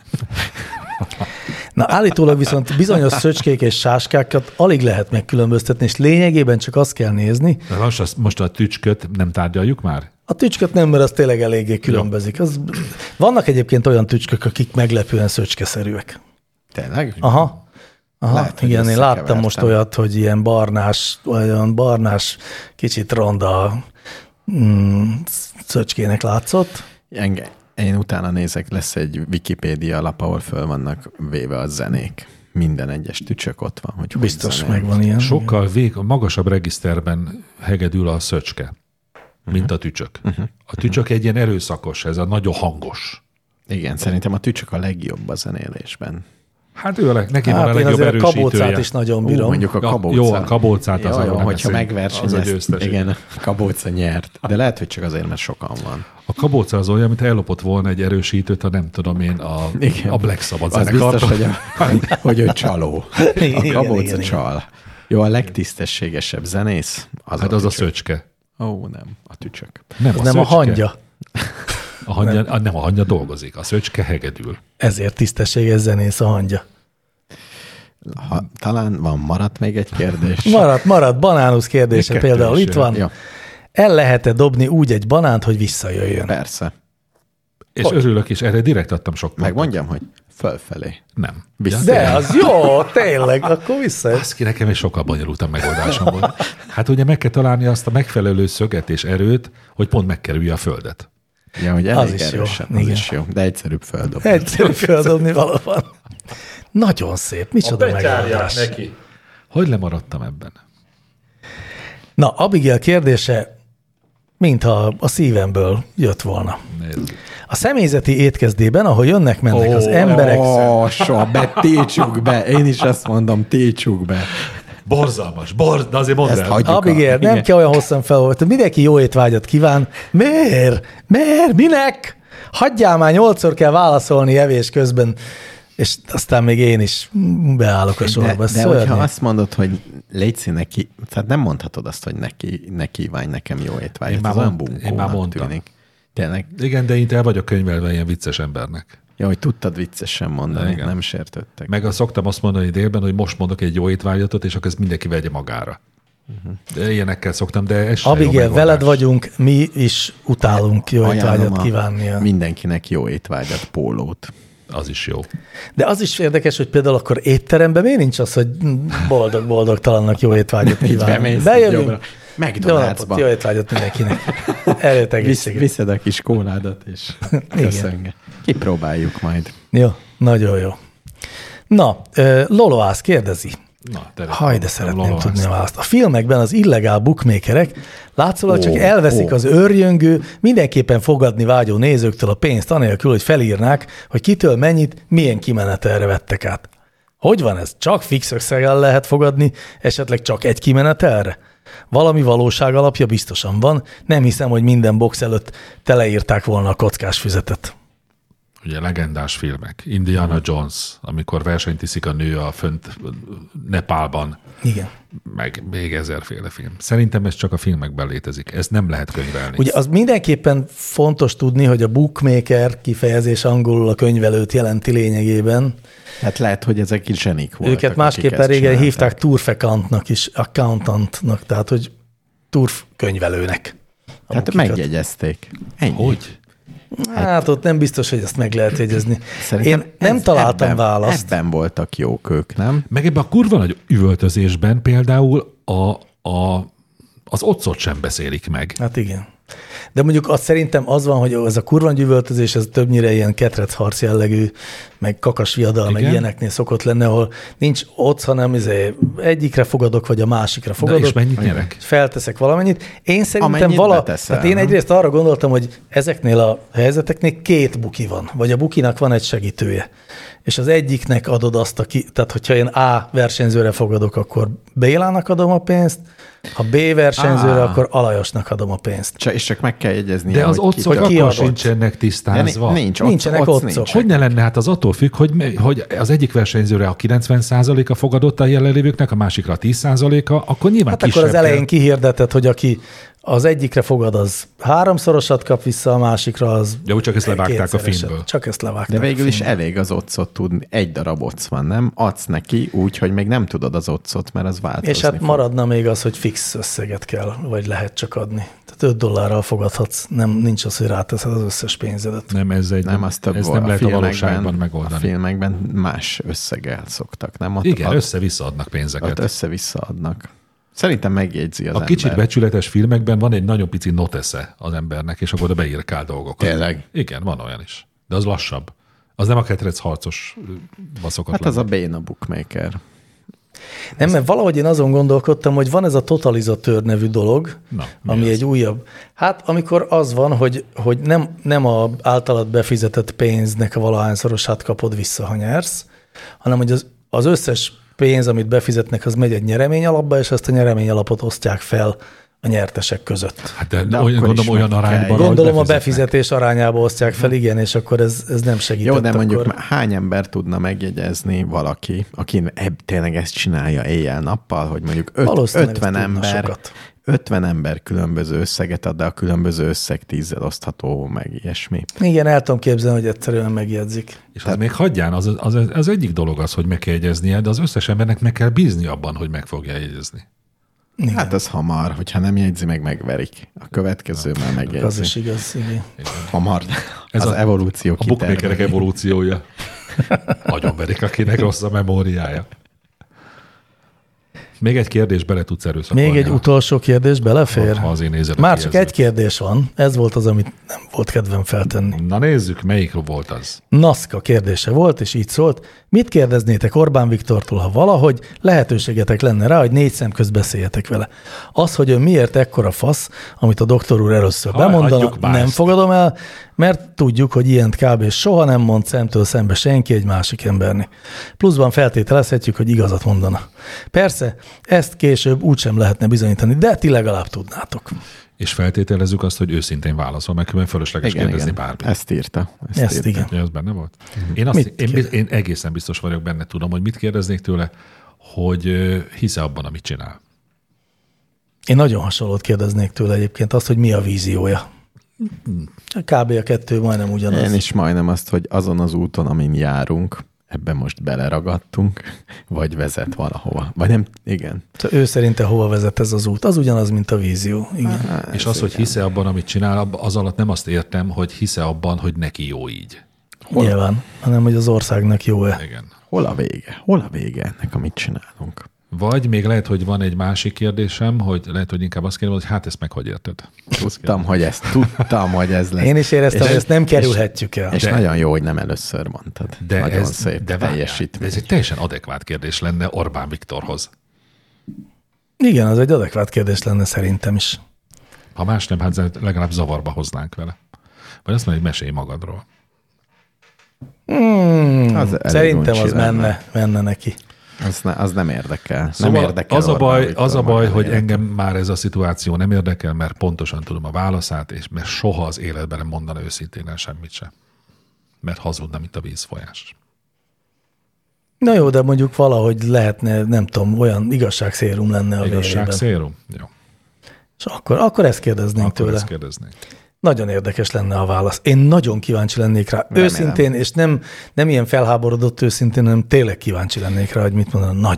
Na, állítólag viszont bizonyos szöcskék és sáskákat alig lehet megkülönböztetni, és lényegében csak azt kell nézni. Most a tücsköt nem tárgyaljuk már? A tücsköt nem, mert az tényleg eléggé különbözik. Vannak egyébként olyan tücskök, akik meglepően szöcskeszerűek. Tényleg? Aha, lehet, igen, én láttam most olyat, hogy ilyen barnás, kicsit ronda szöcskének látszott. Én utána nézek, lesz egy Wikipédia lap, ahol föl vannak véve a zenék. Minden egyes tücsök ott van. Hogy biztos megvan ilyen. Sokkal magasabb regiszterben hegedül a szöcske, mint a tücsök. A tücsök egy ilyen erőszakos, ez a nagyon hangos. Igen, szerintem a tücsök a legjobb a zenélésben. Hát neki van a legjobb erősítője. A kabócát is nagyon bírom. Mondjuk a kabóca. Jó, a kabócát az jó, hogyha megversenyez, igen, a kabóca nyert. De lehet, hogy csak azért, mert sokan van. A kabóca az olyan, mint ellopott volna egy erősítőt, ha nem tudom én, a Black Sabbath zenekartól. Az biztos, hogy ő csaló. A kabóca csal. Jó, a legtisztességesebb zenész az a szöcske. Nem, a tücsök. Nem a hangya. Nem a hangya dolgozik, a szöcske hegedül. Ezért tisztességes zenész a hangya. Talán maradt még egy kérdés. Maradt. Banánusz kérdése például itt van. Ja. El lehet-e dobni úgy egy banánt, hogy visszajöjjön? Persze. És örülök is, erre direkt adtam sok pontot. Megmondjam, hogy fölfelé. Nem. De az jó, tényleg, akkor visszajöjjön. Az ki nekem is sokkal bonyolultabb megoldásom volt. Hát ugye meg kell találni azt a megfelelő szöget és erőt, hogy pont megkerülje a földet. Ja, hogy elég erősen, az is jó. De egyszerűbb földobni. Egyszerűbb földobni valóban. Nagyon szép, micsoda megoldás. Neki. Hogy lemaradtam ebben? Na, Abigail kérdése, mintha a szívemből jött volna. Nézzük. A személyzeti étkezdében, ahol jönnek-mennek az emberek... Tétsuk be, én is azt mondom, tétsuk be. Borzalmas, de azért mondd el. Abigail, nem kell olyan hosszan felolvasni. Mindenki jó étvágyat kíván. Miért? Minek? Hagyjál már, 8-szor kell válaszolni evés közben, és aztán még én is beállok a sorba. De hogyha azt mondod, hogy légy neki, tehát nem mondhatod azt, hogy ne kívánj nekem jó étvágyat. Én már mondtam. Tűnik. Tényleg? Igen, de én el vagyok könyvelve ilyen vicces embernek. Ja, hogy tudtad viccesen mondani, nem sértődtek. Meg szoktam azt mondani délben, hogy most mondok egy jó étvágyatot, és akkor ezt mindenki vegye magára. De ilyenekkel szoktam, de ez Abigail, veled vagyunk, mi is utálunk jó étvágyat kívánni. Mindenkinek jó étvágyat, pólót. Az is jó. De az is érdekes, hogy például akkor étteremben miért nincs az, hogy boldog-boldogtalannak jó étvágyat kívánni. Bejövünk. McDonald'sba. Jó étvágyat mindenkinek. Erőt egészséget. Viszed a kis kóládat, és köszönge. Kipróbáljuk majd. Jó, nagyon jó. Na, Loloász kérdezi. De szeretném tudni a választ. A filmekben az illegál bookmakerek látszólag csak elveszik az őrjöngő, mindenképpen fogadni vágyó nézőktől a pénzt, anélkül, hogy felírnák, hogy kitől mennyit, milyen kimenetelre vettek át. Hogy van ez? Csak fix összeggel lehet fogadni, esetleg csak egy kimenetelre? Valami valóság alapja biztosan van, nem hiszem, hogy minden box előtt teleírták volna a kockás füzetet. Ugye legendás filmek. Indiana Jones, amikor versenyt iszik a nő a fönt Nepálban. Igen. Meg még ezerféle film. Szerintem ez csak a filmekben létezik. Ez nem lehet könyvelni. Ugye az mindenképpen fontos tudni, hogy a bookmaker kifejezés angolul a könyvelőt jelenti lényegében. Hát lehet, hogy ezek is zsenik voltak. Őket másképpen régen hívták turfekantnak is, accountantnak, tehát hogy turf könyvelőnek. Tehát megjegyezték. Ennyi. Hogy? Hát ott nem biztos, hogy ezt meg lehet jegyezni. Szerintem Én nem találtam választ. Ebben voltak jók ők, nem? Meg ebben a kurva nagy üvöltözésben például az otcot sem beszélik meg. Hát igen. De mondjuk azt szerintem az van, hogy ez a kurva nagy üvöltözés, ez többnyire ilyen ketrecharc jellegű, meg kakas viadal, meg ilyeneknél szokott lenni, ahol nincs ott, hanem egyikre fogadok, vagy a másikra fogadok. De és mennyit nyerek? Felteszek valamennyit. Én szerintem beteszel, én egyrészt arra gondoltam, hogy ezeknél a helyzeteknél 2 buki van, vagy a bukinak van egy segítője. És az egyiknek adod azt, tehát hogyha én A versenyzőre fogadok, akkor Bélának adom a pénzt, ha B versenyzőre, akkor Alajosnak adom a pénzt. És csak meg kell jegyezni. De az otcok akkor sincsenek tisztázva. Nincsenek otcok. Hogy ne lenne? Hát az attól függ, hogy az egyik versenyzőre a 90%-a fogadott a jelenlévőknek, a másikra a 10%-a, akkor nyilván hát kisebb. akkor az elején kihirdetett, hogy aki az egyikre fogad, az 3-szorosat kap vissza, a másikra az de úgy csak ezt levágták a filmből. Csak ezt levágták. De végül is elég az otcot tudni. Egy darab otc van, nem? Adsz neki úgy, hogy még nem tudod az otcot, mert az változni és hát fog. maradna még az, hogy fix összeget kell, vagy lehet csak adni. Tehát $5 fogadhatsz, nincs az, hogy ráteszed az összes pénzedet. Nem, ez több ez volt. nem lehet a valóságban megoldani. A filmekben más összeggel szoktak, nem? Igen, össze-vissza adnak pénzeket. Ott össze-vissza adnak. Szerintem megjegyzi az ember. A kicsit becsületes filmekben van egy nagyon pici notesze az embernek, és akkor oda beírkál dolgokat. Tényleg? Igen, van olyan is. De az lassabb. Az nem a ketrec harcos baszokat. Hát az a béna bookmaker. Nem, mert valahogy én azon gondolkodtam, hogy van ez a totalizatőr nevű dolog, ami egy újabb. Hát amikor az van, hogy nem a általad befizetett pénznek a valahányszorosát kapod vissza, ha nyersz, hanem hogy az összes pénz, amit befizetnek, az megy egy nyereményalapba, és ezt a nyereményalapot osztják fel a nyertesek között. Hát de gondolom olyan arányban. Gondolom a befizetés arányába osztják fel, igen, és akkor ez nem segített. Jó, de mondjuk hány ember tudna megjegyezni valaki, aki tényleg ezt csinálja éjjel-nappal, hogy mondjuk 50 ember különböző összeget ad, de a különböző összeg 10-zel osztható, meg ilyesmi. Igen, el tudom képzelni, hogy egyszerűen megjegyzik. És az még hagyján, az egyik dolog az, hogy meg kell jegyeznie, de az összes embernek meg kell bízni abban, hogy meg fogja jegyezni. Igen. Hát az hamar, hogyha nem jegyzi meg, megverik. A következő már megjegyzi. Az is igaz, igen. Hamar. Ez az evolúció a bookmakerek evolúciója. Nagyon verik, akinek rossz a memóriája. Még egy kérdés bele tudsz erőszakolni. Még egy utolsó kérdés belefér? Ha azért nézed. Már csak egy kérdés van. Ez volt az, amit nem volt kedvem feltenni. Na nézzük, melyik volt az? NASZKA kérdése volt, és így szólt. Mit kérdeznétek Orbán Viktortól, ha valahogy lehetőségetek lenne rá, hogy 4 szem közt beszéljetek vele? Az, hogy ön miért ekkora fasz, amit a doktor úr először bemondana, nem fogadom el, mert tudjuk, hogy ilyent kb. Soha nem mond szemtől szembe senki egy másik embernek. Pluszban feltételezhetjük, hogy igazat mondana. Persze, ezt később úgysem lehetne bizonyítani, de ti legalább tudnátok. És feltételezzük azt, hogy őszintén válaszol, meg különben fölösleges kérdezni bármit. Ezt írta. Ezt igen. Ja, ez benne volt? Én egészen biztos vagyok benne, tudom, hogy mit kérdeznék tőle, hogy hisz abban, amit csinál. Én nagyon hasonlót kérdeznék tőle egyébként azt, hogy mi a víziója. Kb. A 2 majdnem ugyanaz. Én is majdnem azt, hogy azon az úton, amin járunk, ebben most beleragadtunk, vagy vezet valahova. Vagy nem, igen. Ő szerinte hova vezet ez az út? Az ugyanaz, mint a vízió. Igen. És az, hogy hisze abban, amit csinál, az alatt nem azt értem, hogy hisze abban, hogy neki jó így. Nyilván, hanem hogy az országnak jó-e. Igen. Hol a vége? Hol a vége ennek, amit csinálunk? Vagy még lehet, hogy van egy másik kérdésem, hogy lehet, hogy inkább azt kérdezem, hogy hát ezt meg hogy érted? Tudtam, hogy ez lesz. Én is éreztem, hogy ezt nem kerülhetjük el. És nagyon jó, hogy nem először mondtad. De nagyon ez, szép teljesítmény. Ez egy teljesen adekvát kérdés lenne Orbán Viktorhoz. Igen, az egy adekvát kérdés lenne szerintem is. Ha más nem, hát legalább zavarba hoznánk vele. Vagy azt mondja, hogy mesélj magadról. Szerintem az menne neki. Az nem érdekel. Szóval nem érdekel az a baj, hogy engem már ez a szituáció nem érdekel, mert pontosan tudom a válaszát, és mert soha az életben nem mondana őszintén el semmit sem. Mert hazudna, mint a vízfolyás. Na jó, de mondjuk valahogy lehetne, nem tudom, olyan igazságszérum lenne a vérében. Igazságszérum? Jó. És akkor ezt kérdeznénk akkor tőle. Ezt kérdeznénk. Nagyon érdekes lenne a válasz. Én nagyon kíváncsi lennék rá. Remélem. Őszintén, és nem ilyen felháborodott őszintén, hanem tényleg kíváncsi lennék rá, hogy mit mondaná. Nagyon.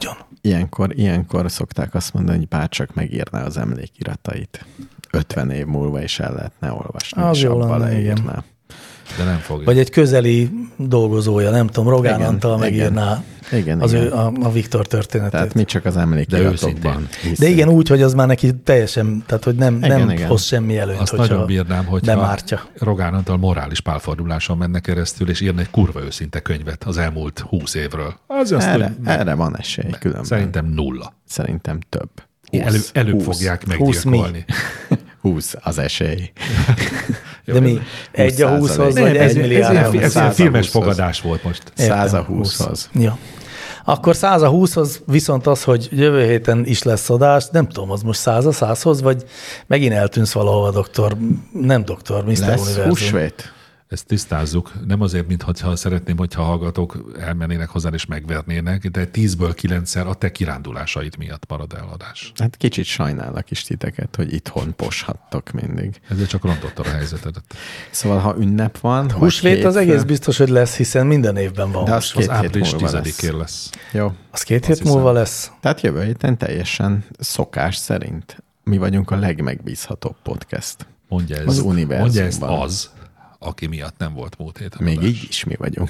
Ilyenkor szokták azt mondani, hogy bárcsak megírná az emlékiratait. 50 év múlva is el lehetne olvasni, az és jó abba lenne, leírná. De nem fogja. Vagy egy közeli dolgozója, nem tudom, Rogán Igen, Antal megírná igen, az igen. Ő, a Viktor történetét. Tehát mi csak az emlékiratokban. De igen, úgy, hogy az már neki teljesen, tehát hogy nem Igen. hoz semmi előnyt, Azt nagyon bírnám, hogyha bemártja. Rogán Antal morális pálforduláson menne keresztül, és írna egy kurva őszinte könyvet az elmúlt 20 évről. Erre van esély különben. Szerintem 0. Szerintem több. Előbb fogják meggyilkolni. 20 az esély. De mi? 1 a 20-hoz, vagy 1 milliárd? Ez ilyen filmes fogadás volt most. 100 a 20-hoz. Ja. Akkor 100 a 20-hoz viszont az, hogy jövő héten is lesz adás, nem tudom, az most 100 a 100-hoz, vagy megint eltűnsz valahova, Mr. Lesz Univerzum. húsvét? Ezt tisztázzuk. Nem azért, mintha szeretném, hogyha hallgatók elmennének hozzá és megvernének, de 10-ből 9-szer a te kirándulásait miatt marad eladás. Hát kicsit sajnálok is titeket, hogy itthon poshattok mindig. Ezzel csak rontottad a helyzetedet. Szóval, ha ünnep van... Húsvét az egész biztos, hogy lesz, hiszen minden évben van. De az húsvét. Az 2 hét április múlva 10-én lesz. Jó. Az 2 hét múlva lesz. Tehát jövő héten teljesen szokás szerint mi vagyunk a legmegbízhatóbb podcast. Mondja Az univerzumban. ezt az, aki miatt nem volt múlt héten. Még adás. így is mi vagyunk.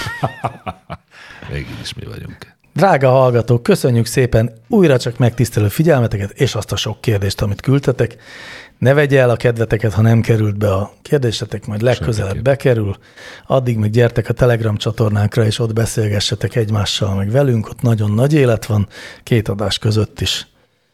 Még így is mi vagyunk. Drága hallgatók, köszönjük szépen újra csak megtisztelő figyelmeteket, és azt a sok kérdést, amit küldtetek. Ne vegye el a kedveteket, ha nem került be a kérdésetek, majd legközelebb bekerül. Addig meg gyertek a Telegram csatornánkra, és ott beszélgessetek egymással, meg velünk. Ott nagyon nagy élet van, 2 adás között is.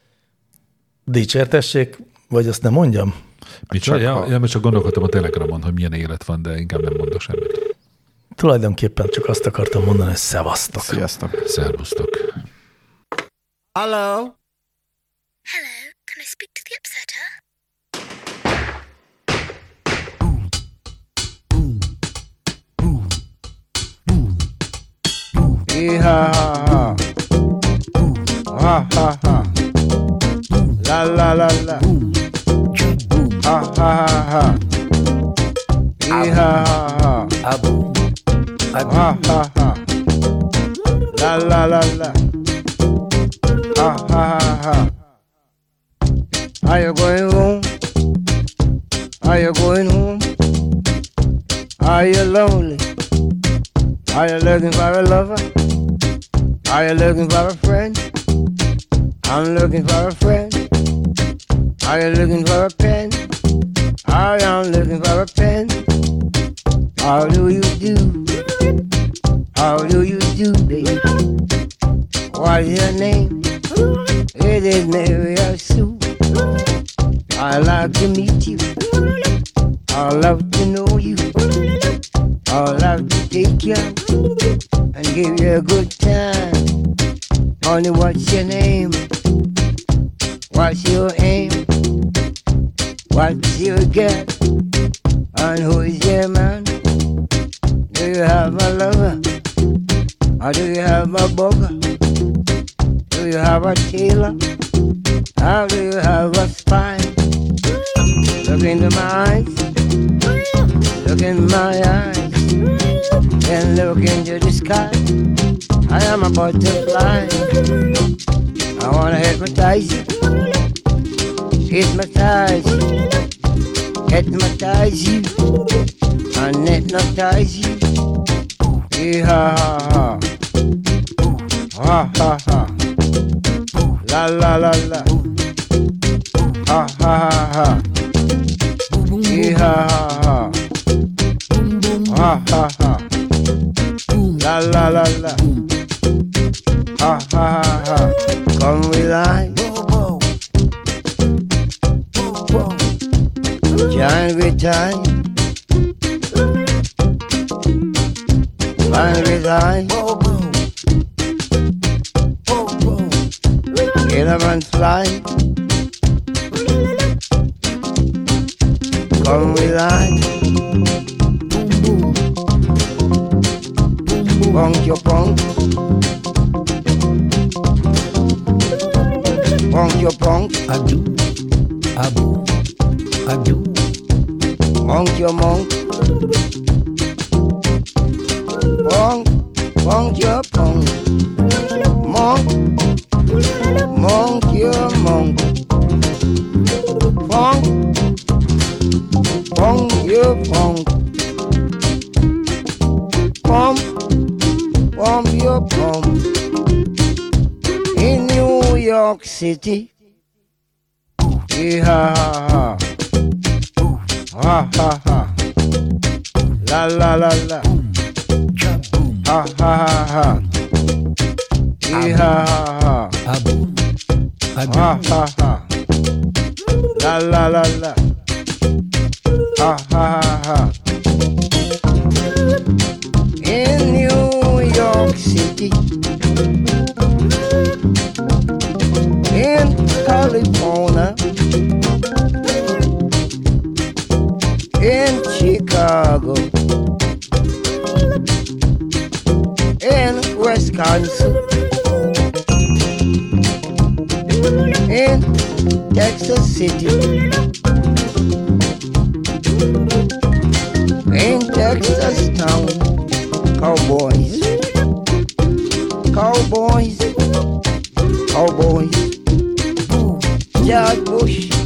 Dicsértessék, vagy azt nem mondjam? Mert csak gondolkodtam a Telegramon, hogy milyen élet van, de inkább nem mondok semmit. Tulajdonképpen csak azt akartam mondani, hogy szevasztok. Sziasztok. Szervusztok. Hello? Hello, can I speak to the upsetter? Ha ha ha ha. La la la la. Ha ha ha ha. Ha ha. Abu. Ha ha ha. La la la la. Ha ha ha. Are you going home? Are you going home? Are you lonely? Are you looking for a lover? Are you looking for a friend? I'm looking for a friend. Are you looking for a pen? I am looking for a pen. How do you do? How do you do, baby? What is your name? It is Mary Sue. I like to meet you. I love to know you. I love to take you and give you a good time. Honey, what's your name? What's your aim? What's your get? And who is your man? Do you have a lover? Or do you have a bugger? Do you have a tailor? How do you have a spy? Look into my eyes. Look in my eyes. Then look into the sky. I am a butterfly. I wanna hypnotize you. Hypnotize you. Hypnotize you. And hypnotize you. Ha ha ha. Ha ha ha. La la la la. Ha ha ha. Ha ha ha. Ha ha ha. La la la la. Ha ha ha. Come we lie. Giant with time. Fine with eye. Get up and fly. Come we lie. Punk your punk. Punk your punk. Adu. Abu. Adu. Monk your monk. Punk. Punk your punk. Monk. York City. Ha ha ha. Ha ha ha. La la la la. Ha ha ha. Ha ha ha. Ha ha ha. La la la la. Ha ha ha. In New York City, in California, in Chicago, in Wisconsin, in Texas City, in Texas town, cowboys, cowboys, cowboys, George Bush,